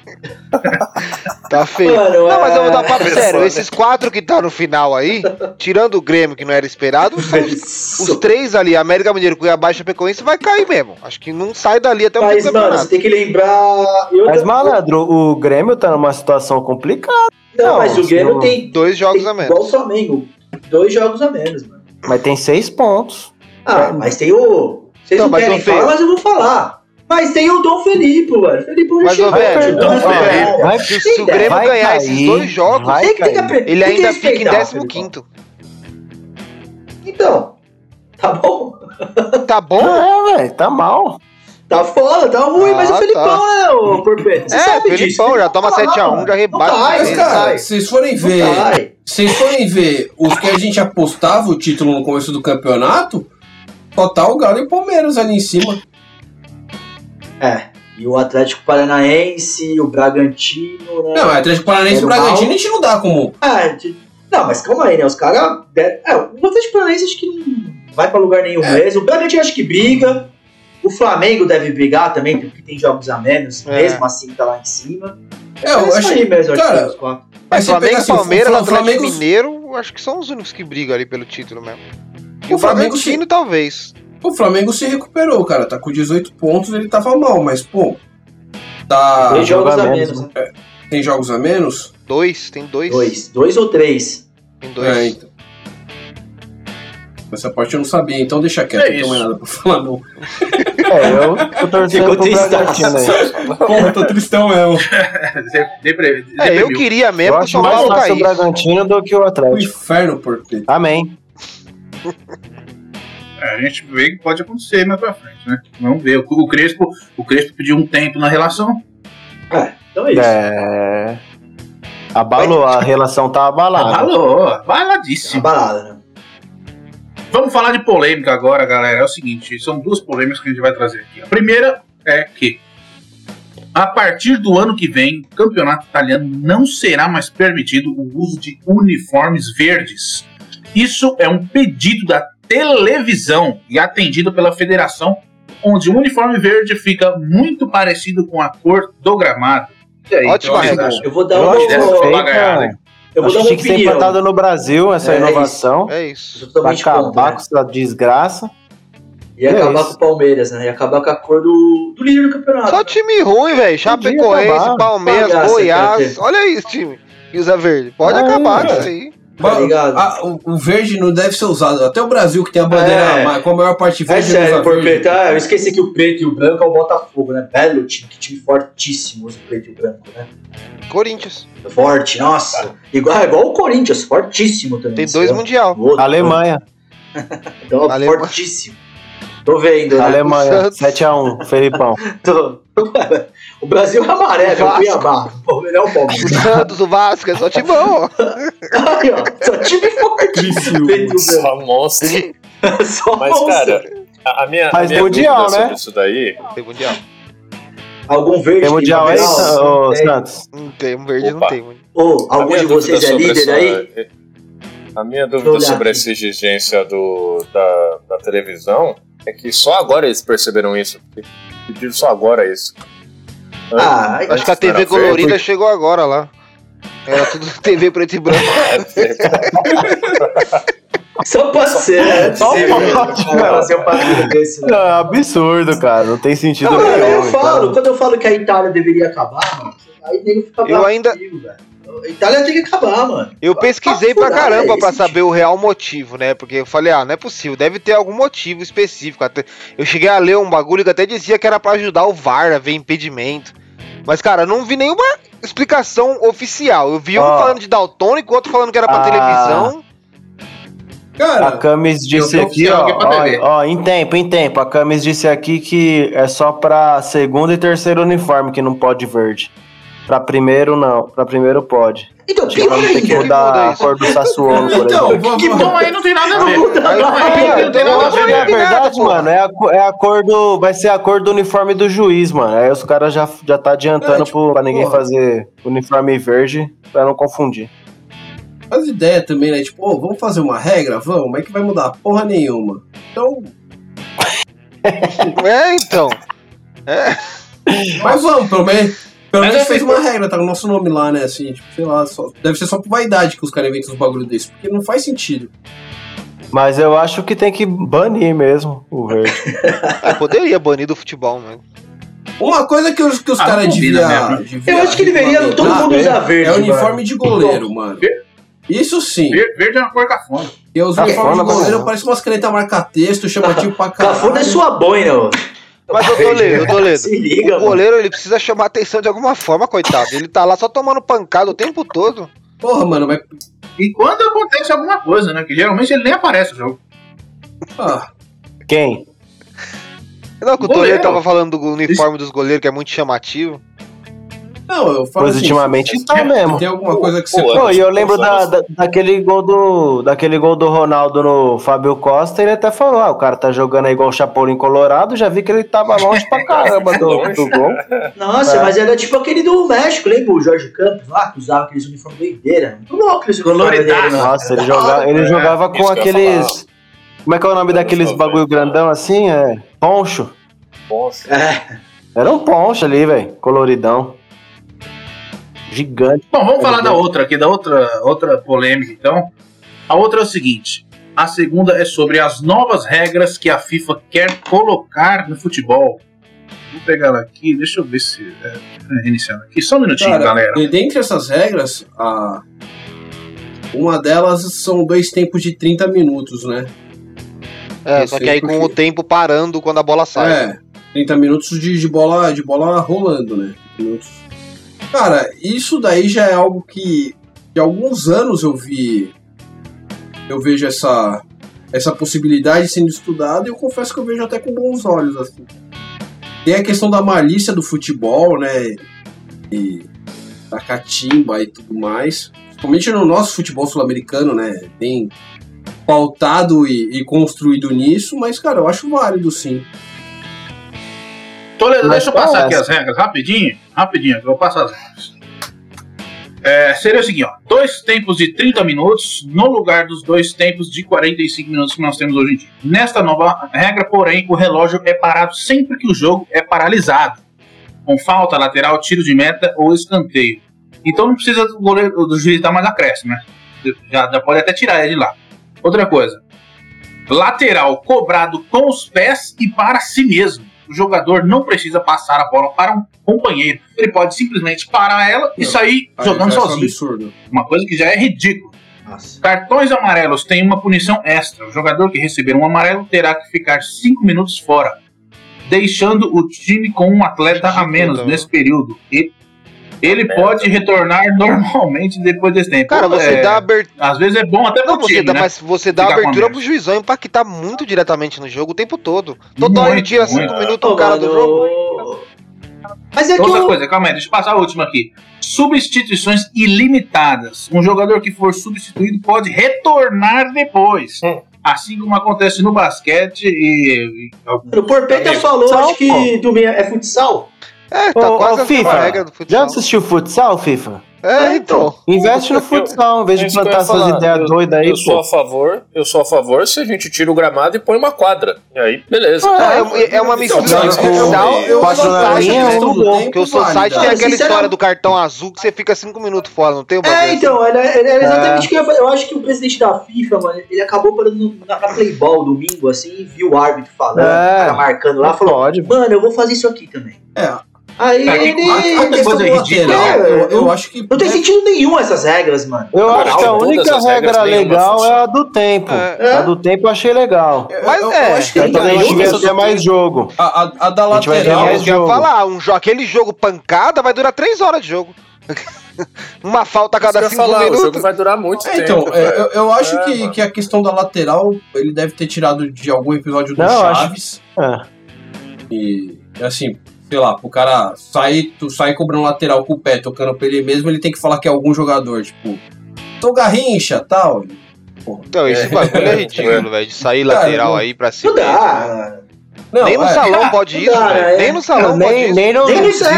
Tá feio. Não, mas eu vou dar papo sério. Esses 4 que tá no final aí, tirando o Grêmio, que não era esperado, os 3 ali, América Mineiro, Cuiabá e Chapecoense, vai cair mesmo. Acho que não sai dali até o fim do campeonato. Mas, mano, você tem que lembrar... Malandro, o Grêmio tá numa situação complicada. Não, mas o Grêmio tem 2 jogos a menos. Igual o Flamengo. 2 jogos a menos, mano. Mas tem 6 pontos. Mas tem o... Vocês não querem falar, mas eu vou falar. Mas tem o Dom Felipe, mano. Felipe mas, velho, se o Grêmio ganhar esses 2 jogos, ele ainda fica em 15º. Então, tá bom? Tá bom? Velho, tá mal. Tá foda, tá ruim, mas o Felipão é o Porpeta. Você sabe disso. Felipão já toma 7-1, já rebate. Mas, cara, se vocês forem ver os que a gente apostava o título no começo do campeonato, só tá o Galo e o Palmeiras ali em cima. E o Atlético Paranaense, o Bragantino, né? Não, o Atlético Paranaense e o Bragantino a gente não dá como... Não, mas calma aí, né? Os caras... O Atlético Paranaense acho que não vai pra lugar nenhum mesmo. O Bragantino acho que briga. O Flamengo deve brigar também, porque tem jogos a menos, mesmo assim tá lá em cima. Eu acho aí mesmo, cara, os 4. Mas Flamengo e Palmeiras, o Atlético Flamengo- Mineiro, acho que são os únicos que brigam ali pelo título mesmo. E O o Flamengo Bragantino, talvez. O Flamengo se recuperou, cara. Tá com 18 pontos, ele tava mal, mas, pô. Tá. Tem jogos a joga menos, menos, né? Tem jogos a menos? Tem dois. 2 ou 3. Tem dois. Então. Essa parte eu não sabia, então deixa quieto, É não tem isso. mais nada pra falar, não. Eu tô torcendo Ficou pro Bragantino aí. Porra, tô tristão mesmo. Eu queria Eu mesmo que o acho São mais Paulo fácil o caísse. Bragantino do que o O Atlético. inferno, porquê. Amém. A gente vê que pode acontecer mais pra frente, né? Vamos ver. O Crespo pediu um tempo na relação. Então é isso. É. Abalou, a relação tá abalada. Abalou, baladíssimo. Balada, né? Vamos falar de polêmica agora, galera. É o seguinte, são duas polêmicas que a gente vai trazer aqui. A primeira é que, a partir do ano que vem, o campeonato italiano não será mais permitido o uso de uniformes verdes. Isso é um pedido da televisão e atendido pela federação, onde o uniforme verde fica muito parecido com a cor do gramado. E aí, Ótima vocês regra. acham? Eu vou dar Eu uma, acho que dessa é foi feita. bagaiada. eu vou Acho dar que uma tinha que ser opinião. implantado no Brasil essa É inovação. É isso. Sou Pra totalmente acabar contra, né? com essa desgraça. Ia É acabar isso. com o Palmeiras, né? Ia acabar com a cor do líder do campeonato. Só time ruim, velho. Chapecoense, acabar. Palmeiras, Bagaça, Goiás. cara. Olha aí esse time. E o Zé Verde. Pode acabar com isso aí. Tá ligado? O verde não deve ser usado. Até o Brasil, que tem a bandeira com a maior parte É verde, sério, usa por verde. preto. Eu esqueci que o preto e o branco é o Botafogo, né? Belo time, que time fortíssimo o preto e o branco, né? Corinthians. Forte, nossa. Igual o Corinthians, fortíssimo também. Tem esse 2 ano. mundial. O outro, Alemanha. Então, Alemanha. fortíssimo. Tô vendo, né? Alemanha. Santos. 7-1, Felipão. O Brasil é amarelo, é o Vasco. Cuiabá. O melhor é o O Palmeiras. Santos, o Vasco, é só time bom. Aí, ó, só time forte. Criciúma. Preto e branco. Só monstro. Só Mas, monstro. cara, a minha, Mas a minha mundial, dúvida né? sobre isso daí... Tem mundial. Algum verde Tem mundial aí, mundial? ô Tem. Santos? Não tem, um verde Opa. não tem. Mano. Ô, A algum minha de dúvida vocês é sobre líder aí? A minha Deixa eu dúvida olhar sobre aqui. essa exigência da televisão é que só agora eles perceberam isso. Pediram só agora isso. Ah, Antes Acho que a não TV era colorida verde. chegou agora lá. Era tudo TV preto e branco. Só pode ser, né? Só Possível, pode, né? Fazer um bagulho desse, né? Não, é absurdo, cara. Não tem sentido Não, nenhum. eu falo, então. quando eu falo que a Itália deveria acabar, mano, aí nego fica Eu bravo ainda- comigo, velho. A Itália tem que acabar, mano. Eu pesquisei Pra pra furar, caramba é pra esse saber o real motivo, né? Porque eu falei, não é possível, deve ter algum motivo específico. Eu cheguei a ler um bagulho que até dizia que era pra ajudar o VAR a ver impedimento. Mas, cara, não vi nenhuma explicação oficial. Eu vi um Ó. falando de daltônico, outro falando que era pra Ah. televisão. A Cara, Camis disse vi aqui, oficial aqui pra TV. ó, em tempo. A Camis disse aqui que é só pra segundo e terceiro uniforme que não pode verde. Pra primeiro, não. Pra primeiro pode. Então, Tipo, pior não tem que ainda. mudar muda a isso? cor do Sassuolo, por então, exemplo. Que bom aí, não tem nada a ver. Não muda Aí, nada. aí, não tem eu nada a acho ver. que É não tem nada, verdade, pô. mano. É a cor do. Vai ser a cor do uniforme do juiz, mano. Aí os caras já tá adiantando pra ninguém porra. fazer uniforme verde pra não confundir. as ideias também, né? Tipo, ô, vamos fazer uma regra? Vamos, mas que vai mudar porra nenhuma. Então, É, então. mas vamos, pelo menos Mas fez assim, uma regra, tá com o nosso nome lá, né? Assim, tipo, sei lá, deve ser só por vaidade que os caras inventam uns bagulho desse, porque não faz sentido. Mas eu acho que tem que banir mesmo o verde. Poderia banir do futebol, né? Uma coisa que os caras não combina deviam. mesmo. Eu acho que deveria todo mundo usar verde. É o mano. uniforme de goleiro, mano. Isso sim. Verde é uma cor cafona. E os Cafona, uniformes de mas goleiro não. parecem umas canetas marca-texto, chamativo pra caralho. Cafona é sua boina, ô. Mas eu tô lendo. Se liga, O goleiro, ele precisa chamar atenção de alguma forma, coitado. Ele tá lá só tomando pancada o tempo todo. Porra, mano, mas. E quando acontece alguma coisa, né? Que geralmente ele nem aparece no jogo. Ah, Quem? Não, que o Goleiro. Toledo tava falando do uniforme dos goleiros, que é muito chamativo. não, eu falo Pois assim, ultimamente se- tá mesmo. Tem alguma coisa que você Pô, Pô, e eu pode- lembro daquele gol do Ronaldo no Fábio Costa, ele até falou, o cara tá jogando aí igual o Chapolin Colorado, já vi que ele tava longe pra caramba do gol. Nossa, É. mas era tipo aquele do México, lembra o Jorge Campos lá, que usava aqueles uniformes doideira. Muito louco aqueles uniformes dele, mano. Nossa, ele Era jogava com isso que eu ia aqueles... Como é que é o nome daqueles bagulho grandão assim? É poncho. Poncho. Era um poncho ali, velho. Coloridão. Gigante. Bom, vamos falar da outra aqui, da outra polêmica, então. A outra é o seguinte. A segunda é sobre as novas regras que a FIFA quer colocar no futebol. Vou pegar ela aqui, deixa eu ver se... iniciando aqui, só um minutinho, Cara, galera. E dentre essas regras, uma delas são 2 tempos de 30 minutos, né? Só que aí com o tempo parando quando a bola sai. 30 minutos de bola rolando, né? Minutos. Cara, isso daí já é algo que há alguns anos eu vejo essa possibilidade sendo estudada e eu confesso que eu vejo até com bons olhos, assim. Tem a questão da malícia do futebol, né? E da catimba e tudo mais. Principalmente no nosso futebol sul-americano, né? Bem pautado e construído nisso, mas, cara, eu acho válido, sim. Toledo, deixa eu passar aqui as regras, rapidinho, eu vou passar as regras. Seria o seguinte, ó, 2 tempos de 30 minutos no lugar dos 2 tempos de 45 minutos que nós temos hoje em dia. Nesta nova regra, porém, o relógio é parado sempre que o jogo é paralisado, com falta, lateral, tiro de meta ou escanteio. Então não precisa do juiz dar mais acréscimo, né? Já pode até tirar ele de lá. Outra coisa, lateral cobrado com os pés e para si mesmo. O jogador não precisa passar a bola para um companheiro. Ele pode simplesmente parar ela e sair jogando sozinho. Absurdo. Uma coisa que já é ridícula. Nossa. Cartões amarelos têm uma punição extra. O jogador que receber um amarelo terá que ficar 5 minutos fora, deixando o time com um atleta a menos nesse período. Ele pode retornar normalmente depois desse tempo. Cara, você dá abertura. Às vezes é bom até pro time, né? Mas você dá abertura pro juizão impactar muito diretamente no jogo o tempo todo. Toda hora ele tira 5 minutos o cara do jogo. Mas é que outra coisa, calma aí, deixa eu passar a última aqui. Substituições ilimitadas. Um jogador que for substituído pode retornar depois. Assim como acontece no basquete e o Porpeta falou, acho que é futsal. Tá quase a FIFA, regra do futsal. já assistiu futsal, FIFA? Então. Investe no futsal, em vez de plantar essas ideias doidas aí, eu sou a favor se a gente tira o gramado e põe uma quadra. E aí, beleza. É uma mistura. Porque o Society tem aquela história do cartão azul que você fica 5 minutos fora, não tem o então, era exatamente o que eu ia falar. Eu acho que o presidente da FIFA, mano, ele acabou parando na Playball domingo, assim, e viu o árbitro falando, o cara marcando lá, falou, mano, eu vou fazer isso aqui também. Aí a questão do lateral, eu acho que... Não tem sentido nenhum essas regras, mano. Eu acho que a única regra legal é a do tempo. A do tempo eu achei legal. Mas eu acho que a gente vai ter mais jogo. A da lateral... Eu ia falar, aquele jogo pancada vai durar 3 horas de jogo. Uma falta a cada 5 minutos. O jogo vai durar muito tempo. Então, eu acho que a questão da lateral, ele deve ter tirado de algum episódio do Chaves. E, assim... Sei lá, pro cara sair cobrando lateral com o pé, tocando pra ele mesmo, ele tem que falar que é algum jogador, tipo, sou Garrincha, tal. Então, esse bagulho é ridículo, velho, de sair lateral aí pra cima. Não dá. Nem no salão pode isso, velho. Nem no salão pode isso. Nem nos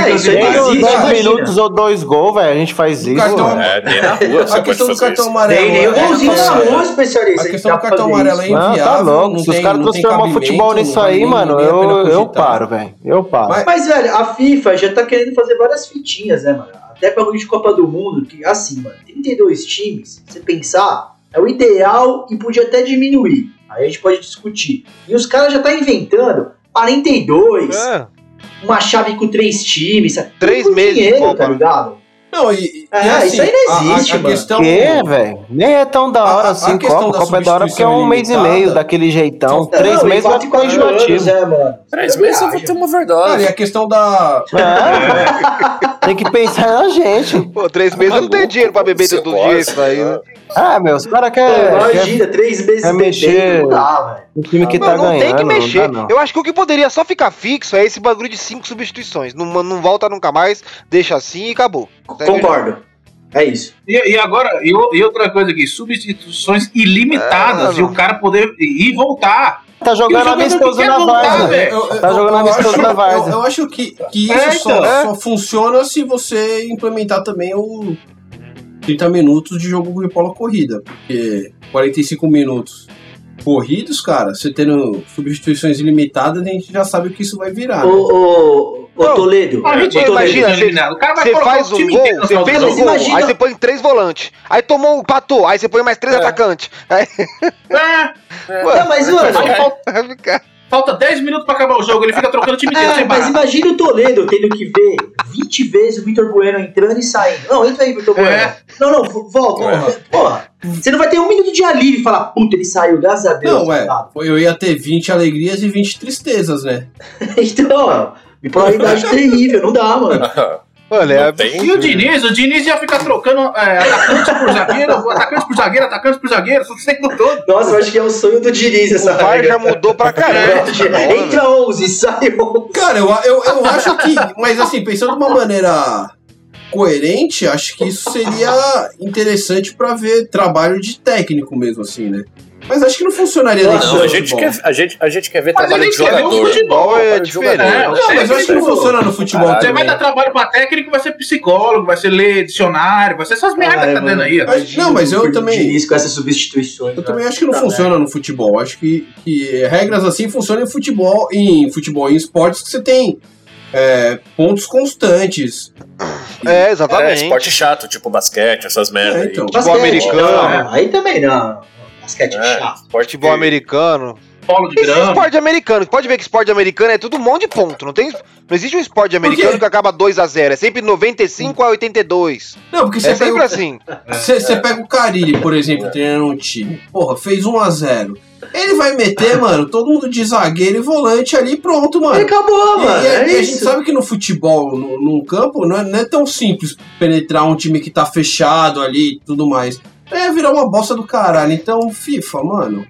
10 minutos ou 2 gols, velho, a gente faz isso. Nem na rua, a questão do cartão amarelo. Nem o golzinho na rua, especialista. A questão do cartão amarelo é inviável. Tá louco, se os caras transformam o futebol nisso aí, mano, eu paro, velho. Eu paro. Mas, velho, a FIFA já tá querendo fazer várias fitinhas, né, mano? Até pra de Copa do Mundo, que, assim, mano, 32 times, se você pensar, é o ideal e podia até diminuir. Aí a gente pode discutir. E os caras já tá inventando 42, uma chave com 3 times, sabe? 3 meses dinheiro, de Copa, tá ligado? Não, assim, isso aí não existe, mano. Questão... velho? Nem é tão da hora assim, Copa é da hora porque é 1 mês e meio daquele jeitão. 3 meses vai ficar enjoativo. Mano. 3 meses eu vou ter uma verdade. Cara, e a questão da... Tem que pensar na gente. Pô, 3 meses eu não tenho dinheiro pra beber todo dia isso aí, né? Meu, os caras querem... Imagina, 3 meses mexer não dá, velho. O time que tá ganhando. Não tem que mexer. Eu acho que o que poderia só ficar fixo é esse bagulho de 5 substituições. Não volta nunca mais, deixa assim e acabou. Concordo. É isso. E agora, e outra coisa aqui, substituições ilimitadas e o cara poder ir e voltar. Tá jogando amistoso na Várzea. Tá jogando amistoso na Várzea. Eu acho que isso só funciona se você implementar também o 30 minutos de jogo de bola corrida. Porque 45 minutos corridos, cara, você tendo substituições ilimitadas, a gente já sabe o que isso vai virar. Né? Ô, Toledo. A gente imagina, o cara vai Você colocar faz o um time gol, inteiro no você final do fez jogo. um gol, imagina- aí você põe 3 volantes. Aí tomou, empatou, aí você põe mais 3 atacantes. Aí, Não, mas, mano, Aí falta 10 minutos pra acabar o jogo, ele fica trocando o time inteiro sem mas parar. imagina o Toledo tendo que ver 20 vezes o Vitor Bueno entrando e saindo. Não, entra aí, Vitor Bueno. É. Não, volta. Porra, você não vai ter um minuto de alívio e falar, puta, ele saiu, graças a Deus. Não, tá? eu ia ter 20 alegrias e 20 tristezas, né? Então, ó, bipolaridade terrível, não dá, mano. mano, Não tem. E o Diniz ia ficar trocando atacante por zagueiro, o tempo todo. Nossa, eu acho que é o sonho do Diniz o essa VAR regra. já mudou pra caramba. Entra 11, sai 11. Cara, eu acho que... Mas assim, pensando de uma maneira coerente, acho que isso seria interessante pra ver trabalho de técnico mesmo, assim, né? Mas acho que não funcionaria nesse Não, a gente futebol. quer ver Mas trabalho ele de quer ver o jogador. futebol, é diferente. É, Não, mas eu acho que não funciona no futebol Caralho, Você também. vai dar trabalho pra técnico, vai ser psicólogo, vai ser ler dicionário, vai ser essas merdas que tá dando aí. Ó. Não, mas eu também- Diniz com essas substituições. Eu né? também acho que não Tá funciona no futebol. Acho que regras assim funcionam em futebol, em esportes que você tem pontos constantes. É, exatamente. Esporte chato, tipo basquete, essas merdas aí. então. Futebol americano. Não, aí também não. Basquete é chato. Futebol americano. Polo de Esse grama. esporte americano, pode ver que esporte americano é tudo um monte de ponto. Não existe um esporte americano que acaba 2-0. É sempre 95-82. Não, porque você É sempre pega, assim. você pega o Carille, por exemplo, treinando um time. Porra, fez 1-0. Ele vai meter, mano, todo mundo de zagueiro e volante ali e pronto, mano. Ele acabou, mano. E É a gente isso. sabe que no futebol, num campo, não é tão simples penetrar um time que tá fechado ali e tudo mais. É virar uma bosta do caralho. Então, FIFA, mano.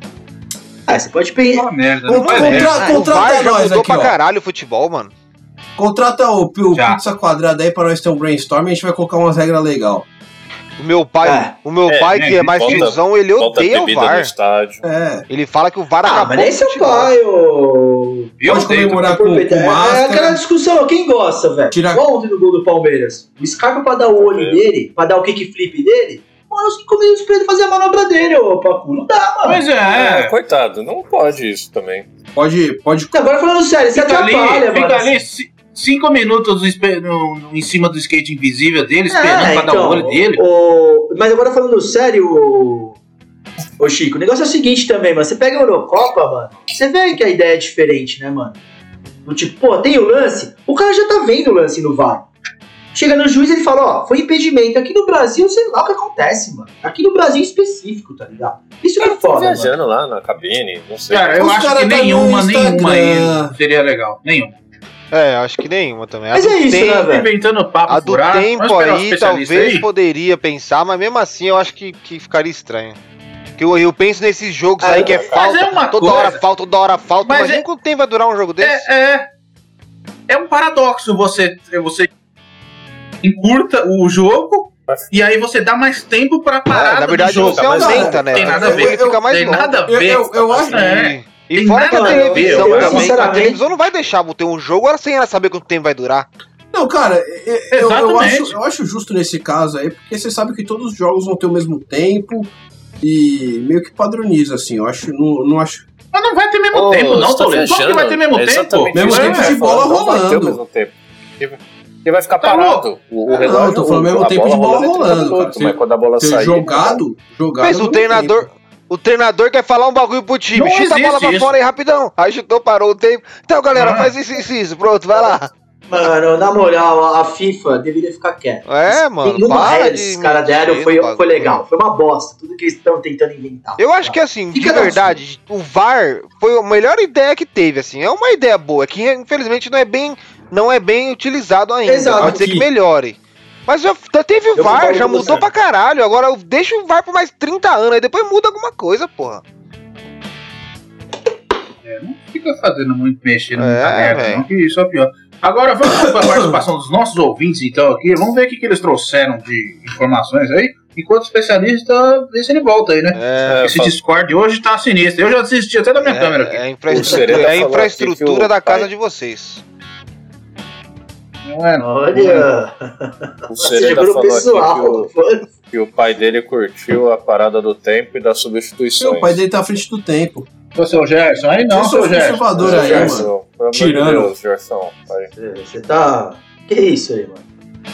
Você pode pegar. Uma merda. Não Não faz vai merda. entrar. O Contrata VAR já nós mudou aqui, pra ó. caralho o futebol, mano. Contrata o Já. Pizza Quadrada aí pra nós ter um brainstorm e a gente vai colocar umas regras legais. O meu pai, que é mais falta- tiozão, ele Falta odeia o bebida no VAR. estádio. É. Ele fala que o VAR Ah, acabou mas nem com o seu futebol. pai, ô. Eu Pode odeio comemorar também. com É máscara. aquela discussão, quem gosta, velho? Tira- Igual ontem no gol do Palmeiras. O Scarpa pra dar o olho dele, pra dar o kickflip dele, mano, 5 minutos pra ele fazer a manobra dele, ô Pacu. Não dá, mano. Pois é. Coitado, não pode isso também. Pode. Agora falando sério, você Fica ali, atrapalha, mano. fica ali 5 minutos em cima do skate invisível dele, esperando pra dar o olho dele. Mas agora falando sério, ô Chico, o negócio é o seguinte também, mano. Você pega a Eurocopa, mano, você vê que a ideia é diferente, né, mano? Do tipo, pô, tem o lance, o cara já tá vendo o lance no VAR. Chega no juiz e ele fala, ó, foi impedimento. Aqui no Brasil, sei lá o que acontece, mano. Aqui no Brasil em específico, tá ligado? Isso que é Tô foda, mano. viajando lá na cabine, não sei. Cara, eu Os acho cara que tá no nenhuma Instagram. aí seria legal. Nenhuma. É, acho que nenhuma também. Mas é isso, né, Tá velho? inventando papo A do furado. Vamos tempo esperar os aí, especialistas talvez aí. poderia pensar, mas mesmo assim eu acho que ficaria estranho. Porque eu penso nesses jogos aí que é falta, é uma toda coisa. hora falta, toda hora falta. Mas Imagina quanto tempo vai durar um jogo desse? É um paradoxo você encurta o jogo e aí você dá mais tempo pra parar Na verdade do jogo. você aumenta, né? Tem nada a ver. Ele fica mais Tem longo. nada a ver. Eu acho. E Tem fora que a nada a ver, televisão eu, também, a sinceramente- televisão não vai deixar ter um jogo sem ela saber quanto tempo vai durar. Não, cara, eu Exatamente. acho justo nesse caso aí, porque você sabe que todos os jogos vão ter o mesmo tempo e meio que padroniza, assim. Eu acho. Não acho. Mas não vai ter mesmo Ô, tempo, não, você tá Toledo. Como que vai ter mesmo viajando? tempo? Exatamente Mesmo isso que tempo eu ia de bola falar, não vai ter rolando. o mesmo tempo. Porque vai ficar Tá parado. O Não, relógio, eu tô falando mesmo a tempo de bola rolando, rolando, todo, cara. mas quando a bola Ter sair... jogado. Mas no o treinador. O treinador quer falar um bagulho pro time. Não Chuta a bola existe pra isso. fora aí rapidão. Aí chutou, parou o tempo. Então, galera, faz isso. Pronto, vai lá. Mano, na moral, a FIFA deveria ficar quieta. É, mano. Nenhuma para regra de que esses caras mentir deram no foi bagulho. legal. Foi uma bosta. Tudo que eles estão tentando inventar. Eu acho que assim, de Fica na verdade, o VAR foi a melhor ideia que teve, assim. É uma ideia boa, que infelizmente não é bem utilizado ainda. Exato. Pode ser que melhore. Mas já teve Eu VAR, concordo já com mudou você. pra caralho. Agora deixa o VAR por mais 30 anos, aí depois muda alguma coisa, porra. Não fica fazendo muito, mexendo É, muita merda, velho. não, que isso é pior. Agora vamos para a participação dos nossos ouvintes, então, aqui. Vamos ver o que eles trouxeram de informações aí, enquanto o especialista vê se ele volta aí, né? É, Esse Discord hoje tá sinistro. Eu já desisti até da minha câmera aqui. é a O Serena infraestrutura, falou aqui que da o casa pai- de vocês. vendo? Olha. O Você Sereda jogou no falou pessoal. aqui que o pai dele curtiu a parada do tempo e das substituições. O pai dele tá à frente do tempo. Ô, seu Gerson, aí não, Eu seu sou Gerson. conservador aí, Gerson, mano. pelo amor de Tirando. Deus, Gerson. Pai. Você tá... Que isso aí, mano?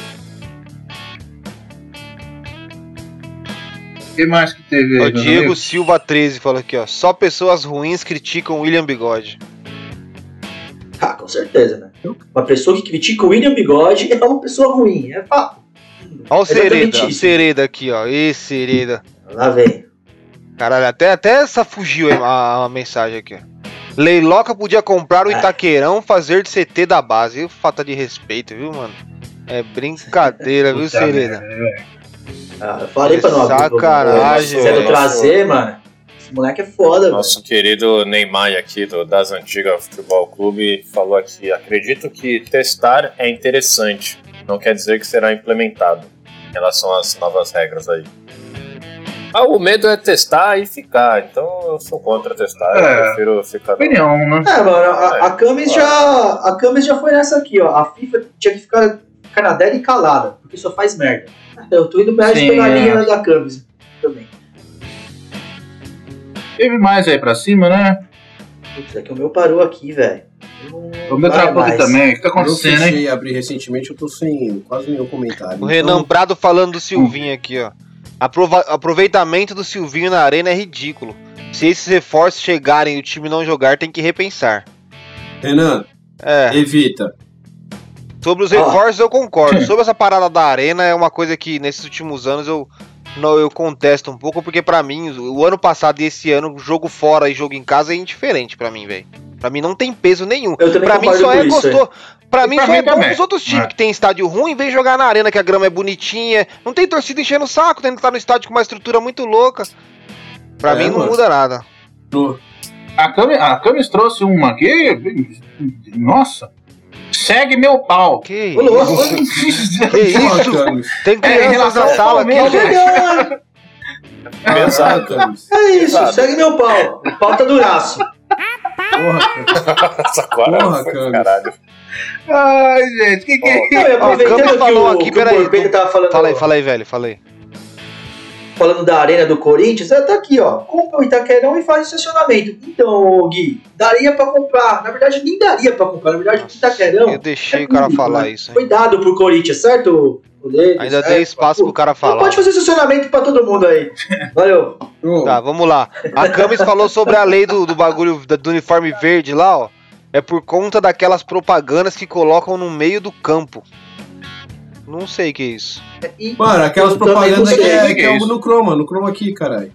O que mais que teve aí? O Diego Silva 13 falou aqui, ó. Só pessoas ruins criticam William Bigode. Ah, com certeza, né? Uma pessoa que critica o William Bigode é uma pessoa ruim, é fato. Ó o Exatamente Sereda, isso. Sereda aqui, ó. Esse Sereda. Lá vem. Caralho, até essa fugiu a mensagem aqui, ó. Leiloca podia comprar o Itaquerão, fazer de CT da base. E falta de respeito, viu, mano? É brincadeira, viu, Puta Sereda? Ah, eu falei pra não Sacanagem, Se quiser velho. trazer, mano. Esse moleque é foda, velho. Nosso querido Neymar aqui das Antigas Futebol Clube falou aqui: acredito que testar é interessante, não quer dizer que será implementado em relação às novas regras aí. O medo é testar e ficar, então eu sou contra testar, eu prefiro ficar. Opinião, né? É, mano, a Camis já foi nessa aqui, ó. A FIFA tinha que ficar na dela e calada, porque só faz merda. Eu tô indo pra Sim, pegar a linha da Camis também. Teve mais aí pra cima, né? Putz, é que o meu parou aqui, velho. O meu travou aqui também. O que tá Eu acontecendo, hein? fechei e abri recentemente, eu tô sem quase nenhum comentário. O Renan Prado falando do Silvinho aqui, ó. Aproveitamento do Silvinho na arena é ridículo. Se esses reforços chegarem e o time não jogar, tem que repensar. Renan, evita. Sobre os reforços eu concordo. Sobre essa parada da arena é uma coisa que nesses últimos anos eu contesto um pouco, porque pra mim, o ano passado e esse ano, jogo fora e jogo em casa é indiferente pra mim, velho. Pra mim não tem peso nenhum. Eu também Pra mim concordo só com é isso, gostoso. Pra mim pra só mim é bom também. pros outros times que tem estádio ruim, vem jogar na arena que a grama é bonitinha. Não tem torcida enchendo o saco, tem que estar no estádio com uma estrutura muito louca. Pra mim não mano. muda nada. A Camis trouxe uma aqui. Nossa. Segue meu pau. Que Ô, louco. isso? Que Porra, isso? Camis. Tem Em crianças relação na ao sala aqui, Palmeiras. gente. Pesado. Camis. É isso, Exato. segue meu pau. O pau tá duraço. Porra, Camis. Essa agora Porra, foi Camis. caralho. Ai, gente, que é isso? Não, e Ó, aproveitando Camis que falou o, aqui, que o peraí. Porpeta tava falando, Fala aí, velho, fala aí. falando da arena do Corinthians, tá aqui, ó. Compra o Itaquerão e faz o estacionamento. Então, Gui, daria pra comprar. Na verdade, nem daria pra comprar. Na verdade, o Itaquerão... Eu deixei o cara público, falar né? isso, hein? Foi dado pro Corinthians, certo? Ainda dei espaço pro cara falar. Pode fazer estacionamento pra todo mundo aí. Valeu. Tá, vamos lá. A Camis falou sobre a lei do bagulho do uniforme verde lá, ó. É por conta daquelas propagandas que colocam no meio do campo. Não sei o que é isso. Mano, aquelas Eu também propagandas não que sei. é, que é isso. no Chroma aqui, caralho.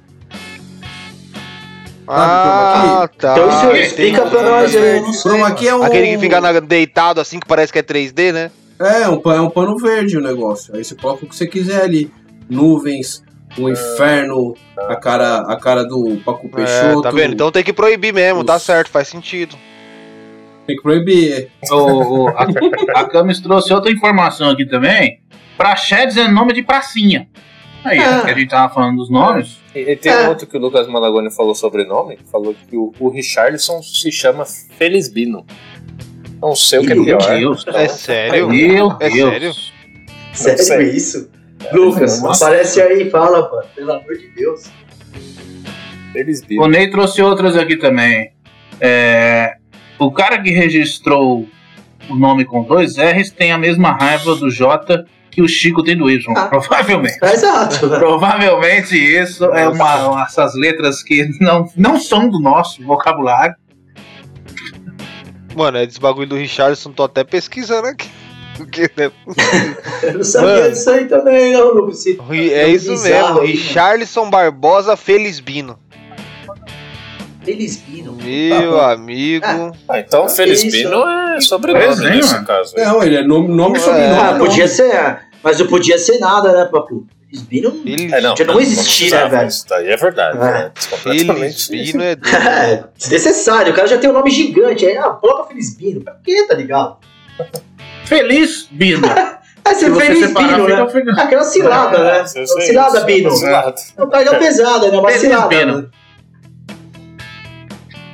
Ah, tá. Então, senhor, Tem explica uma pra nós aí. Eu não O sei, Chroma aqui é um... Aquele que fica deitado assim, que parece que é 3D, né? É um pano verde o negócio. Aí você coloca o que você quiser ali. Nuvens, o inferno, a cara do Paco Peixoto. Tá vendo? Então tem que proibir mesmo, tá certo, faz sentido. Tem que proibir. A Camis trouxe outra informação aqui também. Praxedes é nome de pracinha. Aí, ó, que a gente tava falando dos nomes. E tem um outro que o Lucas Malagoni falou sobre nome, falou que o Richarlison se chama Felisbino. Não sei o que é Meu pior. Deus, É sério? Meu É Deus. sério? Sério isso? Lucas, Nossa. aparece aí e fala, mano. Pelo amor de Deus. Felisbino. O Ney trouxe outras aqui também. O cara que registrou o nome com 2 R's tem a mesma raiva do J que o Chico tem do Y. Ah. Provavelmente. Exato. Provavelmente isso é essas letras que não são do nosso vocabulário. Mano, é desse bagulho do Richarlison, tô até pesquisando aqui. Porque, né? Eu não sabia Mano. disso aí também, não, Lucas. É isso bizarro mesmo, aí, Richarlison Barbosa Felisbino. Felisbino. Meu amigo. Então Que Felisbino é sobrenome Desenho, nesse mano. caso. aí. Não, ele é nome e sobrenome. Ah, nome. podia ser. Mas não podia ser nada, né, papu? Felisbino Felis- não existia, precisava, velho. Isso daí é verdade. É. Né? Completamente. Felisbino é doido. É, desnecessário. O cara já tem um nome gigante. Aí, coloca Felisbino. Pra quê, tá ligado? Feliz Bino. Aí você Felisbino, né? fica... Aquela cilada, né? Isso, Cilada, isso, Bino. cilada. Não pega pesada, né? Uma Feliz cilada. Bino. Né?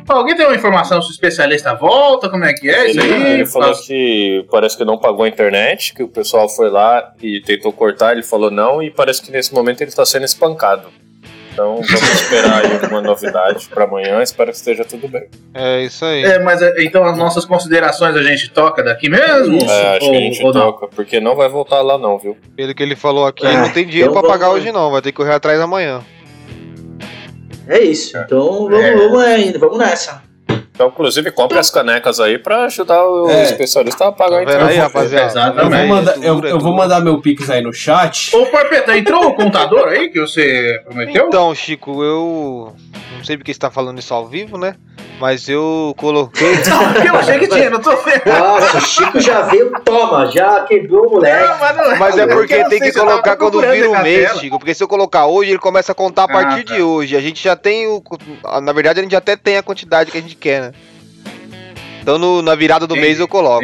Alguém tem uma informação se o especialista volta? Como é que é isso aí? Ele falou que parece que não pagou a internet, que o pessoal foi lá e tentou cortar, ele falou não, e parece que nesse momento ele tá sendo espancado. Então vamos esperar aí alguma novidade pra amanhã, espero que esteja tudo bem. É isso aí. Mas então as nossas considerações a gente toca daqui mesmo? Acho que a gente toca, porque não vai voltar lá não, viu? Pelo que ele falou aqui, não tem dinheiro pra pagar hoje não, vai ter que correr atrás amanhã. É isso, então vamos nessa. Então, inclusive, compre as canecas aí pra ajudar o especialista a pagar a internet. Aí, rapaziada. Exatamente. Eu vou mandar meu Pix aí no chat. Ô, Porpeta, entrou o contador aí que você prometeu? Então, Chico, eu não sei porque você tá falando isso ao vivo, né? Mas eu coloquei... Eu achei que tinha, não tô vendo. Nossa, o Chico já veio, toma, já quebrou o moleque. Mas é porque tem que colocar quando vira o mês, tela. Chico. Porque se eu colocar hoje, ele começa a contar a partir de hoje. A gente já tem na verdade, a gente até tem a quantidade que a gente quer, né? Então na virada do mês eu coloco.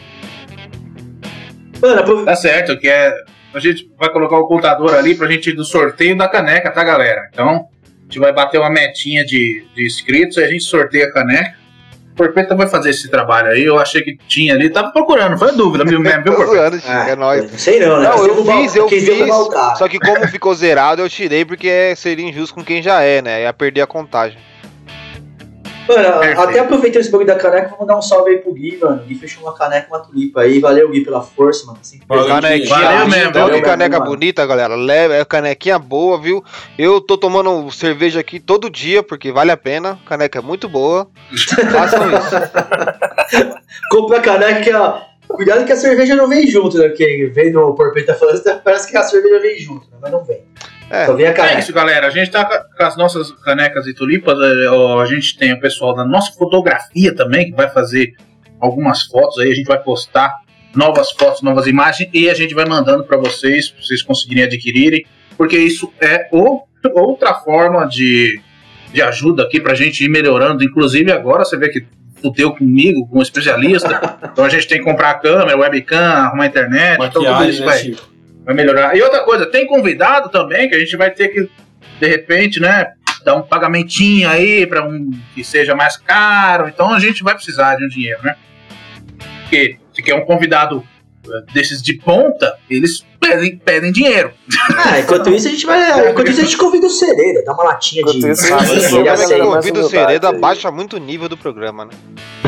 Mano, Tá certo, que a gente vai colocar o contador ali pra gente ir do sorteio da caneca, tá, galera? Então, a gente vai bater uma metinha de inscritos e a gente sorteia a caneca. O Porpeta vai fazer esse trabalho aí, eu achei que tinha ali, tava procurando, foi a dúvida mesmo, viu, Porpeta? É nóis. Não sei não, né? Não, eu fiz, Só só que como ficou zerado, eu tirei porque seria injusto com quem já é, né? Ia perder a contagem. Mano, Perfeito. até aproveitando esse bagulho da caneca, vamos dar um salve aí pro Gui, mano. O Gui fechou uma caneca e uma tulipa aí. Valeu, Gui, pela força, mano. Assim, Valeu mesmo, Então, que valeu, caneca mano. bonita, galera. É canequinha boa, viu? Eu tô tomando cerveja aqui todo dia, porque vale a pena. Caneca é muito boa. Façam isso. Compra a caneca que, ó. Cuidado que a cerveja não vem junto, né? Porque vem no Porpeta falando, parece que a cerveja vem junto, né? Mas não vem. Só vem a É caneca. isso, galera. A gente tá com as nossas canecas e tulipas. A gente tem o pessoal da nossa fotografia também, que vai fazer algumas fotos aí. A gente vai postar novas fotos, novas imagens, e a gente vai mandando para vocês conseguirem adquirirem, porque isso é outra forma de ajuda aqui pra gente ir melhorando. Inclusive agora você vê que fudeu comigo, com um especialista. Então a gente tem que comprar a câmera, webcam, arrumar a internet. Então tudo Maquiagem, isso né, vai Chico? melhorar. E outra coisa, tem convidado também, que a gente vai ter que, de repente, né, dar um pagamentinho aí para que seja mais caro. Então a gente vai precisar de um dinheiro, né? Porque se quer um convidado desses de ponta, eles pedem dinheiro. Enquanto isso a gente convida o Cereira, dá uma latinha de... Enquanto isso, O Sim, problema é sim. que o Mais ouvido humildade Sereda aí. baixa muito o nível do programa, né?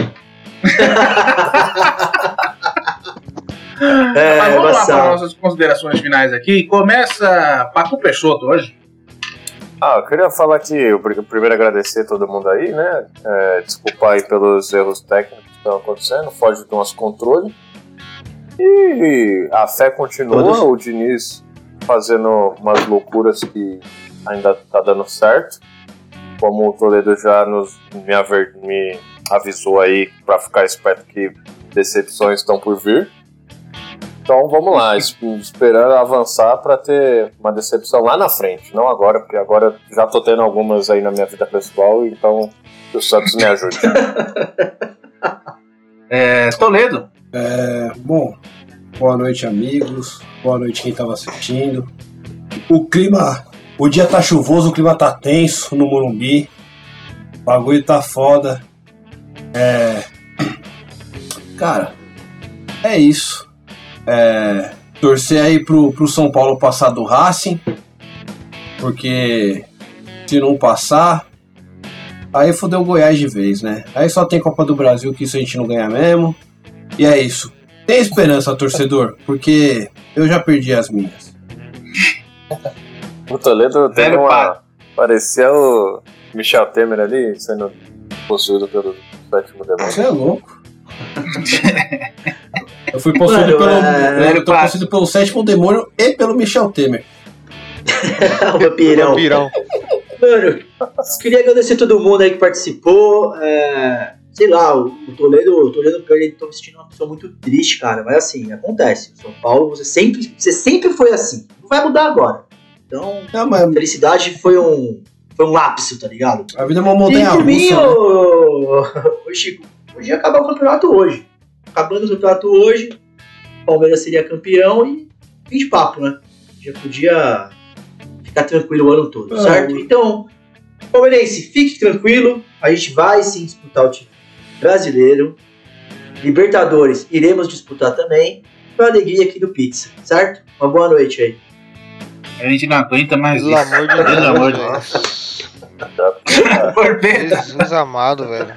Mas vamos lá embaçado. para nossas considerações finais aqui. Começa Paco Peixoto hoje. Eu queria falar que eu primeiro agradecer todo mundo aí, né? Desculpar aí pelos erros técnicos que estão acontecendo, foge do nosso controle. E a fé continua, o Diniz fazendo umas loucuras que ainda tá dando certo. Como o Toledo já me avisou aí para ficar esperto que decepções estão por vir. Então vamos lá, esperando avançar para ter uma decepção lá na frente, não agora, porque agora já tô tendo algumas aí na minha vida pessoal, então que o Santos me ajude. Toledo. Bom, boa noite, amigos. Boa noite, quem tava assistindo. O dia tá chuvoso, o clima tá tenso no Morumbi. O bagulho tá foda. Cara, é isso. Torcer aí pro São Paulo passar do Racing, porque se não passar, aí fodeu o Goiás de vez, né? Aí só tem Copa do Brasil, que isso a gente não ganha mesmo. E é isso. Tem esperança, torcedor, porque eu já perdi as minhas. O Toledo teve parecia o Michel Temer ali, sendo possuído pelo sétimo demônio. Você é louco. Eu fui possuído eu tô possuído pelo sétimo demônio e pelo Michel Temer. O vampirão. Mano, queria agradecer todo mundo aí que participou. Sei lá, o Toledo ele tá me sentindo uma pessoa muito triste, cara. Mas assim, acontece. São Paulo, você sempre foi assim. Não vai mudar agora. Então, mas felicidade foi um lapso, tá ligado? A vida é uma montanha por mim, russa, ô Chico, podia acabar o campeonato hoje. Acabando o campeonato hoje, o Palmeiras seria campeão e fim de papo, né? Já podia ficar tranquilo o ano todo, certo? Então, Palmeirense, fique tranquilo, a gente vai sim disputar o título brasileiro. Libertadores, iremos disputar também, com a alegria aqui do Pizza, certo? Uma boa noite aí. A gente não aguenta mais Pelo amor de Deus. Pelo amor de Deus. Jesus amado, velho.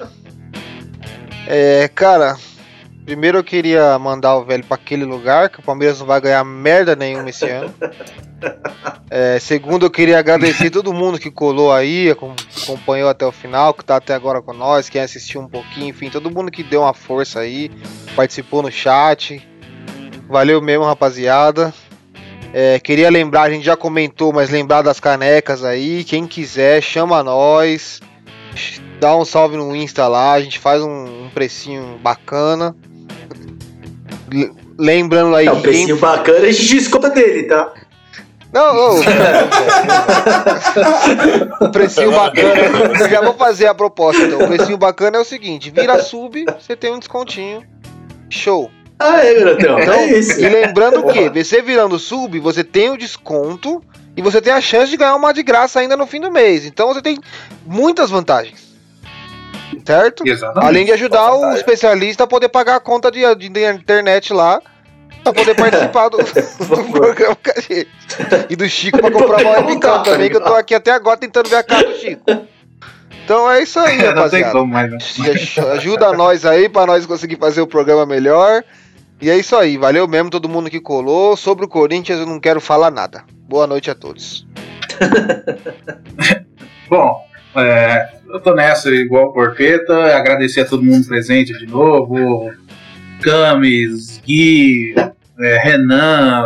Cara, primeiro eu queria mandar o velho pra aquele lugar, que o Palmeiras não vai ganhar merda nenhuma esse ano. Segundo, eu queria agradecer todo mundo que colou aí, acompanhou até o final, que tá até agora com nós, quem assistiu um pouquinho, enfim, todo mundo que deu uma força aí, participou no chat. Valeu mesmo, rapaziada. Queria lembrar, a gente já comentou, mas lembrar das canecas aí, quem quiser, chama nós, dá um salve no Insta lá, a gente faz um precinho bacana. Lembrando aí... o precinho bacana a gente desconta dele, tá? Não. O precinho bacana, eu já vou fazer a proposta então. O precinho bacana é o seguinte, vira sub, você tem um descontinho. Show. Garotão, então é isso. E lembrando que você virando sub, você tem o desconto e você tem a chance de ganhar uma de graça ainda no fim do mês. Então você tem muitas vantagens. Certo? Exatamente. Além de ajudar o especialista a poder pagar a conta de internet lá, pra poder participar do programa com a gente. E do Chico pra comprar uma webcam também, que eu tô aqui até agora tentando ver a cara do Chico. Então é isso aí, rapaziada. Não tem como mais, né? Ajuda nós aí pra nós conseguir fazer o programa melhor. E é isso aí, valeu mesmo todo mundo que colou. Sobre o Corinthians eu não quero falar nada. Boa noite a todos. Bom, eu tô nessa igual o Porpeta. Agradecer a todo mundo presente de novo. Camis, Gui, Renan,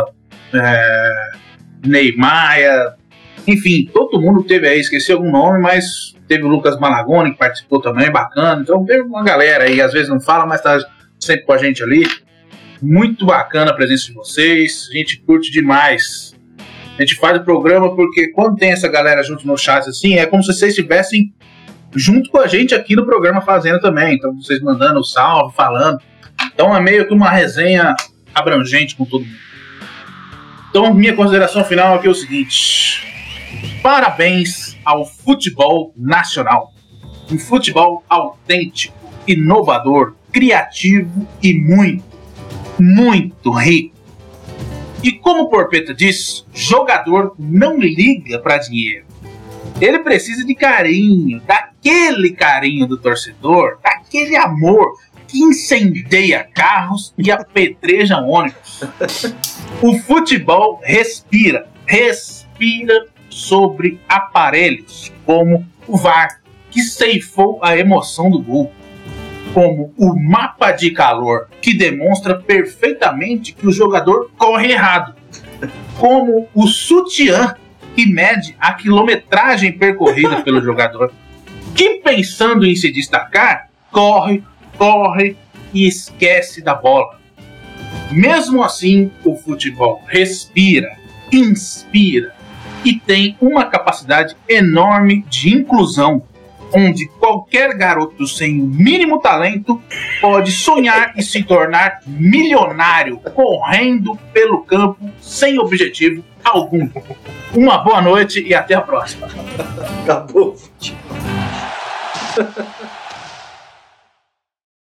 Neymar, enfim, todo mundo teve aí, esqueci algum nome, mas teve o Lucas Malagoni que participou também, bacana. Então teve uma galera aí, às vezes não fala, mas tá sempre com a gente ali. Muito bacana a presença de vocês, a gente curte demais. A gente faz o programa porque quando tem essa galera junto no chat assim, é como se vocês estivessem junto com a gente aqui no programa fazendo também. Então vocês mandando o salve, falando. Então é meio que uma resenha abrangente com todo mundo. Então minha consideração final aqui é o seguinte: parabéns ao futebol nacional. Um futebol autêntico, inovador, criativo e muito, muito rico. E como o Porpeta diz, jogador não liga para dinheiro. Ele precisa de carinho, daquele carinho do torcedor, daquele amor que incendeia carros e apedreja ônibus. O futebol respira sobre aparelhos, como o VAR, que ceifou a emoção do gol, como o mapa de calor, que demonstra perfeitamente que o jogador corre errado, como o sutiã, que mede a quilometragem percorrida pelo jogador, que pensando em se destacar, corre e esquece da bola. Mesmo assim, o futebol respira, inspira e tem uma capacidade enorme de inclusão, onde qualquer garoto sem o mínimo talento pode sonhar e se tornar milionário correndo pelo campo sem objetivo algum. Uma boa noite e até a próxima. Acabou o futebol.